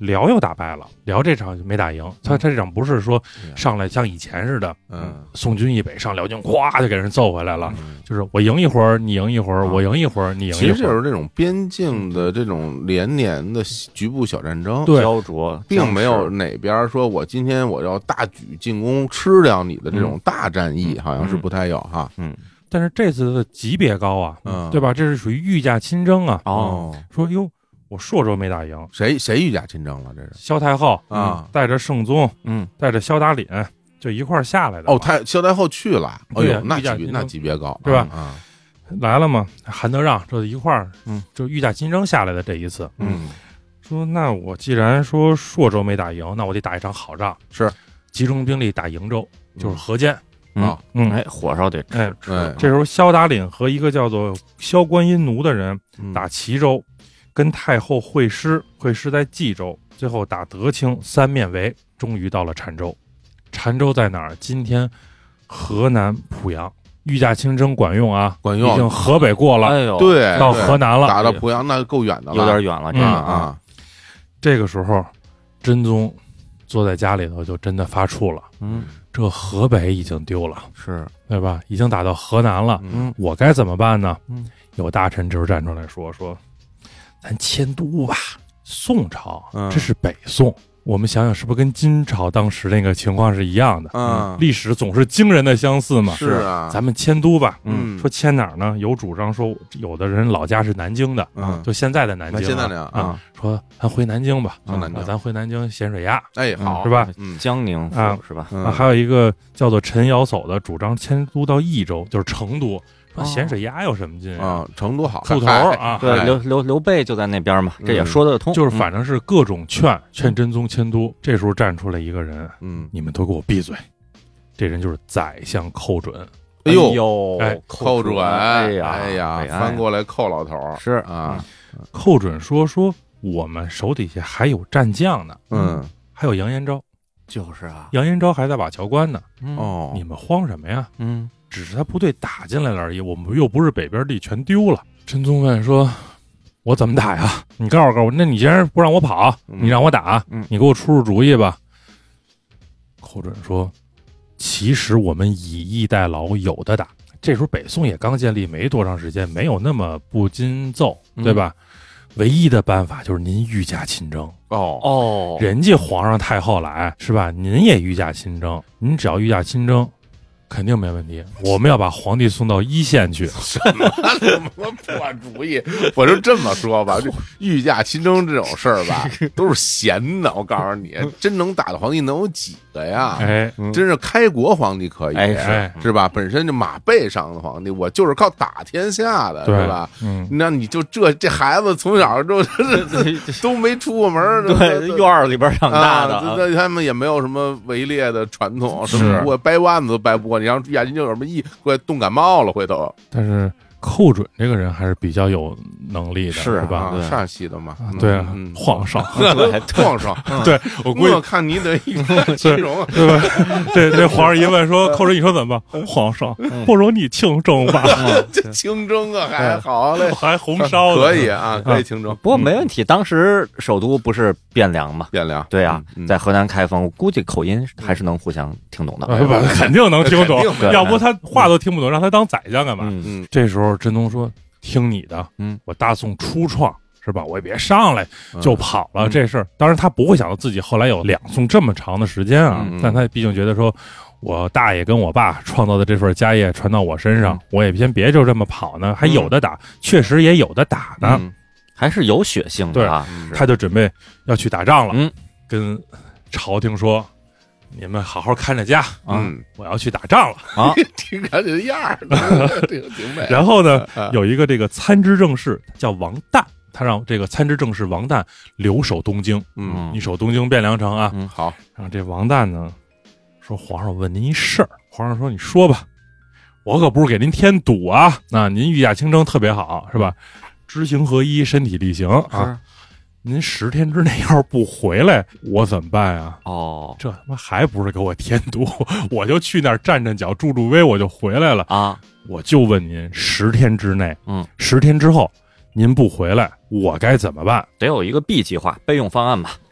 [SPEAKER 3] 辽又打败了，辽这场就没打赢。他他这场不是说上来像以前似的，嗯，宋军一北上，辽军咵就给人揍回来了，嗯、就是我赢一会儿，你赢一会儿，我赢一会儿，你赢一会儿。
[SPEAKER 1] 其实就是这种边境的这种连年的局部小战争，
[SPEAKER 3] 对，
[SPEAKER 2] 焦灼，
[SPEAKER 1] 并没有哪边说我今天我要大举进攻吃掉你的这种大战役，嗯、好像是不太有哈，
[SPEAKER 2] 嗯。
[SPEAKER 3] 但是这次的级别高啊，嗯、对吧？这是属于御驾亲征啊。
[SPEAKER 1] 哦，
[SPEAKER 3] 说哟。我朔州没打赢，
[SPEAKER 1] 谁谁御驾亲征了？这是
[SPEAKER 3] 萧太后
[SPEAKER 1] 啊，
[SPEAKER 3] 带着圣宗，
[SPEAKER 2] 嗯，
[SPEAKER 3] 带着萧达廪就一块儿下来的。
[SPEAKER 1] 哦，太萧太后去了，哎呦，那
[SPEAKER 3] 级
[SPEAKER 1] 别那级别高，
[SPEAKER 3] 对吧？
[SPEAKER 1] 啊，
[SPEAKER 3] 来了嘛，韩德让这一块儿，嗯，就御驾亲征下来的这一次，
[SPEAKER 1] 嗯，
[SPEAKER 3] 说那我既然说朔州没打赢，那我得打一场好仗，
[SPEAKER 1] 是
[SPEAKER 3] 集中兵力打瀛州，就是河间。
[SPEAKER 1] 啊，
[SPEAKER 3] 嗯，
[SPEAKER 2] 哎，火烧得
[SPEAKER 3] 哎，这时候萧达廪和一个叫做萧观音奴的人打齐州。跟太后会师，会师在冀州，最后打德清，三面围，终于到了澶州。澶州在哪儿？今天河南濮阳。御驾亲征管用啊，
[SPEAKER 1] 管用，
[SPEAKER 3] 已经河北过了，
[SPEAKER 2] 哎呦，
[SPEAKER 1] 对，
[SPEAKER 3] 到河南了，
[SPEAKER 1] 打到濮阳那够远的了，
[SPEAKER 2] 有点远了，这个啊。
[SPEAKER 3] 这个时候，真宗坐在家里头就真的发怵了，
[SPEAKER 2] 嗯，
[SPEAKER 3] 这河北已经丢了，
[SPEAKER 2] 是
[SPEAKER 3] 对吧？已经打到河南了，
[SPEAKER 2] 嗯，
[SPEAKER 3] 我该怎么办呢？
[SPEAKER 2] 嗯，
[SPEAKER 3] 有大臣这时候站出来说说。咱迁都吧，宋朝，这是北宋。我们想想，是不是跟金朝当时那个情况是一样的？
[SPEAKER 1] 嗯，
[SPEAKER 3] 历史总是惊人的相似嘛。
[SPEAKER 1] 是啊，
[SPEAKER 3] 咱们迁都吧。
[SPEAKER 1] 嗯，
[SPEAKER 3] 说迁哪儿呢？有主张说，有的人老家是南京的，
[SPEAKER 1] 嗯，
[SPEAKER 3] 就现在的南京，
[SPEAKER 1] 现在的
[SPEAKER 3] 啊，说咱回南京吧，
[SPEAKER 1] 啊，
[SPEAKER 3] 咱回南京咸水鸭，
[SPEAKER 1] 哎，好，
[SPEAKER 3] 是吧？
[SPEAKER 2] 江宁
[SPEAKER 3] 啊，
[SPEAKER 2] 是吧？
[SPEAKER 3] 啊，还有一个叫做陈尧叟的，主张迁都到益州，就是成都。说咸水鸭有什么劲
[SPEAKER 1] 啊？成都好，
[SPEAKER 3] 兔头啊，
[SPEAKER 2] 对，刘刘刘备就在那边嘛，这也说得通。
[SPEAKER 3] 就是反正是各种劝劝真宗迁都。这时候站出来一个人，
[SPEAKER 1] 嗯，
[SPEAKER 3] 你们都给我闭嘴！这人就是宰相寇准。
[SPEAKER 1] 哎
[SPEAKER 2] 呦，
[SPEAKER 3] 哎，
[SPEAKER 1] 寇准，
[SPEAKER 2] 哎呀，
[SPEAKER 1] 哎呀，翻过来寇老头
[SPEAKER 2] 是
[SPEAKER 1] 啊。
[SPEAKER 3] 寇准说说我们手底下还有战将呢，
[SPEAKER 1] 嗯，
[SPEAKER 3] 还有杨延昭，
[SPEAKER 2] 就是啊，
[SPEAKER 3] 杨延昭还在瓦桥关呢。
[SPEAKER 1] 哦，
[SPEAKER 3] 你们慌什么呀？
[SPEAKER 2] 嗯。
[SPEAKER 3] 只是他部队打进来了而已，我们又不是北边地全丢了。真宗问说：“我怎么打呀？你告诉告诉我，那你既然不让我跑，你让我打，
[SPEAKER 2] 嗯、
[SPEAKER 3] 你给我出出主意吧。”寇准说：“其实我们以逸待劳，有的打。这时候北宋也刚建立没多长时间，没有那么不禁奏，对吧？嗯、唯一的办法就是您御驾亲征。
[SPEAKER 1] 哦
[SPEAKER 2] 哦，
[SPEAKER 3] 人家皇上太后来是吧？您也御驾亲征，您只要御驾亲征。”肯定没问题，我们要把皇帝送到一线去。
[SPEAKER 1] 什么什么破主意？我就这么说吧，这御驾亲征这种事儿吧，都是闲的。我告诉你，真能打的皇帝能有几个呀？
[SPEAKER 3] 哎，
[SPEAKER 1] 真是开国皇帝可以，
[SPEAKER 3] 哎，
[SPEAKER 1] 是吧？本身就马背上的皇帝，我就是靠打天下的，是吧？
[SPEAKER 3] 嗯，
[SPEAKER 1] 那你就这这孩子从小就都没出过门，
[SPEAKER 2] 对，院儿里边长大的，
[SPEAKER 1] 那他们也没有什么围猎的传统，是不？我掰腕子都掰不过。你让御驾亲征有什么意？会冻感冒了，回头。
[SPEAKER 3] 但是寇准这个人还是比较有能力的，
[SPEAKER 2] 是
[SPEAKER 3] 吧？
[SPEAKER 1] 陕西的嘛，
[SPEAKER 3] 对啊，皇上，
[SPEAKER 1] 皇上，
[SPEAKER 3] 对我估计
[SPEAKER 1] 看你得形容，
[SPEAKER 3] 对吧？这这皇上一问说：“寇准，你说怎么办？”皇上，不如你清蒸吧。
[SPEAKER 1] 这清蒸啊，还好嘞，
[SPEAKER 3] 还红烧，
[SPEAKER 1] 可以啊，可以清蒸。
[SPEAKER 2] 不过没问题，当时首都不是汴梁嘛？
[SPEAKER 1] 汴梁，
[SPEAKER 2] 对啊，在河南开封，我估计口音还是能互相听懂的。
[SPEAKER 3] 肯定能听懂，要不他话都听不懂，让他当宰相干嘛？
[SPEAKER 1] 嗯，
[SPEAKER 3] 这时候真宗说：“听你的，
[SPEAKER 2] 嗯，
[SPEAKER 3] 我大宋初创是吧？我也别上来就跑了。这事儿，当然他不会想到自己后来有两宋这么长的时间啊，但他毕竟觉得说，我大爷跟我爸创造的这份家业传到我身上，我也先别就这么跑呢，还有的打，确实也有的打呢，
[SPEAKER 2] 还是有血性的啊。
[SPEAKER 3] 他就准备要去打仗了，
[SPEAKER 2] 嗯，
[SPEAKER 3] 跟朝廷说。”你们好好看着家
[SPEAKER 1] 啊！
[SPEAKER 3] 我要去打仗了
[SPEAKER 2] 啊！
[SPEAKER 1] 听着这样儿，挺挺美。
[SPEAKER 3] 然后呢，有一个这个参知政事叫王旦，他让这个参知政事王旦留守东京。
[SPEAKER 1] 嗯，
[SPEAKER 3] 你守东京汴梁城啊。
[SPEAKER 1] 嗯，好。
[SPEAKER 3] 然后这王旦呢说：“皇上问您一事儿。”皇上说：“你说吧，我可不是给您添堵啊。那您御驾亲征特别好，是吧？知行合一，身体力行啊。”您十天之内要是不回来，我怎么办啊？
[SPEAKER 2] 哦，
[SPEAKER 3] 这他妈还不是给我添堵？我就去那儿站站脚、助助威，我就回来了
[SPEAKER 2] 啊！
[SPEAKER 3] 我就问您，十天之内，
[SPEAKER 2] 嗯，
[SPEAKER 3] 十天之后您不回来，我该怎么办？
[SPEAKER 2] 得有一个 B 计划、备用方案吧。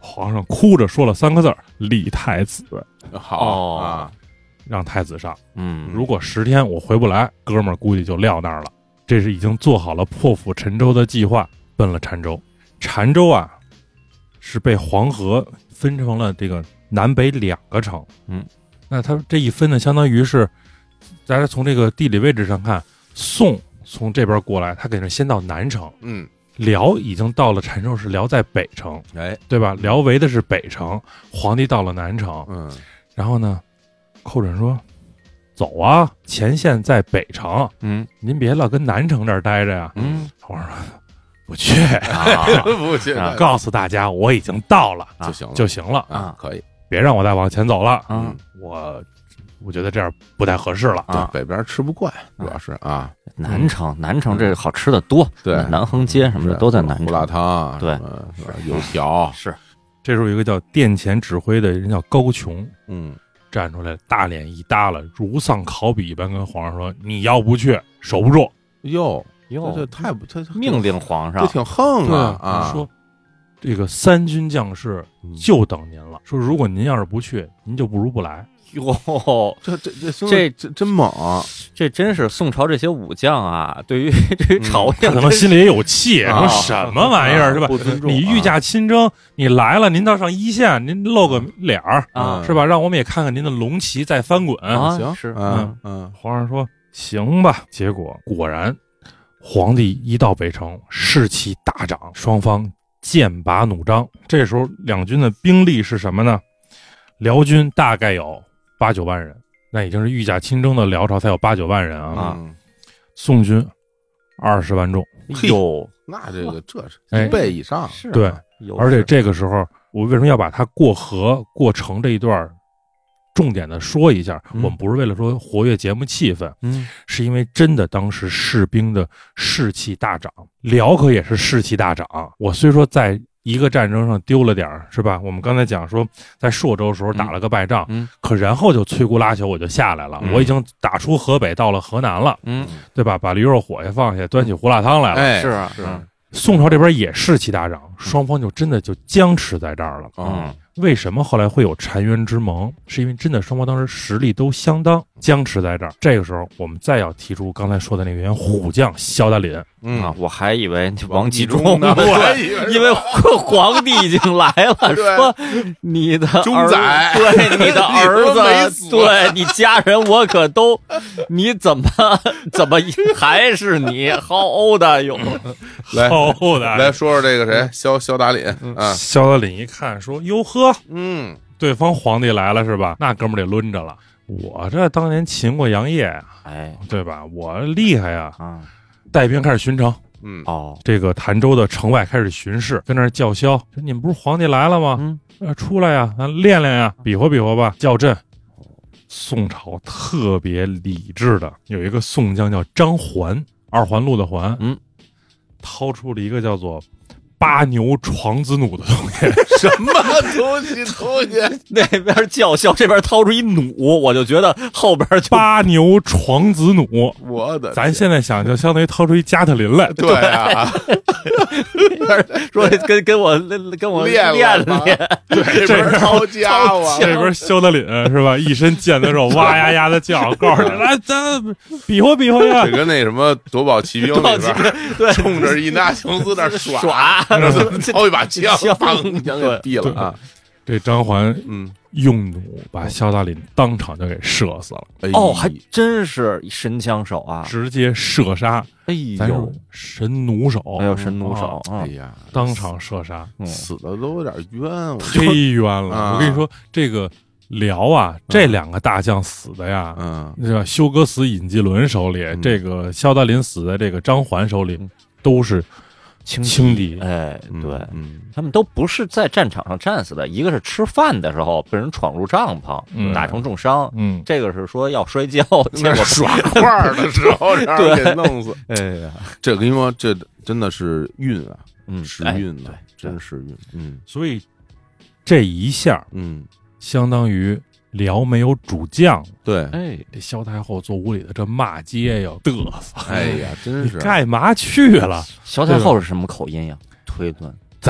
[SPEAKER 3] 皇上哭着说了三个字儿：“立太子。”
[SPEAKER 1] 好啊，
[SPEAKER 3] 让太子上。
[SPEAKER 2] 嗯，
[SPEAKER 3] 如果十天我回不来，哥们儿估计就撂那儿了。这是已经做好了破釜沉舟的计划，奔了澶州。澶州啊，是被黄河分成了这个南北两个城。
[SPEAKER 2] 嗯，
[SPEAKER 3] 那它这一分呢，相当于是大家从这个地理位置上看，宋从这边过来，他给人先到南城。
[SPEAKER 1] 嗯，
[SPEAKER 3] 辽已经到了澶州，是辽在北城，
[SPEAKER 1] 哎，
[SPEAKER 3] 对吧？辽围的是北城，皇帝到了南城。
[SPEAKER 1] 嗯，
[SPEAKER 3] 然后呢，寇准说：“走啊，前线在北城，
[SPEAKER 2] 嗯，
[SPEAKER 3] 您别老跟南城这儿待着呀。”
[SPEAKER 2] 嗯，
[SPEAKER 3] 皇上说：“不去，
[SPEAKER 2] 啊、
[SPEAKER 1] 不去，
[SPEAKER 2] 啊
[SPEAKER 3] 告诉大家我已经到了
[SPEAKER 1] 就行了，
[SPEAKER 3] 就行了
[SPEAKER 1] 啊，可以，
[SPEAKER 3] 别让我再往前走了。
[SPEAKER 2] 嗯，
[SPEAKER 3] 我我觉得这样不太合适了
[SPEAKER 1] 啊，北边吃不惯，主要是啊，
[SPEAKER 2] 南城南城这好吃的多，
[SPEAKER 1] 对，
[SPEAKER 2] 南横街什么的都在南城，
[SPEAKER 1] 胡辣汤，
[SPEAKER 2] 对，
[SPEAKER 1] 油条
[SPEAKER 2] 是。
[SPEAKER 3] 这时候有一个叫殿前指挥的人叫高琼，
[SPEAKER 1] 嗯，
[SPEAKER 3] 站出来，大脸一耷拉，如丧考妣一般跟皇上说：“你要不去，守不住。”
[SPEAKER 1] 哟
[SPEAKER 2] 哟，
[SPEAKER 1] 这太不，他
[SPEAKER 2] 命令皇上，
[SPEAKER 1] 这挺横啊啊！
[SPEAKER 3] 说这个三军将士就等您了。说如果您要是不去，您就不如不来。
[SPEAKER 2] 哟，
[SPEAKER 1] 这这这
[SPEAKER 2] 这
[SPEAKER 1] 这真猛，
[SPEAKER 2] 这真是宋朝这些武将啊，对于对于朝廷，
[SPEAKER 3] 他可能心里也有气，说什么玩意儿是吧？你御驾亲征，你来了，您倒上一线，您露个脸儿
[SPEAKER 2] 啊，
[SPEAKER 3] 是吧？让我们也看看您的龙旗在翻滚。
[SPEAKER 1] 行，
[SPEAKER 2] 是，
[SPEAKER 1] 嗯嗯。
[SPEAKER 3] 皇上说行吧，结果果然，皇帝一到北城，士气大涨，双方剑拔弩张。这时候两军的兵力是什么呢？辽军大概有八九万人，那已经是御驾亲征的辽朝才有八九万人啊。
[SPEAKER 1] 嗯、
[SPEAKER 3] 宋军二十万众，
[SPEAKER 2] 哟，
[SPEAKER 1] 那这个这是一倍以上，
[SPEAKER 2] 是、
[SPEAKER 3] 啊、对。而且这个时候，我为什么要把它过河过城这一段重点的说一下？
[SPEAKER 2] 嗯、
[SPEAKER 3] 我们不是为了说活跃节目气氛，
[SPEAKER 2] 嗯，
[SPEAKER 3] 是因为真的当时士兵的士气大涨，辽可也是士气大涨。我虽说在一个战争上丢了点儿，是吧？我们刚才讲说，在朔州时候打了个败仗，
[SPEAKER 2] 嗯，
[SPEAKER 3] 可然后就摧枯拉朽，我就下来了、嗯，我已经打出河北，到了河南了，
[SPEAKER 2] 嗯，
[SPEAKER 3] 对吧？把驴肉火下放下，端起胡辣汤来了，
[SPEAKER 1] 哎，
[SPEAKER 2] 是啊，
[SPEAKER 1] 是。
[SPEAKER 3] 宋朝这边也士气大涨，双方就真的就僵持在这儿了。
[SPEAKER 2] 嗯，
[SPEAKER 3] 为什么后来会有澶渊之盟？是因为真的双方当时实力都相当，僵持在这儿。这个时候，我们再要提出刚才说的那个员虎将萧达林。
[SPEAKER 2] 嗯啊，我还以为王继忠
[SPEAKER 1] 呢，我还以为
[SPEAKER 2] 因为皇帝已经来了，说你的
[SPEAKER 1] 忠宰，
[SPEAKER 2] 对你的儿子，对你家人，我可都，你怎么怎么还是你好欧的有？
[SPEAKER 1] 来，
[SPEAKER 3] 好欧的，
[SPEAKER 1] 来说说这个谁，萧萧达林啊。
[SPEAKER 3] 萧达林一看说：“哟呵，
[SPEAKER 1] 嗯，
[SPEAKER 3] 对方皇帝来了是吧？那哥们儿得抡着了。我这当年擒过杨业呀，
[SPEAKER 2] 哎，
[SPEAKER 3] 对吧？我厉害呀！
[SPEAKER 2] 啊。”
[SPEAKER 3] 带兵开始巡城，
[SPEAKER 1] 嗯
[SPEAKER 2] 哦，
[SPEAKER 3] 这个潭州的城外开始巡视，跟那儿叫嚣，说你们不是皇帝来了吗？
[SPEAKER 2] 嗯，
[SPEAKER 3] 呃，出来呀，咱练练呀，比划比划吧，叫阵。宋朝特别理智的有一个宋将叫张环，二环路的环，
[SPEAKER 2] 嗯，
[SPEAKER 3] 掏出了一个叫做八牛床子弩的东西，
[SPEAKER 1] 什么东西东西？
[SPEAKER 2] 那边叫嚣，这边掏出一弩，我就觉得后边就
[SPEAKER 3] 八牛床子弩。
[SPEAKER 1] 我的，
[SPEAKER 3] 咱现在想就相当于掏出一加特林来。
[SPEAKER 1] 对啊，
[SPEAKER 2] 说跟跟我跟我
[SPEAKER 1] 练
[SPEAKER 2] 练练，
[SPEAKER 1] 这边掏家伙，
[SPEAKER 3] 这边萧德林是吧？一身腱子肉，哇呀呀的叫，告诉你来，咱比划比划呀。
[SPEAKER 1] 这跟那什么夺宝奇兵里边，
[SPEAKER 2] 对，
[SPEAKER 1] 冲着一拿琼斯那耍
[SPEAKER 2] 耍。
[SPEAKER 1] 掏一把枪，砰，枪给毙了啊！
[SPEAKER 3] 这张环，
[SPEAKER 1] 嗯，
[SPEAKER 3] 用弩把萧达林当场就给射死了。
[SPEAKER 2] 哦，还真是神枪手啊！
[SPEAKER 3] 直接射杀。
[SPEAKER 2] 哎呦，
[SPEAKER 3] 神弩手，
[SPEAKER 2] 哎呦，神弩手，
[SPEAKER 1] 哎呀，
[SPEAKER 3] 当场射杀，
[SPEAKER 1] 死的都有点冤，
[SPEAKER 3] 忒冤了。我跟你说，这个辽啊，这两个大将死的呀，
[SPEAKER 1] 嗯，
[SPEAKER 3] 这个休哥死尹继伦手里，这个萧达林死在这个张环手里，都是。
[SPEAKER 2] 轻
[SPEAKER 3] 轻敌，
[SPEAKER 2] 哎，对，
[SPEAKER 1] 嗯，
[SPEAKER 2] 他们都不是在战场上战死的，一个是吃饭的时候被人闯入帐篷，
[SPEAKER 3] 嗯、
[SPEAKER 2] 打成重伤，
[SPEAKER 3] 嗯，
[SPEAKER 2] 这个是说要摔跤，结果
[SPEAKER 1] 耍块的时候让人给弄死。
[SPEAKER 2] 哎呀，
[SPEAKER 1] 这跟你说，这真的是运啊，
[SPEAKER 2] 嗯，
[SPEAKER 1] 时运啊，
[SPEAKER 2] 对，
[SPEAKER 1] 真是运，嗯，
[SPEAKER 3] 所以这一下，
[SPEAKER 1] 嗯，
[SPEAKER 3] 相当于。辽没有主将，
[SPEAKER 1] 对，
[SPEAKER 2] 哎，
[SPEAKER 3] 这萧太后坐屋里的这骂街呀，嘚瑟，
[SPEAKER 1] 哎呀，真是
[SPEAKER 3] 干嘛去了？
[SPEAKER 2] 萧太后是什么口音呀？推论，
[SPEAKER 3] 咱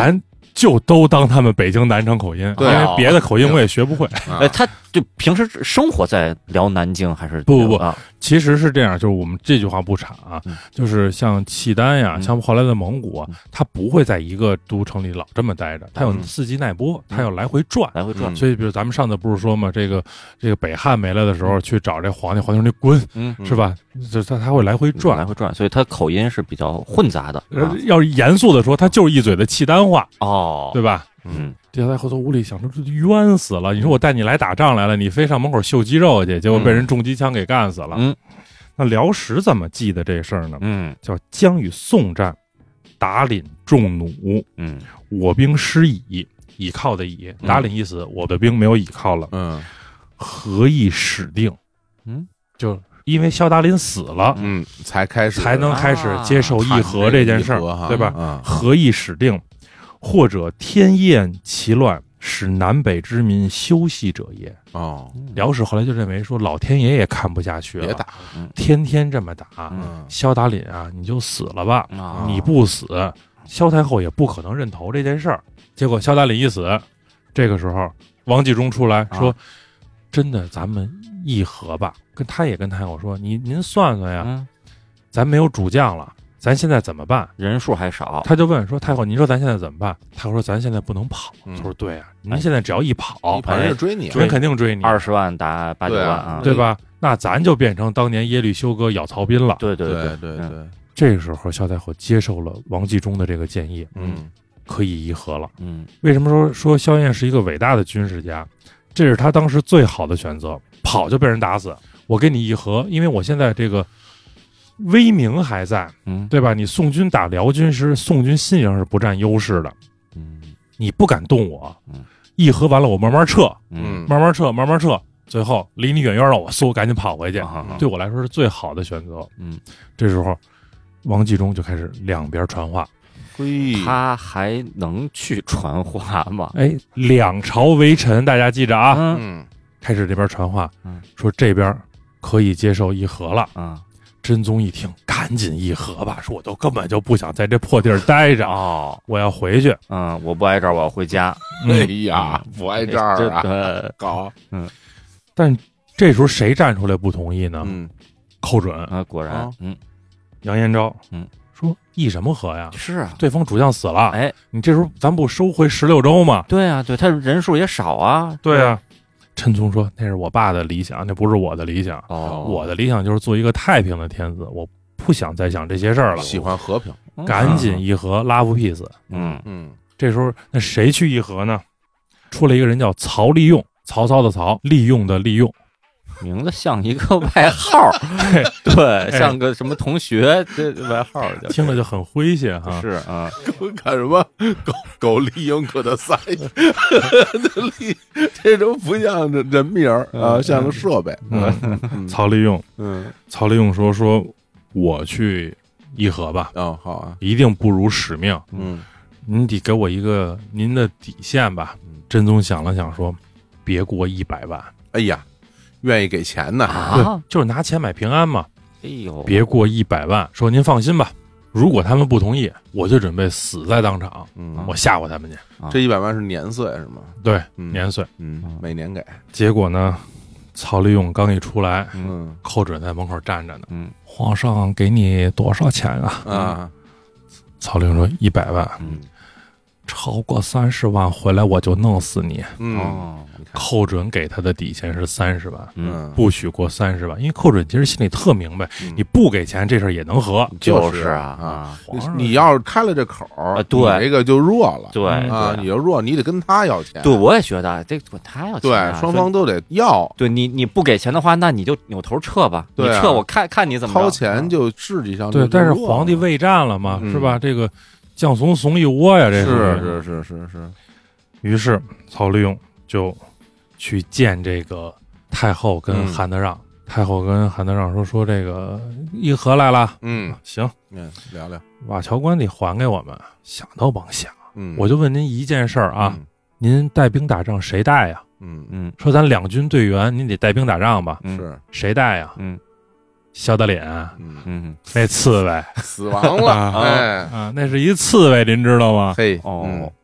[SPEAKER 3] 就都当他们北京南城口音，因为别的口音我也学不会。
[SPEAKER 2] 哎，他就平时生活在辽南京还是
[SPEAKER 3] 不不不、啊？其实是这样，就是我们这句话不差啊，嗯、就是像契丹呀，嗯、像后来的蒙古啊，他不会在一个都城里老这么待着，他有四季奈波，他、嗯、要来回转，
[SPEAKER 2] 来回转。
[SPEAKER 3] 所以，比如咱们上次不是说嘛，这个这个北汉没了的时候，去找这皇帝，皇帝说你滚，嗯，是吧？就他他会来回转，
[SPEAKER 2] 来回转，所以他口音是比较混杂的。
[SPEAKER 3] 啊、要是严肃的说，他就是一嘴的契丹话
[SPEAKER 2] 哦，
[SPEAKER 3] 对吧？
[SPEAKER 2] 嗯，
[SPEAKER 3] 就在后头屋里想说冤死了，你说我带你来打仗来了，你非上门口秀肌肉去，结果被人重机枪给干死了。
[SPEAKER 2] 嗯，
[SPEAKER 3] 那辽史怎么记的这事儿呢？
[SPEAKER 2] 嗯，
[SPEAKER 3] 叫姜与宋战，打领重弩。
[SPEAKER 2] 嗯，
[SPEAKER 3] 我兵失倚，倚靠的倚，打领一死，我的兵没有倚靠了。
[SPEAKER 1] 嗯，
[SPEAKER 3] 何以始定？
[SPEAKER 2] 嗯，
[SPEAKER 3] 就因为萧达林死了，
[SPEAKER 1] 嗯，才开始
[SPEAKER 3] 才能开始接受议和这件事儿，
[SPEAKER 1] 啊、
[SPEAKER 3] 对吧？
[SPEAKER 1] 嗯、
[SPEAKER 3] 何以始定？或者天厌其乱，使南北之民休息者也。
[SPEAKER 1] 哦，
[SPEAKER 3] 辽史后来就认为说，老天爷也看不下去了，
[SPEAKER 1] 别打，
[SPEAKER 3] 天天这么打，
[SPEAKER 1] 嗯、
[SPEAKER 3] 萧达林啊，你就死了吧，
[SPEAKER 2] 哦、
[SPEAKER 3] 你不死，萧太后也不可能认头这件事儿。结果萧达林一死，这个时候王继忠出来说，
[SPEAKER 2] 啊、
[SPEAKER 3] 真的，咱们议和吧。跟他也跟太后说，您您算算呀，
[SPEAKER 2] 嗯、
[SPEAKER 3] 咱没有主将了。咱现在怎么办？
[SPEAKER 2] 人数还少，
[SPEAKER 3] 他就问说：“太后，您说咱现在怎么办？”太后说：“咱现在不能跑。嗯”他说：“对啊，您现在只要一跑，
[SPEAKER 1] 一跑人就追你，
[SPEAKER 3] 人肯定追你，
[SPEAKER 2] 二十万打八九万啊，
[SPEAKER 3] 对吧？那咱就变成当年耶律休哥咬曹彬了。”
[SPEAKER 2] 对对
[SPEAKER 1] 对对对。
[SPEAKER 3] 这个时候，萧太后接受了王继忠的这个建议，
[SPEAKER 1] 嗯，
[SPEAKER 3] 可以议和了。
[SPEAKER 2] 嗯，
[SPEAKER 3] 为什么说说萧燕是一个伟大的军事家？这是他当时最好的选择。跑就被人打死，我跟你议和，因为我现在这个。威名还在，
[SPEAKER 2] 嗯，
[SPEAKER 3] 对吧？你宋军打辽军时，宋军心理上是不占优势的，
[SPEAKER 2] 嗯，
[SPEAKER 3] 你不敢动我，
[SPEAKER 2] 嗯，
[SPEAKER 3] 议和完了我慢慢撤，
[SPEAKER 2] 嗯，
[SPEAKER 3] 慢慢撤，慢慢撤，最后离你远远让我缩，赶紧跑回去，
[SPEAKER 2] 啊、
[SPEAKER 3] 对我来说是最好的选择，
[SPEAKER 2] 嗯，
[SPEAKER 3] 这时候王继忠就开始两边传话，
[SPEAKER 1] 嘿，
[SPEAKER 2] 他还能去传话吗？
[SPEAKER 3] 哎，两朝为臣，大家记着啊，
[SPEAKER 2] 嗯，
[SPEAKER 3] 开始这边传话，
[SPEAKER 2] 嗯，
[SPEAKER 3] 说这边可以接受议和了，
[SPEAKER 2] 嗯。
[SPEAKER 3] 真宗一听，赶紧议和吧，说我都根本就不想在这破地儿待着
[SPEAKER 2] 哦，
[SPEAKER 3] 我要回去。
[SPEAKER 2] 嗯，我不挨这儿，我要回家。
[SPEAKER 1] 哎呀，不挨这儿啊，
[SPEAKER 2] 对，
[SPEAKER 1] 搞。
[SPEAKER 2] 嗯，
[SPEAKER 3] 但这时候谁站出来不同意呢？
[SPEAKER 1] 嗯，
[SPEAKER 3] 寇准
[SPEAKER 2] 啊，果然，嗯，
[SPEAKER 3] 杨延昭，
[SPEAKER 2] 嗯，
[SPEAKER 3] 说议什么和呀？
[SPEAKER 2] 是啊，
[SPEAKER 3] 对方主将死了，
[SPEAKER 2] 哎，
[SPEAKER 3] 你这时候咱不收回十六州吗？
[SPEAKER 2] 对啊，对他人数也少啊。
[SPEAKER 3] 对啊。陈宗说：“那是我爸的理想，那不是我的理想。
[SPEAKER 2] 哦，
[SPEAKER 3] 我的理想就是做一个太平的天子，我不想再想这些事儿了。
[SPEAKER 1] 喜欢和平，
[SPEAKER 3] 赶紧议和 ，love peace。
[SPEAKER 2] 嗯
[SPEAKER 1] 嗯，
[SPEAKER 3] 这时候那谁去议和呢？出来一个人叫曹利用，曹操的曹，利用的利用，
[SPEAKER 2] 名字像一个外号，对对，像个什么同学这外号，
[SPEAKER 3] 听着就很诙谐哈。
[SPEAKER 2] 是啊，
[SPEAKER 1] 我看什么狗狗利用可的塞，利这都不像人名啊，像个设备。
[SPEAKER 3] 嗯，曹利用，
[SPEAKER 1] 嗯，
[SPEAKER 3] 曹利用说说我去议和吧。
[SPEAKER 1] 哦，好啊，
[SPEAKER 3] 一定不辱使命。
[SPEAKER 1] 嗯，
[SPEAKER 3] 您得给我一个您的底线吧。真宗想了想说，别过一百万。
[SPEAKER 1] 哎呀。愿意给钱呢，
[SPEAKER 2] 啊、
[SPEAKER 3] 对，就是拿钱买平安嘛。
[SPEAKER 2] 哎呦，
[SPEAKER 3] 别过一百万。说您放心吧，如果他们不同意，我就准备死在当场。
[SPEAKER 1] 嗯，
[SPEAKER 3] 我吓唬他们去。
[SPEAKER 1] 这一百万是年岁是吗？
[SPEAKER 3] 对，
[SPEAKER 1] 嗯、
[SPEAKER 3] 年岁，
[SPEAKER 1] 嗯，每年给。
[SPEAKER 3] 结果呢，曹利用刚一出来，
[SPEAKER 1] 嗯，
[SPEAKER 3] 寇准在门口站着呢。
[SPEAKER 2] 嗯，
[SPEAKER 3] 皇上给你多少钱啊？
[SPEAKER 1] 啊，
[SPEAKER 3] 曹利用说一百万。
[SPEAKER 2] 嗯。
[SPEAKER 3] 超过三十万回来我就弄死你。
[SPEAKER 1] 嗯，
[SPEAKER 2] 哦，
[SPEAKER 3] 寇准给他的底线是三十万，
[SPEAKER 2] 嗯，
[SPEAKER 3] 不许过三十万，因为寇准其实心里特明白，
[SPEAKER 1] 嗯、
[SPEAKER 3] 你不给钱这事儿也能和，
[SPEAKER 1] 就是
[SPEAKER 2] 啊
[SPEAKER 1] 啊，你要是开了这口
[SPEAKER 2] 啊，对，
[SPEAKER 1] 这个就弱了，
[SPEAKER 2] 对
[SPEAKER 1] 啊，你要弱，你得跟他要钱。
[SPEAKER 2] 对，我也觉得这管他要钱、啊，
[SPEAKER 1] 对，双方都得要。
[SPEAKER 2] 对你，你不给钱的话，那你就扭头撤吧，
[SPEAKER 1] 对、啊，
[SPEAKER 2] 你撤我看看你怎么
[SPEAKER 1] 掏钱就实际上
[SPEAKER 3] 对，但是皇帝未战了嘛，
[SPEAKER 1] 嗯、
[SPEAKER 3] 是吧？这个。将怂怂一窝呀，这
[SPEAKER 1] 是是是是是。
[SPEAKER 3] 于是曹利用就去见这个太后跟韩德让，嗯、太后跟韩德让说说这个议和来了，
[SPEAKER 1] 嗯，
[SPEAKER 3] 行，
[SPEAKER 1] 嗯，聊聊
[SPEAKER 3] 瓦桥关得还给我们，想都甭想，
[SPEAKER 1] 嗯，
[SPEAKER 3] 我就问您一件事儿啊，
[SPEAKER 1] 嗯、
[SPEAKER 3] 您带兵打仗谁带呀？
[SPEAKER 1] 嗯
[SPEAKER 2] 嗯，
[SPEAKER 3] 说咱两军队员，您得带兵打仗吧？
[SPEAKER 1] 是，
[SPEAKER 3] 谁带呀？
[SPEAKER 2] 嗯。
[SPEAKER 3] 萧德脸，
[SPEAKER 2] 嗯嗯，
[SPEAKER 3] 那刺猬
[SPEAKER 1] 死亡了，哎
[SPEAKER 3] 啊，那是一刺猬，您知道吗？
[SPEAKER 1] 嘿，
[SPEAKER 2] 哦，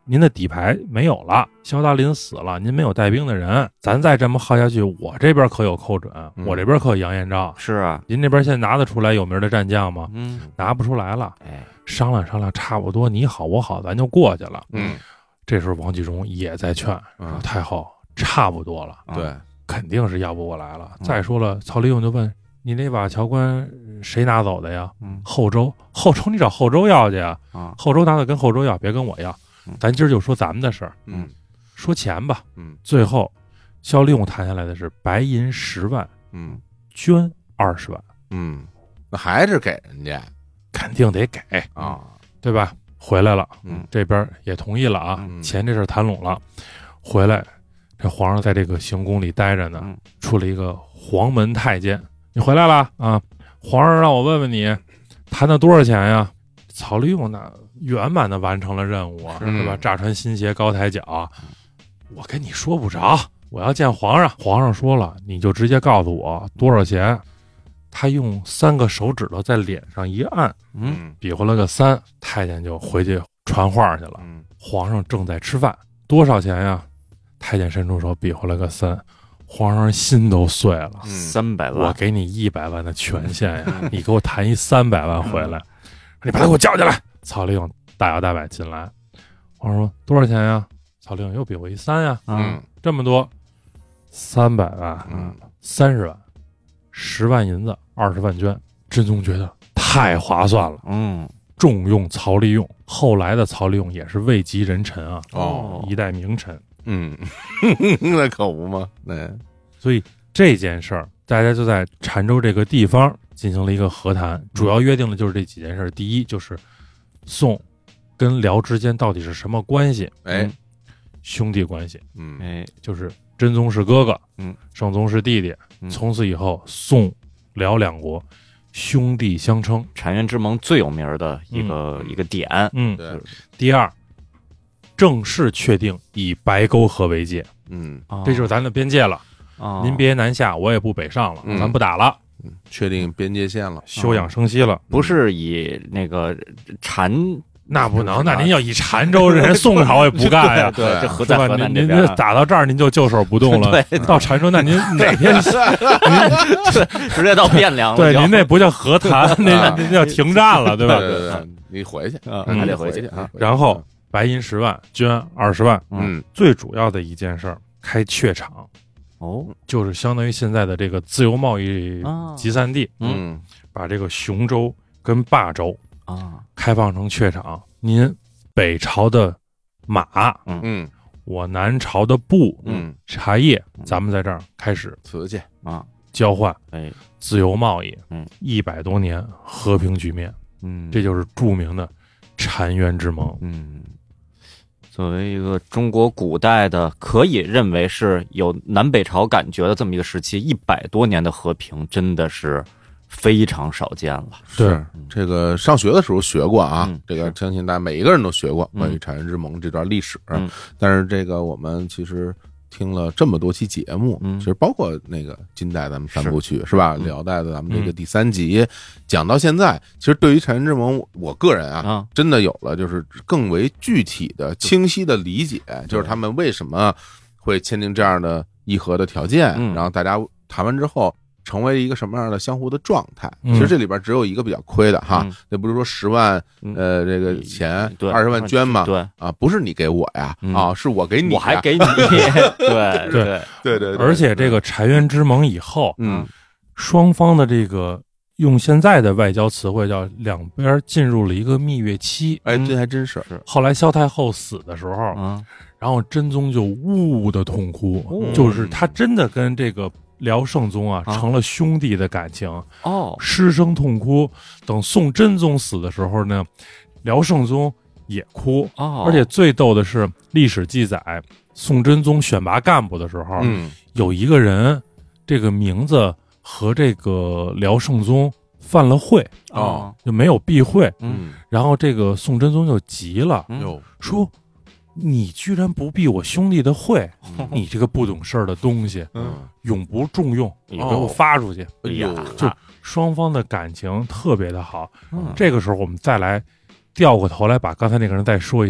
[SPEAKER 3] 您的底牌没有了，萧达林死了，您没有带兵的人，咱再这么耗下去，我这边可有寇准，
[SPEAKER 1] 嗯、
[SPEAKER 3] 我这边可有杨延昭。
[SPEAKER 2] 是啊，
[SPEAKER 3] 您这边现在拿得出来有名的战将吗？
[SPEAKER 2] 嗯，
[SPEAKER 3] 拿不出来了。
[SPEAKER 2] 哎，
[SPEAKER 3] 商量商量，差不多你好我好，咱就过去了。
[SPEAKER 1] 嗯，
[SPEAKER 3] 这时候王继忠也在劝，
[SPEAKER 1] 嗯、
[SPEAKER 3] 太后差不多了，
[SPEAKER 1] 对，
[SPEAKER 3] 肯定是要不过来了。
[SPEAKER 2] 嗯、
[SPEAKER 3] 再说了，曹利用就问你那把桥关谁拿走的呀？
[SPEAKER 2] 嗯，
[SPEAKER 3] 后周，后周你找后周要去呀。
[SPEAKER 2] 啊，
[SPEAKER 3] 后周拿的跟后周要，别跟我要。咱今儿就说咱们的事儿，
[SPEAKER 1] 嗯，
[SPEAKER 3] 说钱吧，
[SPEAKER 1] 嗯，
[SPEAKER 3] 最后萧利用谈下来的是白银十万，
[SPEAKER 1] 嗯，
[SPEAKER 3] 捐二十万，
[SPEAKER 1] 嗯，那还是给人家，
[SPEAKER 3] 肯定得给
[SPEAKER 1] 啊，
[SPEAKER 3] 对吧？回来了，
[SPEAKER 1] 嗯，
[SPEAKER 3] 这边也同意了啊，
[SPEAKER 1] 嗯、
[SPEAKER 3] 钱这事儿谈拢了，回来，这皇上在这个行宫里待着呢，
[SPEAKER 2] 嗯、
[SPEAKER 3] 出了一个黄门太监，你回来了啊？皇上让我问问你，谈了多少钱呀？曹利用呢？圆满的完成了任务啊，
[SPEAKER 1] 是
[SPEAKER 3] 吧？乍穿新鞋高抬脚，我跟你说不着，我要见皇上。皇上说了，你就直接告诉我多少钱。他用三个手指头在脸上一按，
[SPEAKER 2] 嗯，
[SPEAKER 3] 比划了个三，太监就回去传话去了。
[SPEAKER 1] 嗯，
[SPEAKER 3] 皇上正在吃饭，多少钱呀？太监伸出手比划了个三，皇上心都碎了。
[SPEAKER 1] 嗯、
[SPEAKER 2] 三百万，
[SPEAKER 3] 我给你一百万的权限呀，你给我谈一三百万回来，你把他给我叫进来。曹利用大摇大摆进来，皇上说多少钱呀？曹利用又比划一三呀，
[SPEAKER 1] 嗯，
[SPEAKER 3] 这么多，三百万，
[SPEAKER 1] 嗯，
[SPEAKER 3] 三十万，十万银子，二十万捐。真宗觉得太划算了，
[SPEAKER 2] 嗯，
[SPEAKER 3] 重用曹利用。后来的曹利用也是位极人臣啊，
[SPEAKER 1] 哦，
[SPEAKER 3] 一代名臣，
[SPEAKER 1] 嗯，那可不嘛，那
[SPEAKER 3] 所以这件事儿，大家就在澶州这个地方进行了一个和谈，主要约定的就是这几件事。第一就是宋跟辽之间到底是什么关系？
[SPEAKER 1] 哎，
[SPEAKER 3] 兄弟关系。
[SPEAKER 1] 嗯，
[SPEAKER 2] 哎，
[SPEAKER 3] 就是真宗是哥哥，
[SPEAKER 2] 嗯，
[SPEAKER 3] 圣宗是弟弟。从此以后，宋辽两国兄弟相称。
[SPEAKER 2] 澶渊之盟最有名的一个、
[SPEAKER 3] 嗯、
[SPEAKER 2] 一个点。
[SPEAKER 3] 嗯，
[SPEAKER 1] 对。
[SPEAKER 3] 第二，正式确定以白沟河为界。
[SPEAKER 1] 嗯，
[SPEAKER 3] 这就是咱的边界了。
[SPEAKER 2] 哦、
[SPEAKER 3] 您别南下，我也不北上了，
[SPEAKER 1] 嗯、
[SPEAKER 3] 咱不打了。
[SPEAKER 1] 嗯，确定边界线了，
[SPEAKER 3] 休养生息了，
[SPEAKER 2] 不是以那个澶，
[SPEAKER 3] 那不能，那您要以澶州人宋朝也不干呀，
[SPEAKER 2] 对，这河在河南这
[SPEAKER 3] 边，
[SPEAKER 2] 您
[SPEAKER 3] 您打到这儿您就就手不动了，
[SPEAKER 2] 对，
[SPEAKER 3] 到澶州那您哪天
[SPEAKER 2] 您直接到汴梁了，
[SPEAKER 3] 对，您那不叫和谈，那那叫停战了，对吧？
[SPEAKER 1] 对对对，你回去，
[SPEAKER 2] 还得
[SPEAKER 1] 回
[SPEAKER 2] 去
[SPEAKER 1] 啊。
[SPEAKER 3] 然后白银十万，捐二十万，
[SPEAKER 1] 嗯，
[SPEAKER 3] 最主要的一件事儿，开榷场。
[SPEAKER 2] 哦，
[SPEAKER 3] 就是相当于现在的这个自由贸易集散地，
[SPEAKER 1] 嗯，
[SPEAKER 3] 把这个雄州跟霸州
[SPEAKER 2] 啊
[SPEAKER 3] 开放成榷场。您北朝的马，
[SPEAKER 1] 嗯，
[SPEAKER 3] 我南朝的布，
[SPEAKER 1] 嗯，
[SPEAKER 3] 茶叶，咱们在这儿开始
[SPEAKER 1] 瓷器
[SPEAKER 2] 啊
[SPEAKER 3] 交换，
[SPEAKER 2] 哎，
[SPEAKER 3] 自由贸易，
[SPEAKER 2] 嗯，
[SPEAKER 3] 一百多年和平局面，
[SPEAKER 2] 嗯，
[SPEAKER 3] 这就是著名的澶渊之盟，
[SPEAKER 2] 嗯。作为一个中国古代的可以认为是有南北朝感觉的这么一个时期，一百多年的和平真的是非常少见了。
[SPEAKER 1] 是这个上学的时候学过啊，
[SPEAKER 2] 嗯、
[SPEAKER 1] 这个相信大家每一个人都学过关于澶渊之盟这段历史。
[SPEAKER 2] 嗯、
[SPEAKER 1] 但是这个我们其实听了这么多期节目，
[SPEAKER 2] 嗯、
[SPEAKER 1] 其实包括那个近代咱们三部曲 是, 是吧？
[SPEAKER 2] 嗯、
[SPEAKER 1] 辽代的咱们这个第三集、嗯、讲到现在，其实对于澶渊之盟，我个人啊，
[SPEAKER 2] 啊
[SPEAKER 1] 真的有了就是更为具体的、清晰的理解，就是他们为什么会签订这样的议和的条件，
[SPEAKER 2] 嗯、
[SPEAKER 1] 然后大家谈完之后。成为一个什么样的相互的状态？
[SPEAKER 3] 嗯、
[SPEAKER 1] 其实这里边只有一个比较亏的哈，
[SPEAKER 2] 嗯、
[SPEAKER 1] 那不是说十万呃这个钱二十万捐嘛？
[SPEAKER 2] 对
[SPEAKER 1] 啊，不是你给我呀，
[SPEAKER 2] 嗯、
[SPEAKER 1] 啊，是我给你，
[SPEAKER 2] 我还给你，对
[SPEAKER 3] 对
[SPEAKER 1] 对对。
[SPEAKER 3] 而且这个澶渊之盟以后，
[SPEAKER 1] 嗯，
[SPEAKER 3] 双方的这个用现在的外交词汇叫两边进入了一个蜜月期。
[SPEAKER 1] 哎，这还真是。
[SPEAKER 3] 后来萧太后死的时候，
[SPEAKER 2] 嗯，
[SPEAKER 3] 然后真宗就呜呜的痛哭，
[SPEAKER 2] 哦、
[SPEAKER 3] 就是他真的跟这个。辽圣宗啊，成了兄弟的感情
[SPEAKER 2] 哦，
[SPEAKER 3] 失声痛哭。等宋真宗死的时候呢，辽圣宗也哭
[SPEAKER 2] 哦。
[SPEAKER 3] 而且最逗的是，历史记载，宋真宗选拔干部的时候，
[SPEAKER 1] 嗯，
[SPEAKER 3] 有一个人，这个名字和这个辽圣宗犯了讳
[SPEAKER 2] 哦，
[SPEAKER 3] 就没有避讳。
[SPEAKER 2] 嗯，
[SPEAKER 3] 然后这个宋真宗就急了，
[SPEAKER 1] 嗯、
[SPEAKER 3] 说。你居然不避我兄弟的讳，
[SPEAKER 2] 嗯、
[SPEAKER 3] 你这个不懂事儿的东西，
[SPEAKER 1] 嗯，
[SPEAKER 3] 永不重用，你给我发出去。
[SPEAKER 1] 哎呀，
[SPEAKER 3] 就双方的感情特别的好。
[SPEAKER 2] 嗯、
[SPEAKER 3] 这个时候我们再来掉过头来把刚才那个人再说一下，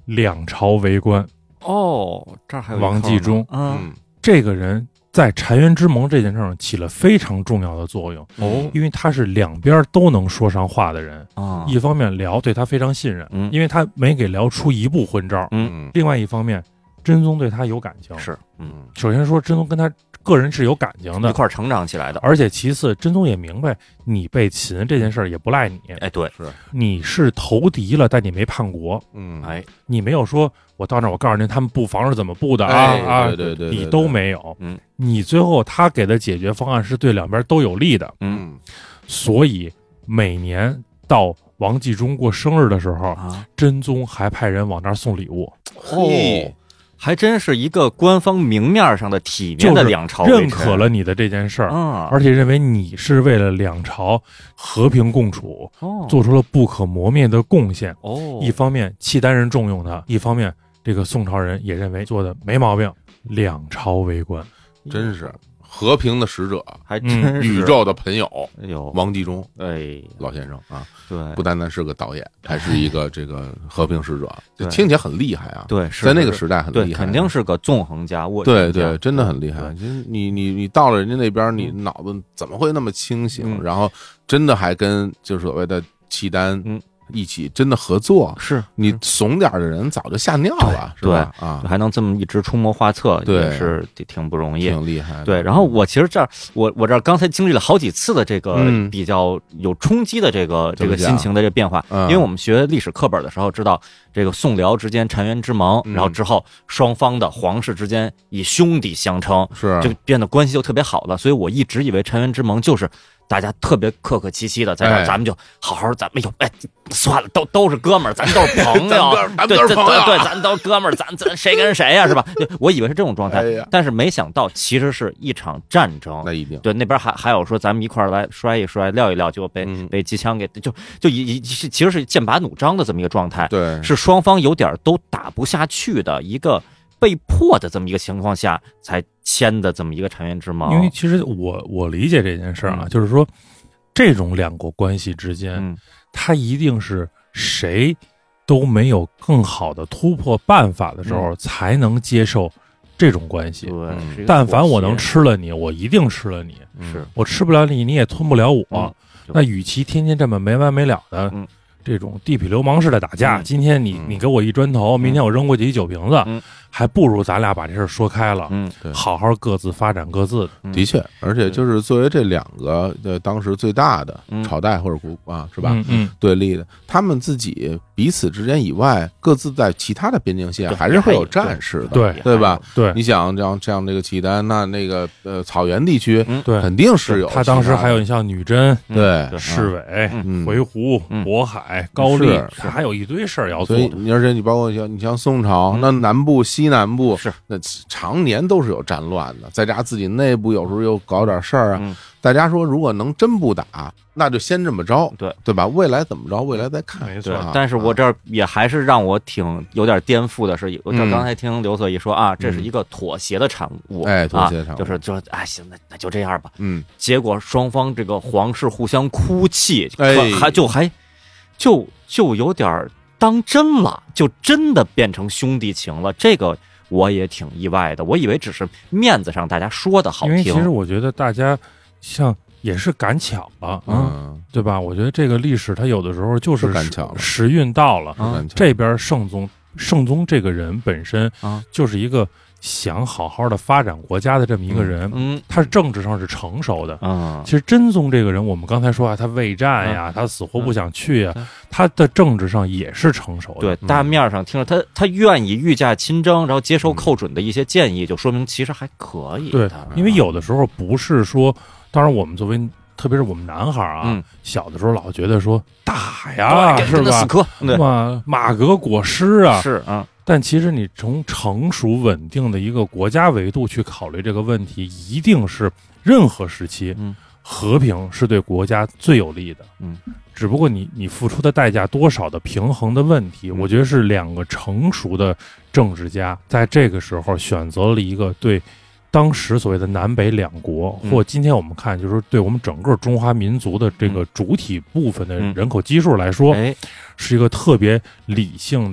[SPEAKER 3] 两朝为官。
[SPEAKER 2] 哦，这儿还有
[SPEAKER 3] 王继忠，
[SPEAKER 2] 嗯，
[SPEAKER 3] 这个人在澶渊之盟这件事上起了非常重要的作用
[SPEAKER 2] 哦，
[SPEAKER 3] 因为他是两边都能说上话的人
[SPEAKER 2] 啊。
[SPEAKER 3] 一方面辽对他非常信任，
[SPEAKER 2] 嗯，
[SPEAKER 3] 因为他没给辽出一步昏招，
[SPEAKER 2] 嗯，
[SPEAKER 3] 另外一方面，真宗对他有感情，
[SPEAKER 2] 是，嗯，
[SPEAKER 3] 首先说真宗跟他个人是有感情的，
[SPEAKER 2] 一块成长起来的，
[SPEAKER 3] 而且其次，真宗也明白你被擒这件事儿也不赖你，
[SPEAKER 2] 哎，对，
[SPEAKER 1] 是
[SPEAKER 3] 你是投敌了，但你没叛国，
[SPEAKER 1] 嗯，
[SPEAKER 2] 哎，
[SPEAKER 3] 你没有说我到那儿我告诉您他们布防是怎么布的啊、
[SPEAKER 1] 哎、
[SPEAKER 3] 啊，
[SPEAKER 1] 对对 对, 对，
[SPEAKER 3] 你都没有，
[SPEAKER 2] 嗯，
[SPEAKER 3] 你最后他给的解决方案是对两边都有利的，
[SPEAKER 2] 嗯，
[SPEAKER 3] 所以每年到王继忠过生日的时候，
[SPEAKER 2] 啊，
[SPEAKER 3] 真宗还派人往那儿送礼物，
[SPEAKER 2] 哦。还真是一个官方明面上的体面的两朝
[SPEAKER 3] 认可了你的这件事儿，
[SPEAKER 2] 嗯，
[SPEAKER 3] 而且认为你是为了两朝和平共处，
[SPEAKER 2] 哦，
[SPEAKER 3] 做出了不可磨灭的贡献。
[SPEAKER 2] 哦，
[SPEAKER 3] 一方面契丹人重用他，一方面这个宋朝人也认为做的没毛病，两朝为官，
[SPEAKER 1] 真是和平的使者，
[SPEAKER 2] 还真是、
[SPEAKER 1] 嗯、宇宙的朋友。
[SPEAKER 2] 哎呦，
[SPEAKER 1] 王继忠，
[SPEAKER 2] 哎，
[SPEAKER 1] 老先生啊，
[SPEAKER 2] 对，
[SPEAKER 1] 不单单是个导演，还是一个这个和平使者，
[SPEAKER 2] 对，
[SPEAKER 1] 听起来很厉害啊。
[SPEAKER 2] 对，是
[SPEAKER 1] 在那个时代很厉害，
[SPEAKER 2] 对，肯定是个纵横家。我
[SPEAKER 1] 对对，真的很厉害。你你你到了人家那边，你脑子怎么会那么清醒？
[SPEAKER 2] 嗯、
[SPEAKER 1] 然后真的还跟就是所谓的契丹，
[SPEAKER 2] 嗯。
[SPEAKER 1] 一起真的合作，
[SPEAKER 2] 是
[SPEAKER 1] 你怂点的人早就吓尿了，是吧？啊，
[SPEAKER 2] 还能这么一直出谋划策，
[SPEAKER 1] 对，
[SPEAKER 2] 也是挺不容易，
[SPEAKER 1] 挺厉害的。
[SPEAKER 2] 对，然后我其实这儿，我我这儿刚才经历了好几次的这个比较有冲击的这个、嗯、这个心情的这个变化，
[SPEAKER 1] 嗯、
[SPEAKER 2] 因为我们学历史课本的时候知道，这个宋辽之间澶渊之盟，
[SPEAKER 1] 嗯、
[SPEAKER 2] 然后之后双方的皇室之间以兄弟相称，
[SPEAKER 1] 是
[SPEAKER 2] 就变得关系就特别好了，所以我一直以为澶渊之盟就是。大家特别客客气气的，在这儿咱们就好好，咱们有哎，算了，都都是哥们儿，咱们都是朋友，
[SPEAKER 1] 咱们都是朋友，
[SPEAKER 2] 对，咱都是哥们儿，咱咱谁跟谁呀、啊，是吧？我以为是这种状态，
[SPEAKER 1] 哎、
[SPEAKER 2] 但是没想到其实是一场战争。
[SPEAKER 1] 那一定
[SPEAKER 2] 对，那边还还有说咱们一块儿来摔一摔，撂一撂，就被、嗯、被机枪给就就一一其实是剑拔弩张的这么一个状态。
[SPEAKER 1] 对，
[SPEAKER 2] 是双方有点都打不下去的一个。被迫的这么一个情况下才签的这么一个澶渊之盟，
[SPEAKER 3] 因为其实我我理解这件事啊、嗯，就是说这种两国关系之间，
[SPEAKER 2] 嗯，
[SPEAKER 3] 它一定是谁都没有更好的突破办法的时候，
[SPEAKER 2] 嗯、
[SPEAKER 3] 才能接受这种关系。
[SPEAKER 2] 对、
[SPEAKER 3] 嗯，但凡我能吃了你，我一定吃了你。
[SPEAKER 2] 是
[SPEAKER 3] 我吃不了你，你也吞不了我。
[SPEAKER 2] 嗯、
[SPEAKER 3] 那与其天天这么没完没了的。
[SPEAKER 2] 嗯
[SPEAKER 3] 这种地痞流氓式的打架，
[SPEAKER 2] 嗯、
[SPEAKER 3] 今天你你给我一砖头，嗯、明天我扔过去一酒瓶子，
[SPEAKER 2] 嗯、
[SPEAKER 3] 还不如咱俩把这事说开了，
[SPEAKER 2] 嗯，
[SPEAKER 3] 好好各自发展各自的。
[SPEAKER 1] 嗯、的确，而且就是作为这两个的当时最大的朝代或者国啊，是吧？
[SPEAKER 3] 嗯嗯，
[SPEAKER 1] 对立的，他们自己彼此之间以外，各自在其他的边境线还是会有战事的，
[SPEAKER 3] 对
[SPEAKER 1] 对吧？
[SPEAKER 3] 对，
[SPEAKER 1] 你想这样这样这个契丹，那那个呃草原地区，
[SPEAKER 3] 对，
[SPEAKER 1] 肯定是有。
[SPEAKER 3] 他当时还有你像女真、
[SPEAKER 1] 对
[SPEAKER 3] 侍卫、
[SPEAKER 1] 嗯、
[SPEAKER 3] 回鹘、渤海、高丽。他还有一堆事儿要做的，
[SPEAKER 1] 你而且你包括像你像宋朝，嗯、那南部、西南部
[SPEAKER 2] 是
[SPEAKER 1] 那常年都是有战乱的，再加上自己内部有时候又搞点事儿啊。
[SPEAKER 2] 嗯、
[SPEAKER 1] 大家说，如果能真不打，那就先这么着，
[SPEAKER 2] 对
[SPEAKER 1] 对吧？未来怎么着，未来再看。
[SPEAKER 3] 没错。
[SPEAKER 1] 啊、
[SPEAKER 2] 但是我这儿也还是让我挺有点颠覆的是，我这刚才听刘所一说啊，这是一个妥协的产物，
[SPEAKER 1] 哎，妥协产物，
[SPEAKER 2] 就是就哎行，那那就这样吧。
[SPEAKER 1] 嗯。
[SPEAKER 2] 结果双方这个皇室互相哭泣，
[SPEAKER 1] 哎，
[SPEAKER 2] 还就还就就有点。当真了，就真的变成兄弟情了。这个我也挺意外的，我以为只是面子上大家说的好听。
[SPEAKER 3] 因为其实我觉得大家像也是赶巧了，
[SPEAKER 1] 嗯，
[SPEAKER 3] 对吧？我觉得这个历史它有的时候就是
[SPEAKER 1] 赶巧了，
[SPEAKER 3] 时运到了。
[SPEAKER 1] 嗯、
[SPEAKER 3] 这边圣宗，圣宗这个人本身就是一个想好好的发展国家的这么一个人，
[SPEAKER 2] 嗯，
[SPEAKER 3] 他政治上是成熟的。
[SPEAKER 2] 嗯，
[SPEAKER 3] 其实真宗这个人，我们刚才说啊，他畏战呀，嗯、他死活不想去呀，
[SPEAKER 2] 嗯、
[SPEAKER 3] 他的政治上也是成熟的。
[SPEAKER 2] 对，大面上听着他他愿意御驾亲征，然后接受寇准的一些建议，就说明其实还可以。
[SPEAKER 3] 对，因为有的时候不是说，当然我们作为特别是我们男孩啊，
[SPEAKER 2] 嗯、
[SPEAKER 3] 小的时候老觉得说打呀，是吧？
[SPEAKER 2] 死磕，
[SPEAKER 3] 马马革裹尸啊，
[SPEAKER 2] 是啊。
[SPEAKER 3] 但其实你从成熟稳定的一个国家维度去考虑这个问题，一定是任何时期，
[SPEAKER 2] 嗯，
[SPEAKER 3] 和平是对国家最有利的，
[SPEAKER 2] 嗯，
[SPEAKER 3] 只不过你你付出的代价多少的平衡的问题，
[SPEAKER 2] 嗯、
[SPEAKER 3] 我觉得是两个成熟的政治家在这个时候选择了一个对当时所谓的南北两国，
[SPEAKER 2] 嗯、
[SPEAKER 3] 或今天我们看就是对我们整个中华民族的这个主体部分的人口基数来说，
[SPEAKER 2] 嗯、
[SPEAKER 3] 是一个特别理性的。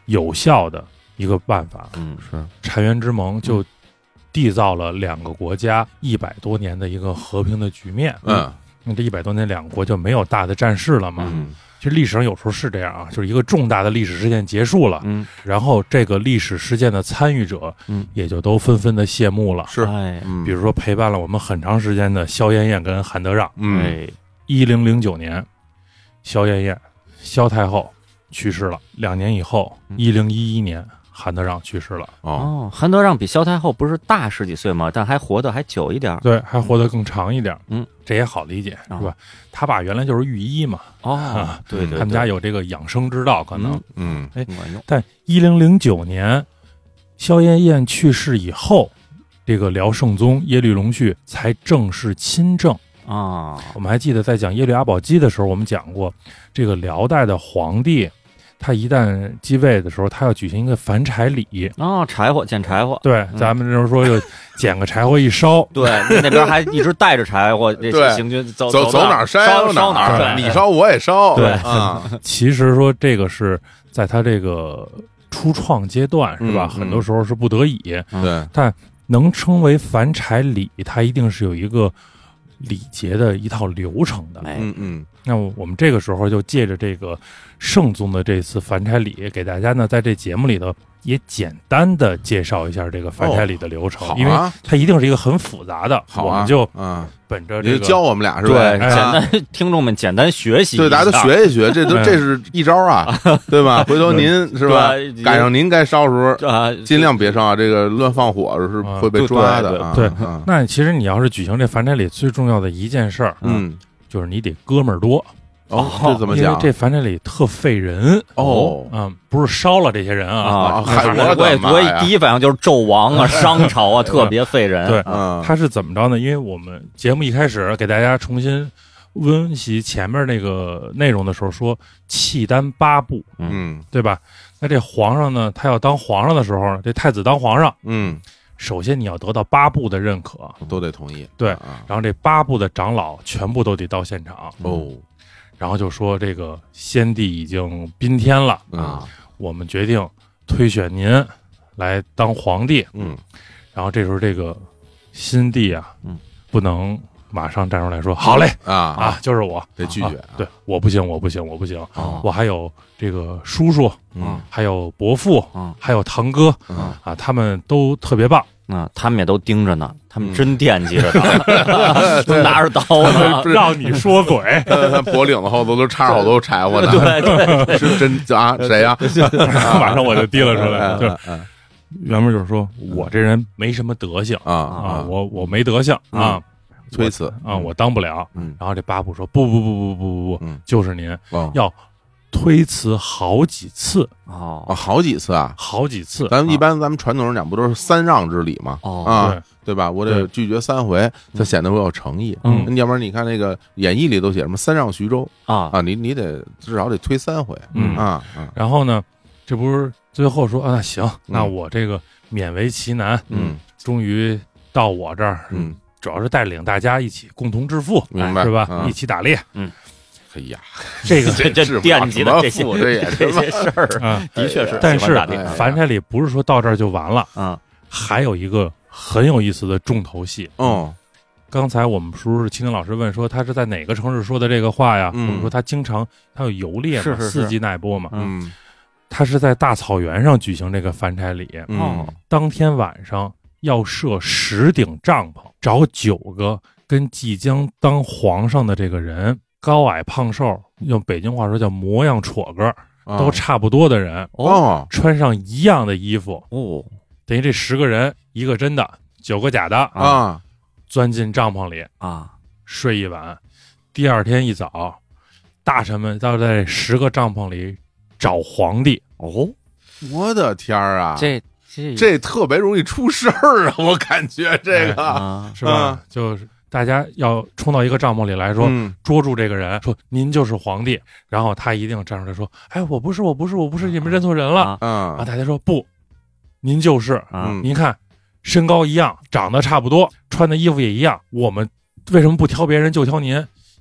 [SPEAKER 3] 有效的一个办法。
[SPEAKER 2] 嗯，
[SPEAKER 1] 是
[SPEAKER 3] 澶渊之盟就缔造了两个国家一百多年的一个和平的局面。
[SPEAKER 1] 嗯，
[SPEAKER 3] 那这一百多年两个国就没有大的战事了嘛。
[SPEAKER 1] 嗯，
[SPEAKER 3] 其实历史上有时候是这样啊，就是一个重大的历史事件结束了，
[SPEAKER 2] 嗯，
[SPEAKER 3] 然后这个历史事件的参与者，
[SPEAKER 2] 嗯，
[SPEAKER 3] 也就都纷纷的谢幕了。
[SPEAKER 1] 是，
[SPEAKER 2] 哎，
[SPEAKER 1] 嗯，
[SPEAKER 3] 比如说陪伴了我们很长时间的萧燕燕跟韩德让。
[SPEAKER 1] 嗯，
[SPEAKER 2] 哎，
[SPEAKER 3] 一零零九年，萧燕燕、萧太后去世了。两年以后，一零一一年，韩德让去世了。
[SPEAKER 1] 哦，
[SPEAKER 2] 哦，韩德让比萧太后不是大十几岁吗？但还活得还久一点。
[SPEAKER 3] 对，还活得更长一点。
[SPEAKER 2] 嗯，
[SPEAKER 3] 这也好理解，
[SPEAKER 2] 哦
[SPEAKER 3] 是吧？他爸原来就是御医嘛。
[SPEAKER 2] 哦，对对对，
[SPEAKER 3] 他们家有这个养生之道，可能。
[SPEAKER 1] 嗯，
[SPEAKER 3] 哎，
[SPEAKER 2] 管用。
[SPEAKER 3] 但一零零九年，萧燕燕去世以后，这个辽圣宗耶律隆绪才正式亲政。
[SPEAKER 2] 啊，
[SPEAKER 3] 我们还记得在讲耶律阿保机的时候，我们讲过，这个辽代的皇帝，他一旦继位的时候，他要举行一个凡柴礼。
[SPEAKER 2] 哦，柴火捡柴火。
[SPEAKER 3] 对，咱们这时候说就捡个柴火一烧。
[SPEAKER 2] 对，那边还一直带着柴火，这行军走
[SPEAKER 1] 走
[SPEAKER 2] 走
[SPEAKER 1] 哪儿
[SPEAKER 2] 烧
[SPEAKER 1] 烧
[SPEAKER 2] 哪儿，
[SPEAKER 1] 你烧我也烧。
[SPEAKER 3] 对
[SPEAKER 1] 啊，
[SPEAKER 3] 其实说这个是在他这个初创阶段，是吧？
[SPEAKER 1] 嗯嗯
[SPEAKER 3] 很多时候是不得已，
[SPEAKER 1] 对，
[SPEAKER 3] 但能称为凡柴礼，它一定是有一个礼节的一套流程的。
[SPEAKER 2] 哎，
[SPEAKER 1] 嗯嗯，
[SPEAKER 3] 那我们这个时候就借着这个圣宗的这次凡柴礼，给大家呢在这节目里头也简单的介绍一下这个凡柴礼的流程，
[SPEAKER 1] 哦好啊
[SPEAKER 3] 因为它一定是一个很复杂的。
[SPEAKER 1] 好啊，
[SPEAKER 3] 我们就
[SPEAKER 1] 嗯，
[SPEAKER 3] 本着这个
[SPEAKER 1] 你就教我们俩是吧？
[SPEAKER 2] 对，
[SPEAKER 3] 哎
[SPEAKER 2] 简单，听众们简单学习一下，
[SPEAKER 1] 对，大家都学一学，这都
[SPEAKER 3] 哎
[SPEAKER 1] 这是一招啊，对吧？回头您是吧
[SPEAKER 2] 对，
[SPEAKER 1] 赶上您该烧时候，
[SPEAKER 2] 啊，
[SPEAKER 1] 尽量别烧啊，这个乱放火是会被抓的啊。
[SPEAKER 3] 对
[SPEAKER 1] 啊
[SPEAKER 3] 那其实你要是举行这凡柴礼，最重要的一件事儿，
[SPEAKER 1] 嗯，
[SPEAKER 3] 就是你得哥们儿多。
[SPEAKER 1] 哦，这怎么讲？
[SPEAKER 3] 因为这凡柴礼特费人。
[SPEAKER 1] 哦，
[SPEAKER 3] 嗯，不是烧了这些人啊，
[SPEAKER 2] 啊，
[SPEAKER 1] 嗨
[SPEAKER 2] 我
[SPEAKER 1] 我的
[SPEAKER 2] 也我也
[SPEAKER 1] 妈呀
[SPEAKER 2] 第一反应就是纣王啊、商朝啊，特别费人。
[SPEAKER 3] 对
[SPEAKER 1] 嗯，
[SPEAKER 3] 他是怎么着呢？因为我们节目一开始给大家重新温习前面那个内容的时候说契丹八部，
[SPEAKER 1] 嗯
[SPEAKER 3] 对吧？那这皇上呢，他要当皇上的时候，这太子当皇上，
[SPEAKER 1] 嗯，
[SPEAKER 3] 首先你要得到八部的认可，
[SPEAKER 1] 都得同意。
[SPEAKER 3] 对
[SPEAKER 1] 啊，
[SPEAKER 3] 然后这八部的长老全部都得到现场，
[SPEAKER 1] 哦，
[SPEAKER 3] 然后就说这个先帝已经宾天了，
[SPEAKER 1] 嗯
[SPEAKER 2] 啊，
[SPEAKER 3] 我们决定推选您来当皇帝。
[SPEAKER 1] 嗯
[SPEAKER 3] 然后这时候这个新帝啊，
[SPEAKER 2] 嗯，
[SPEAKER 3] 不能马上站出来说好嘞
[SPEAKER 1] 啊
[SPEAKER 3] 啊，就是我，
[SPEAKER 1] 得拒绝
[SPEAKER 3] 啊对，我不行，我不行，我不行，
[SPEAKER 2] 哦
[SPEAKER 3] 我还有这个叔叔，
[SPEAKER 1] 嗯
[SPEAKER 3] 还有伯父，
[SPEAKER 2] 嗯
[SPEAKER 3] 还有堂哥
[SPEAKER 1] 嗯
[SPEAKER 3] 啊，他们都特别棒，
[SPEAKER 2] 啊，他们也都盯着呢，他们
[SPEAKER 1] 嗯
[SPEAKER 2] 真惦记着呢，都拿着刀呢。
[SPEAKER 1] 不是
[SPEAKER 3] 让你说嘴。
[SPEAKER 1] 他他脖领子后头都插着好多柴火呢，
[SPEAKER 2] 对对，
[SPEAKER 1] 是真啊？谁呀？
[SPEAKER 3] 马上我就提了出来，就
[SPEAKER 1] 嗯
[SPEAKER 3] 原文就是说我这人没什么德行
[SPEAKER 1] 啊
[SPEAKER 3] 啊，
[SPEAKER 1] 啊，
[SPEAKER 3] 我我没德行啊，
[SPEAKER 1] 推辞
[SPEAKER 3] 啊，我当不了。
[SPEAKER 1] 嗯
[SPEAKER 3] 然后这八部说不不不不不不不
[SPEAKER 1] 嗯，
[SPEAKER 3] 就是您
[SPEAKER 1] 哦
[SPEAKER 3] 要推辞好几次，
[SPEAKER 2] 哦
[SPEAKER 1] 啊，好几次啊。
[SPEAKER 3] 好几次。
[SPEAKER 1] 咱们一般咱们传统人讲不都是三让之礼吗？
[SPEAKER 2] 哦
[SPEAKER 1] 啊，
[SPEAKER 3] 对
[SPEAKER 1] 对吧？我得
[SPEAKER 3] 对
[SPEAKER 1] 拒绝三回，才显得我有诚意。
[SPEAKER 3] 嗯
[SPEAKER 1] 要不然你看那个演义里都写什么三让徐州
[SPEAKER 2] 啊
[SPEAKER 1] 啊，你你得至少得推三回。
[SPEAKER 3] 嗯
[SPEAKER 1] 啊啊，
[SPEAKER 3] 然后呢，这不是最后说啊，行，那我这个勉为其难，
[SPEAKER 1] 嗯
[SPEAKER 3] 终于到我这儿，
[SPEAKER 1] 嗯，
[SPEAKER 3] 主要是带领大家一起共同致富，
[SPEAKER 1] 明白
[SPEAKER 3] 是吧？
[SPEAKER 1] 嗯
[SPEAKER 3] 一起打猎，
[SPEAKER 1] 哎呀，
[SPEAKER 3] 这个
[SPEAKER 2] 这这
[SPEAKER 1] 是
[SPEAKER 2] 惦记的这些
[SPEAKER 1] 什么富这也
[SPEAKER 2] 这些事儿，
[SPEAKER 3] 啊，
[SPEAKER 2] 的确是。
[SPEAKER 3] 但是
[SPEAKER 2] 喜欢打猎
[SPEAKER 3] 凡柴礼不是说到这儿就完了，
[SPEAKER 2] 嗯
[SPEAKER 3] 还有一个很有意思的重头戏。
[SPEAKER 1] 哦，
[SPEAKER 3] 刚才我们叔叔青年老师问说他是在哪个城市说的这个话呀？
[SPEAKER 1] 嗯
[SPEAKER 3] 我们说他经常他有游猎嘛，
[SPEAKER 2] 是是是
[SPEAKER 3] 四季奈波嘛，
[SPEAKER 1] 嗯
[SPEAKER 3] 他是在大草原上举行这个凡柴礼。
[SPEAKER 1] 嗯
[SPEAKER 3] 当天晚上要设十顶帐篷，找九个跟即将当皇上的这个人，高矮胖瘦，用北京话说叫模样戳个，都差不多的人，
[SPEAKER 1] 哦
[SPEAKER 3] 穿上一样的衣服，
[SPEAKER 2] 哦
[SPEAKER 3] 等于这十个人，一个真的，九个假的，
[SPEAKER 1] 啊
[SPEAKER 3] 钻进帐篷里
[SPEAKER 2] 啊
[SPEAKER 3] 睡一晚。第二天一早，大臣们要在这十个帐篷里找皇帝。
[SPEAKER 2] 哦，
[SPEAKER 1] 我的天儿啊！
[SPEAKER 2] 这这
[SPEAKER 1] 这特别容易出事儿啊！我感觉这个
[SPEAKER 2] 啊
[SPEAKER 3] 是吧？就是大家要冲到一个帐篷里来说，
[SPEAKER 1] 嗯
[SPEAKER 3] 捉住这个人，说您就是皇帝，然后他一定站出来说：“哎，我不是，我不是，我不是，你们认错人了。
[SPEAKER 2] 啊
[SPEAKER 1] 嗯
[SPEAKER 3] 啊！大家说不，您就是。
[SPEAKER 2] 啊
[SPEAKER 1] 嗯
[SPEAKER 3] 您看，身高一样，长得差不多，穿的衣服也一样，我们为什么不挑别人就挑您？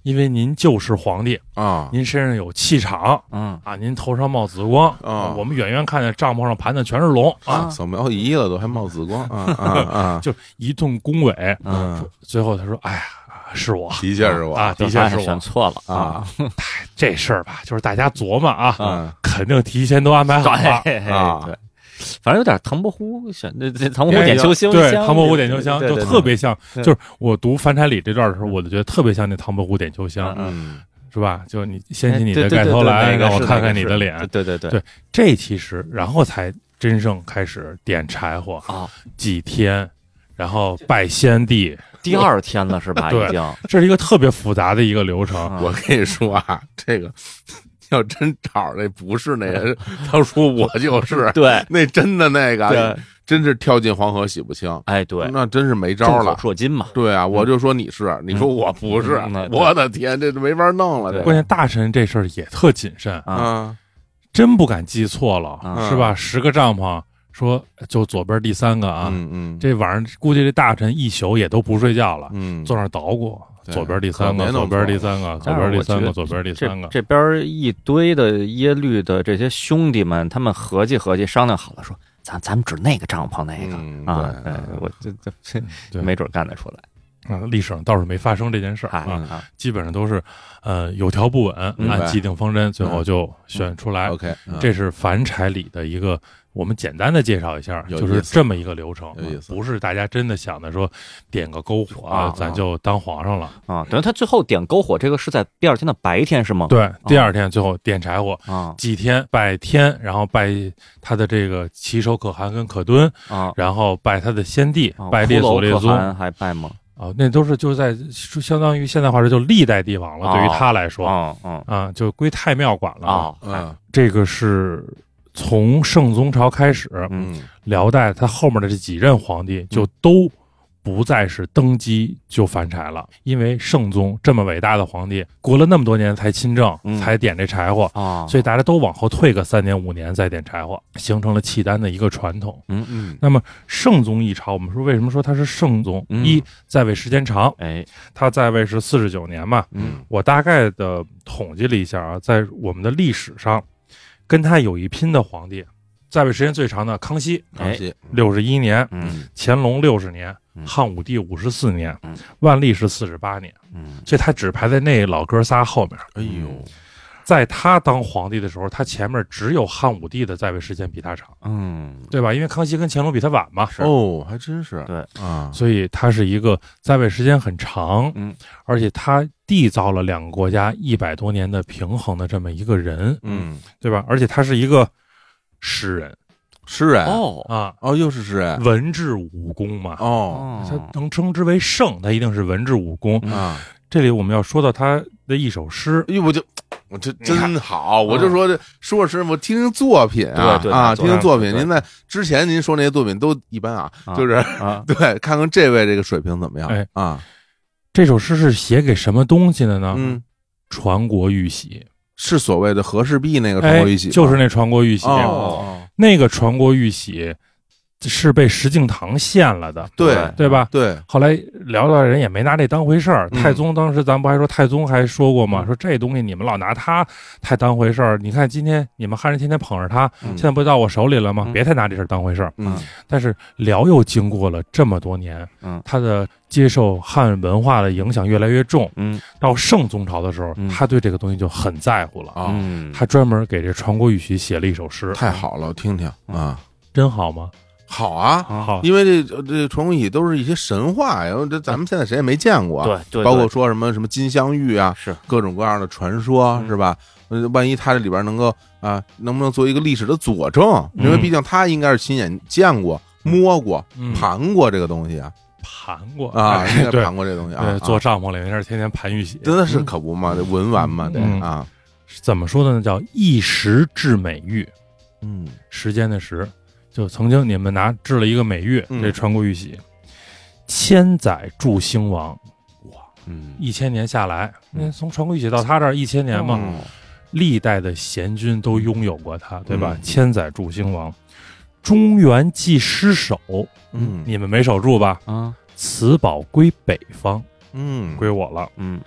[SPEAKER 3] 因为您就是皇帝
[SPEAKER 1] 啊，
[SPEAKER 3] 您身上有气场，
[SPEAKER 2] 嗯
[SPEAKER 3] 啊，您头上冒紫光
[SPEAKER 1] 啊，
[SPEAKER 3] 我们远远看见帐篷上盘的全是龙啊，
[SPEAKER 1] 扫描仪了都还冒紫光啊啊啊，
[SPEAKER 3] 就一顿恭维，
[SPEAKER 1] 嗯，
[SPEAKER 3] 最后他说，哎呀。是我，
[SPEAKER 1] 的确是我
[SPEAKER 3] 啊，的确是我
[SPEAKER 2] 选错了
[SPEAKER 1] 啊！
[SPEAKER 3] 这事儿吧，就是大家琢磨啊，
[SPEAKER 1] 嗯、
[SPEAKER 3] 肯定提前都安排好了
[SPEAKER 1] 啊。
[SPEAKER 2] 对，反正有点唐伯虎选这这唐伯虎点秋香，
[SPEAKER 3] 对，唐伯虎点秋香就特别像。
[SPEAKER 2] 对对对
[SPEAKER 3] 就是我读樊柴里这段的时候，我就觉得特别像那唐伯虎点秋香，
[SPEAKER 1] 嗯，
[SPEAKER 3] 是吧？就你掀起你的盖头来，让我看看你的脸。
[SPEAKER 2] 对对对
[SPEAKER 3] 对，这其实然后才真正开始点柴火
[SPEAKER 2] 啊，
[SPEAKER 3] 祭天，然后拜先帝。
[SPEAKER 2] 第二天了是吧？已经，
[SPEAKER 3] 这是一个特别复杂的一个流程。
[SPEAKER 1] 我跟你说啊，这个要真找那不是那人，他说我就是
[SPEAKER 2] 对，
[SPEAKER 1] 那真的那个，真是跳进黄河洗不清。
[SPEAKER 2] 哎，对，
[SPEAKER 1] 那真是没招了。
[SPEAKER 2] 烁金嘛。
[SPEAKER 1] 对啊，我就说你是，你说我不是，我的天，这没法弄了。
[SPEAKER 3] 关键大臣这事儿也特谨慎
[SPEAKER 1] 啊，
[SPEAKER 3] 真不敢记错了，是吧？十个帐篷。说就左边第三个啊，
[SPEAKER 1] 嗯嗯，
[SPEAKER 3] 这晚上估计这大臣一宿也都不睡觉了，
[SPEAKER 1] 嗯，
[SPEAKER 3] 坐那捣鼓，左边第三个，左边第三个，左边第三个，左边第三个，
[SPEAKER 2] 这边一堆的耶律的这些兄弟们，他们合计合计商量好了，说咱咱们指那个帐篷那个、
[SPEAKER 1] 嗯、
[SPEAKER 2] 啊，哎，我这这这没准干得出来。
[SPEAKER 3] 啊，历史上倒是没发生这件事儿啊，
[SPEAKER 2] 啊
[SPEAKER 3] 基本上都是呃有条不紊，按既定方针，最后就选出来。
[SPEAKER 1] OK，
[SPEAKER 3] 这是樊柴里的一个，我们简单的介绍一下，就是这么一个流程，不是大家真的想的说点个篝火啊，咱就当皇上了
[SPEAKER 2] 啊。等于他最后点篝火，这个是在第二天的白天是吗？
[SPEAKER 3] 对，第二天最后点柴火
[SPEAKER 2] 啊，
[SPEAKER 3] 祭天拜天，然后拜他的这个旗手可汗跟可敦
[SPEAKER 2] 啊，
[SPEAKER 3] 然后拜他的先帝，
[SPEAKER 2] 啊、
[SPEAKER 3] 拜列祖列宗，
[SPEAKER 2] 还拜吗？
[SPEAKER 3] 啊，那都是就是在相当于现代话说就历代帝王了，
[SPEAKER 2] 哦、
[SPEAKER 3] 对于他来说，
[SPEAKER 2] 啊、哦、
[SPEAKER 3] 啊，就归太庙管了
[SPEAKER 2] 啊。
[SPEAKER 1] 嗯，
[SPEAKER 3] 这个是从圣宗朝开始，
[SPEAKER 1] 嗯，
[SPEAKER 3] 辽代他后面的这几任皇帝就都不再是登基就翻柴了，因为圣宗这么伟大的皇帝，过了那么多年才亲政，
[SPEAKER 2] 嗯、
[SPEAKER 3] 才点这柴火
[SPEAKER 2] 啊，
[SPEAKER 3] 所以大家都往后退个三年五年再点柴火，形成了契丹的一个传统。
[SPEAKER 2] 嗯嗯。
[SPEAKER 3] 那么圣宗一朝，我们说为什么说他是圣宗？
[SPEAKER 2] 嗯、
[SPEAKER 3] 一在位时间长，
[SPEAKER 2] 哎，
[SPEAKER 3] 他在位是四十九年嘛。
[SPEAKER 2] 嗯，
[SPEAKER 3] 我大概的统计了一下啊，在我们的历史上，跟他有一拼的皇帝，在位时间最长的康熙，
[SPEAKER 1] 康熙
[SPEAKER 3] 六十一年，
[SPEAKER 2] 嗯，
[SPEAKER 3] 乾隆六十年。
[SPEAKER 2] 嗯、
[SPEAKER 3] 汉武帝五十四年，
[SPEAKER 2] 嗯、
[SPEAKER 3] 万历是四十八年，
[SPEAKER 2] 嗯，
[SPEAKER 3] 所以他只排在那老哥仨后面。
[SPEAKER 1] 哎呦，
[SPEAKER 3] 在他当皇帝的时候，他前面只有汉武帝的在位时间比他长，
[SPEAKER 2] 嗯，
[SPEAKER 3] 对吧？因为康熙跟乾隆比他晚嘛。
[SPEAKER 1] 哦，还真是。
[SPEAKER 2] 对
[SPEAKER 1] 啊，
[SPEAKER 3] 所以他是一个在位时间很长，
[SPEAKER 2] 嗯，
[SPEAKER 3] 而且他缔造了两个国家一百多年的平衡的这么一个人，
[SPEAKER 1] 嗯，
[SPEAKER 3] 对吧？而且他是一个诗人。
[SPEAKER 1] 诗人
[SPEAKER 2] 哦
[SPEAKER 3] 啊
[SPEAKER 1] 哦，又是诗人，
[SPEAKER 3] 文治武功嘛
[SPEAKER 1] 哦，
[SPEAKER 3] 他能称之为圣，他一定是文治武功
[SPEAKER 1] 啊。
[SPEAKER 3] 这里我们要说到他的一首诗，
[SPEAKER 1] 哎呦，我就我这真好，我就说这说诗，我听听作品啊，
[SPEAKER 2] 对对
[SPEAKER 1] 啊，听听作品。
[SPEAKER 2] 对
[SPEAKER 1] 您在之前您说那些作品都一般啊，
[SPEAKER 2] 啊
[SPEAKER 1] 就是
[SPEAKER 2] 啊
[SPEAKER 1] 对，看看这位这个水平怎么样？
[SPEAKER 3] 哎
[SPEAKER 1] 啊，
[SPEAKER 3] 这首诗是写给什么东西的呢？
[SPEAKER 1] 嗯，
[SPEAKER 3] 传国玉玺，
[SPEAKER 1] 是所谓的和氏璧那个传国玉玺，
[SPEAKER 3] 就是那传国玉玺。
[SPEAKER 1] 哦。
[SPEAKER 3] 那个传国玉玺是被石敬瑭献了的，
[SPEAKER 1] 对
[SPEAKER 3] 对吧？
[SPEAKER 1] 对。
[SPEAKER 3] 后来辽代人也没拿这当回事儿。
[SPEAKER 1] 嗯、
[SPEAKER 3] 太宗当时咱不还说太宗还说过吗？
[SPEAKER 1] 嗯、
[SPEAKER 3] 说这东西你们老拿它太当回事儿。你看今天你们汉人天天捧着它，
[SPEAKER 1] 嗯、
[SPEAKER 3] 现在不到我手里了吗？
[SPEAKER 2] 嗯、
[SPEAKER 3] 别太拿这事儿当回事儿。
[SPEAKER 1] 嗯。
[SPEAKER 3] 但是辽又经过了这么多年，
[SPEAKER 2] 嗯，
[SPEAKER 3] 他的接受汉文化的影响越来越重，
[SPEAKER 2] 嗯，
[SPEAKER 3] 到圣宗朝的时候，
[SPEAKER 2] 嗯、
[SPEAKER 3] 他对这个东西就很在乎了
[SPEAKER 1] 啊。
[SPEAKER 2] 嗯，
[SPEAKER 3] 他专门给这传国玉玺写了一首诗，
[SPEAKER 1] 太好了，我听听啊，
[SPEAKER 3] 真好吗？
[SPEAKER 1] 好啊，
[SPEAKER 3] 好，
[SPEAKER 1] 因为这这传国玉玺都是一些神话呀，这咱们现在谁也没见过，
[SPEAKER 2] 对对，
[SPEAKER 1] 包括说什么什么金镶玉啊，
[SPEAKER 2] 是
[SPEAKER 1] 各种各样的传说，是吧？万一他这里边能够啊，能不能做一个历史的佐证？因为毕竟他应该是亲眼见过、摸过、盘过这个东西啊，
[SPEAKER 3] 盘过
[SPEAKER 1] 啊，应该盘过这东西啊。
[SPEAKER 3] 对，坐帐篷里面是天天盘玉玺，
[SPEAKER 1] 真的是可不嘛，得文玩嘛，得啊。
[SPEAKER 3] 怎么说的呢？叫一时制美玉，
[SPEAKER 1] 嗯，
[SPEAKER 3] 时间的时。就曾经你们拿制了一个美玉，这传国玉玺，千载助兴亡，哇，
[SPEAKER 1] 嗯，
[SPEAKER 3] 一千年下来，那从传国玉玺到他这儿一千年嘛，历代的贤君都拥有过它，对吧？千载助兴亡，中原既失守，
[SPEAKER 1] 嗯，
[SPEAKER 3] 你们没守住吧？
[SPEAKER 2] 啊，
[SPEAKER 3] 此宝归北方，
[SPEAKER 1] 嗯，
[SPEAKER 3] 归我了，
[SPEAKER 2] 嗯，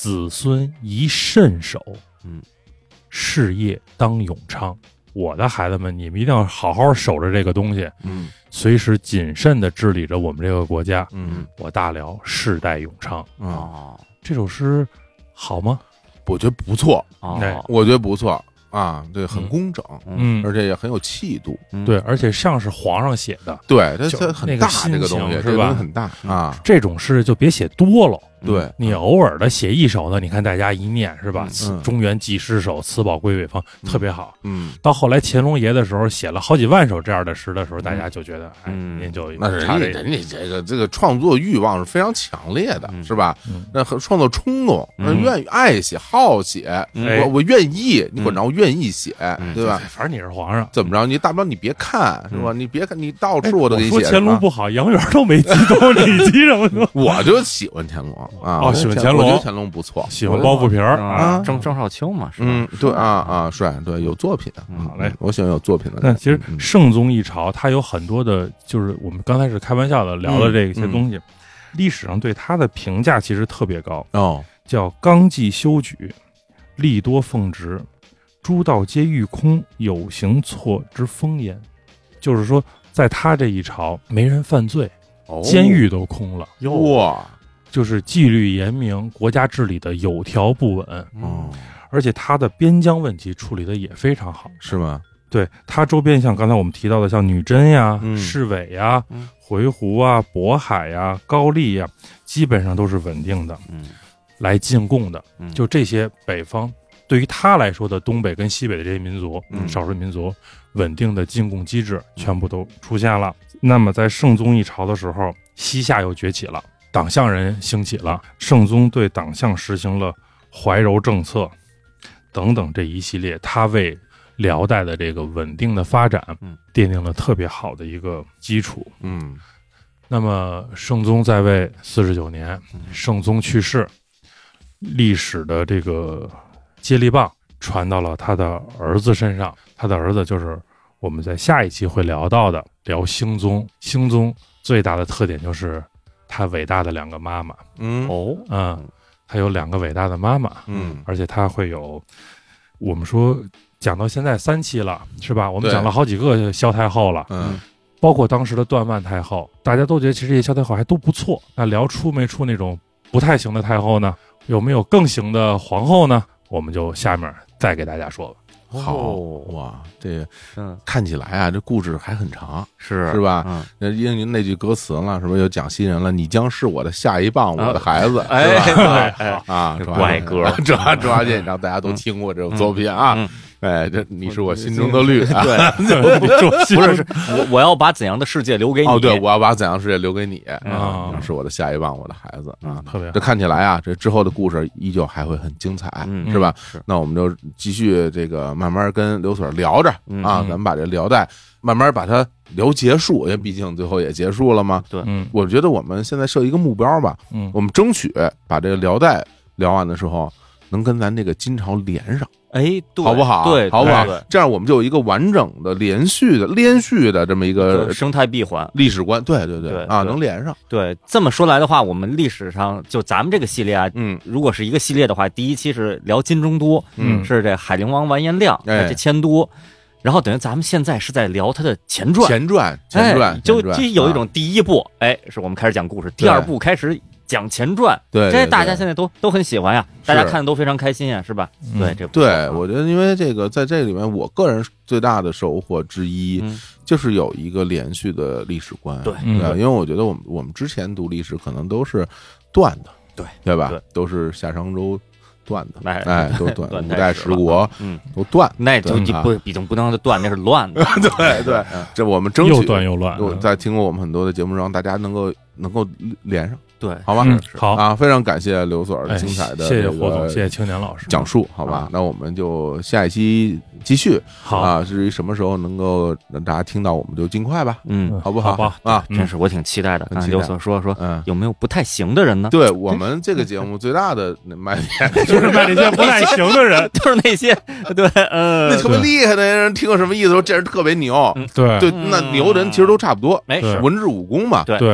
[SPEAKER 3] 子孙宜慎守，
[SPEAKER 2] 嗯，
[SPEAKER 3] 事业当永昌。我的孩子们，你们一定要好好守着这个东西，
[SPEAKER 1] 嗯，
[SPEAKER 3] 随时谨慎地治理着我们这个国家。
[SPEAKER 1] 嗯，
[SPEAKER 3] 我大辽世代永昌。
[SPEAKER 2] 哦，
[SPEAKER 3] 这首诗好吗？
[SPEAKER 1] 我觉得不错，
[SPEAKER 2] 哦，
[SPEAKER 1] 我觉得不错啊，对，很工整，
[SPEAKER 3] 嗯，
[SPEAKER 1] 而且也很有气度，
[SPEAKER 3] 对，而且像是皇上写的，
[SPEAKER 1] 对，它它很大，这个东西
[SPEAKER 3] 是吧？
[SPEAKER 1] 很大啊，
[SPEAKER 3] 这种诗就别写多了。
[SPEAKER 1] 对，
[SPEAKER 3] 你偶尔的写一首的，你看大家一念是吧？
[SPEAKER 1] 嗯、
[SPEAKER 3] 中原几十首，此宝归北方，
[SPEAKER 1] 嗯、
[SPEAKER 3] 特别好。
[SPEAKER 1] 嗯，
[SPEAKER 3] 到后来乾隆爷的时候，写了好几万首这样的诗的时候，大家就觉得，哎，您就
[SPEAKER 1] 那人家人家这个这个创作欲望是非常强烈的，
[SPEAKER 2] 嗯、
[SPEAKER 1] 是吧？
[SPEAKER 3] 嗯、
[SPEAKER 1] 那创作冲动，
[SPEAKER 3] 嗯、
[SPEAKER 1] 愿意爱写好写，
[SPEAKER 3] 嗯、
[SPEAKER 1] 我我愿意，你管着我愿意写，
[SPEAKER 2] 嗯、
[SPEAKER 1] 对吧？
[SPEAKER 3] 反正你是皇上，
[SPEAKER 1] 怎么着？你大不了你别看，是吧？你别看，你到处我都给你写。
[SPEAKER 3] 哎、说乾隆不好，杨元都没激动，你急什么？
[SPEAKER 1] 我就喜欢乾隆啊！
[SPEAKER 3] 哦，喜欢乾隆。
[SPEAKER 1] 我觉得乾隆不错，
[SPEAKER 3] 喜欢包袱皮儿
[SPEAKER 2] 啊，郑郑少秋嘛，是吧？
[SPEAKER 1] 嗯，对啊啊，帅，对，有作品。
[SPEAKER 3] 好嘞，
[SPEAKER 1] 我喜欢有作品的。
[SPEAKER 3] 那其实圣宗一朝，它有很多的，就是我们刚才是开玩笑的聊的这些东西，历史上对他的评价其实特别高
[SPEAKER 1] 哦，
[SPEAKER 3] 叫纲纪修举，利多奉直，诸道皆欲空，有行错之风焉。就是说，在他这一朝，没人犯罪，监狱都空了，
[SPEAKER 1] 哇！
[SPEAKER 3] 就是纪律严明，国家治理的有条不紊，
[SPEAKER 1] 嗯，
[SPEAKER 3] 而且它的边疆问题处理的也非常好，
[SPEAKER 1] 是吗？
[SPEAKER 3] 对，它周边像刚才我们提到的，像女真呀、
[SPEAKER 1] 嗯、
[SPEAKER 3] 市委呀、
[SPEAKER 2] 嗯、
[SPEAKER 3] 回鹘啊、渤海呀、高丽呀，基本上都是稳定的，
[SPEAKER 2] 嗯，
[SPEAKER 3] 来进贡的。
[SPEAKER 2] 嗯、
[SPEAKER 3] 就这些北方，对于他来说的东北跟西北的这些民族、
[SPEAKER 1] 嗯、
[SPEAKER 3] 少数民族，稳定的进贡机制全部都出现了。那么在圣宗一朝的时候，西夏又崛起了。党项人兴起了，圣宗对党项实行了怀柔政策等等这一系列，他为辽代的这个稳定的发展奠定了特别好的一个基础。
[SPEAKER 1] 嗯，
[SPEAKER 3] 那么圣宗在位四十九年，圣宗去世，历史的这个接力棒传到了他的儿子身上，他的儿子就是我们在下一期会聊到的辽兴宗。兴宗最大的特点就是他伟大的两个妈妈，
[SPEAKER 1] 嗯
[SPEAKER 2] 哦，
[SPEAKER 3] 嗯，他有两个伟大的妈妈，
[SPEAKER 1] 嗯，
[SPEAKER 3] 而且他会有，我们说讲到现在三期了，是吧？我们讲了好几个萧太后了，
[SPEAKER 1] 嗯，
[SPEAKER 3] 包括当时的段万太后，大家都觉得其实这些萧太后还都不错。那辽出没出那种不太行的太后呢？有没有更行的皇后呢？我们就下面再给大家说吧。
[SPEAKER 1] 好哇，这个
[SPEAKER 2] 嗯，
[SPEAKER 1] 看起来啊，这故事还很长，
[SPEAKER 2] 是
[SPEAKER 1] 是吧？
[SPEAKER 2] 嗯，
[SPEAKER 1] 那因为那句歌词了，是不是又讲新人了？你将是我的下一棒，我的孩子，
[SPEAKER 2] 哎，
[SPEAKER 1] 对啊，
[SPEAKER 2] 怪歌，
[SPEAKER 1] 中华中华剑，让大家都听过这种作品啊。哎，这你是我心中的绿，
[SPEAKER 2] 对，不是，是我我要把怎样的世界留给你？
[SPEAKER 1] 哦，对，我要把怎样的世界留给你
[SPEAKER 3] 啊！
[SPEAKER 1] 是我的下一棒，我的孩子啊，
[SPEAKER 3] 特别。
[SPEAKER 1] 这看起来啊，这之后的故事依旧还会很精彩，是吧？那我们就继续这个慢慢跟刘所聊着啊，咱们把这辽代慢慢把它聊结束，因为毕竟最后也结束了嘛。
[SPEAKER 2] 对，
[SPEAKER 3] 嗯，
[SPEAKER 1] 我觉得我们现在设一个目标吧，
[SPEAKER 3] 嗯，
[SPEAKER 1] 我们争取把这个辽代聊完的时候，能跟咱这个金朝连上。
[SPEAKER 2] 哎，对，
[SPEAKER 1] 好不好？
[SPEAKER 2] 对，
[SPEAKER 1] 好不好？这样我们就有一个完整的、连续的、连续的这么一个
[SPEAKER 2] 生态闭环
[SPEAKER 1] 历史观。对对
[SPEAKER 2] 对
[SPEAKER 1] 啊，能连上。
[SPEAKER 2] 对，这么说来的话，我们历史上就咱们这个系列啊，
[SPEAKER 1] 嗯，
[SPEAKER 2] 如果是一个系列的话，第一期是聊金中都，
[SPEAKER 1] 嗯，
[SPEAKER 2] 是这海陵王完颜亮这迁都，然后等于咱们现在是在聊他的前传，
[SPEAKER 1] 前传，前传，
[SPEAKER 2] 就就有一种第一部，哎，是我们开始讲故事，第二部开始讲前传，
[SPEAKER 1] 对，
[SPEAKER 2] 这大家现在都都很喜欢呀，大家看的都非常开心呀，是吧？对，这
[SPEAKER 1] 对，我觉得因为这个在这里面，我个人最大的收获之一就是有一个连续的历史观，
[SPEAKER 2] 对，
[SPEAKER 1] 因为我觉得我们我们之前读历史可能都是断的，
[SPEAKER 2] 对，
[SPEAKER 1] 对吧？都是夏商周断的，
[SPEAKER 2] 哎，
[SPEAKER 1] 哎，都断，五代十国，嗯，都断，
[SPEAKER 2] 那就不已经不能断，那是乱的，
[SPEAKER 1] 对对，这我们争取
[SPEAKER 3] 又断又乱。
[SPEAKER 1] 在听过我们很多的节目中，大家能够能够连上。
[SPEAKER 2] 对，
[SPEAKER 1] 好吧，
[SPEAKER 3] 好
[SPEAKER 1] 啊，非常感谢刘所精彩的，
[SPEAKER 3] 谢谢霍总，谢谢青年老师
[SPEAKER 1] 讲述，好吧，那我们就下一期继续，
[SPEAKER 3] 好
[SPEAKER 1] 啊，至于什么时候能够让大家听到，我们就尽快吧，
[SPEAKER 2] 嗯，
[SPEAKER 1] 好不好？
[SPEAKER 3] 好
[SPEAKER 1] 啊，
[SPEAKER 2] 真是我挺期待的。刚才刘所说说，
[SPEAKER 1] 嗯，
[SPEAKER 2] 有没有不太行的人呢？
[SPEAKER 1] 对我们这个节目最大的卖点
[SPEAKER 3] 就是卖那些不太行的人，
[SPEAKER 2] 就是那些对，嗯，
[SPEAKER 1] 那特别厉害的人，听个什么意思？说这人特别牛，
[SPEAKER 3] 对
[SPEAKER 1] 对，那牛的人其实都差不多，
[SPEAKER 2] 哎，
[SPEAKER 1] 文治武功嘛，
[SPEAKER 2] 对
[SPEAKER 3] 对
[SPEAKER 1] 对吧？那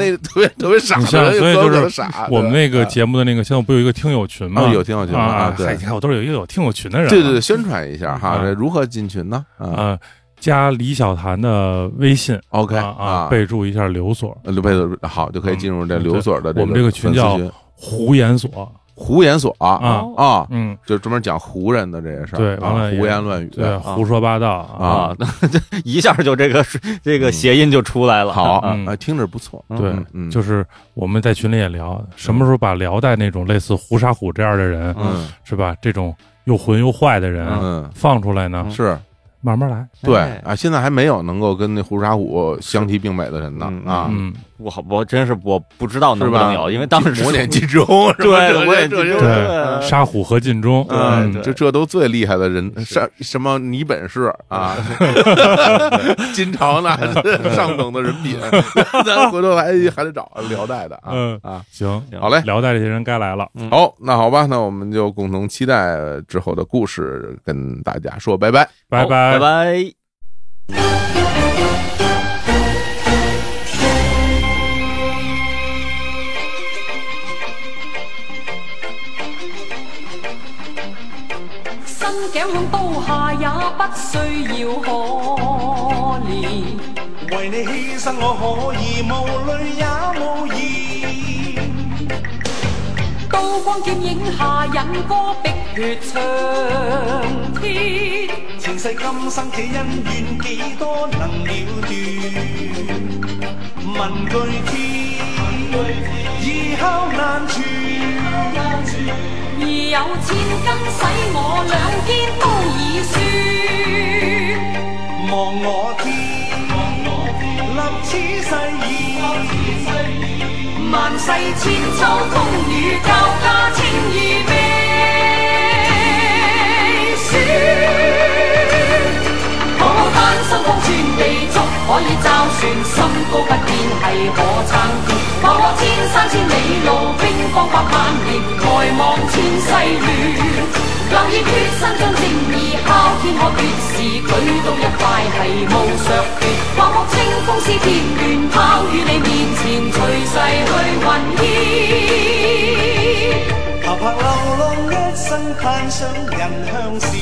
[SPEAKER 1] 那特别特别傻的
[SPEAKER 3] 人，所以就是
[SPEAKER 1] 傻。
[SPEAKER 3] 我们那个节目的那个，现在不有一个听友群吗？
[SPEAKER 1] 有听友群
[SPEAKER 3] 啊，
[SPEAKER 1] 对，
[SPEAKER 3] 你看我都是有一个有听友群的人。
[SPEAKER 1] 对对对，宣传一下哈，如何进群呢？
[SPEAKER 3] 啊，加李小谭的微信
[SPEAKER 1] ，OK
[SPEAKER 3] 啊，备注一下刘所，
[SPEAKER 1] 刘备的好就可以进入这刘所的这个。
[SPEAKER 3] 我们这个群叫胡言所。
[SPEAKER 1] 胡言所啊啊，
[SPEAKER 3] 嗯，
[SPEAKER 1] 就专门讲胡人的这些事儿，
[SPEAKER 3] 对，完了
[SPEAKER 1] 胡言乱语，
[SPEAKER 3] 对，胡说八道
[SPEAKER 2] 啊，一下就这个这个谐音就出来了。
[SPEAKER 1] 好啊，听着不错。
[SPEAKER 3] 对，就是我们在群里也聊，什么时候把辽代那种类似胡沙虎这样的人，
[SPEAKER 1] 嗯，
[SPEAKER 3] 是吧？这种又混又坏的人，
[SPEAKER 1] 嗯，
[SPEAKER 3] 放出来呢？
[SPEAKER 1] 是。
[SPEAKER 3] 慢慢来，
[SPEAKER 1] 对啊，现在还没有能够跟那胡沙虎相提并美的人呢啊！
[SPEAKER 3] 嗯，
[SPEAKER 2] 我我真是我不知道能不能有，因为当时
[SPEAKER 1] 磨练尽忠，
[SPEAKER 2] 对，磨练尽忠，
[SPEAKER 3] 对，沙虎和尽忠，
[SPEAKER 1] 嗯，这这都最厉害的人，什什么倪本事啊，金朝呢上等的人品，咱回头还还得找辽代的啊啊！
[SPEAKER 3] 行，
[SPEAKER 1] 好嘞，
[SPEAKER 3] 辽代这些人该来了。
[SPEAKER 1] 好，那好吧，那我们就共同期待之后的故事，跟大家说拜拜，
[SPEAKER 3] 拜拜。
[SPEAKER 2] 拜拜。
[SPEAKER 4] 身頸向刀下也不需要可憐，為你犧牲我可以無淚也無言。刀光劍影下引歌碧血長天，前世今生這恩怨幾多能了斷？問句天，異口難傳，而有千斤使我兩肩都已酸。望我天，立此誓言，萬世千秋風雨交加，情義未雪。可單身方寸地足，可以罩船，心高不變係可撐天。望我千山千里路，兵荒百萬年，呆望千世亂。立意決心將正義敲天喝血時，舉刀一塊係無削斷。話莫清風是田園，拋於你面前，隨逝去雲煙。頭拍流浪一生，攀上人向善。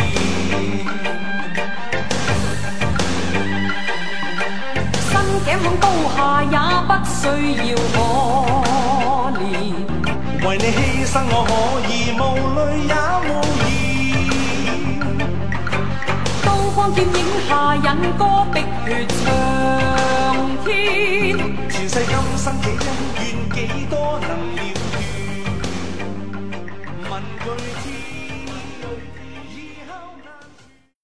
[SPEAKER 4] 身頸向刀下也不需要可憐，為你犧牲我可以無淚也無言。刀光劍影下引歌碧血長天，前世今生這恩怨幾多能了斷？問句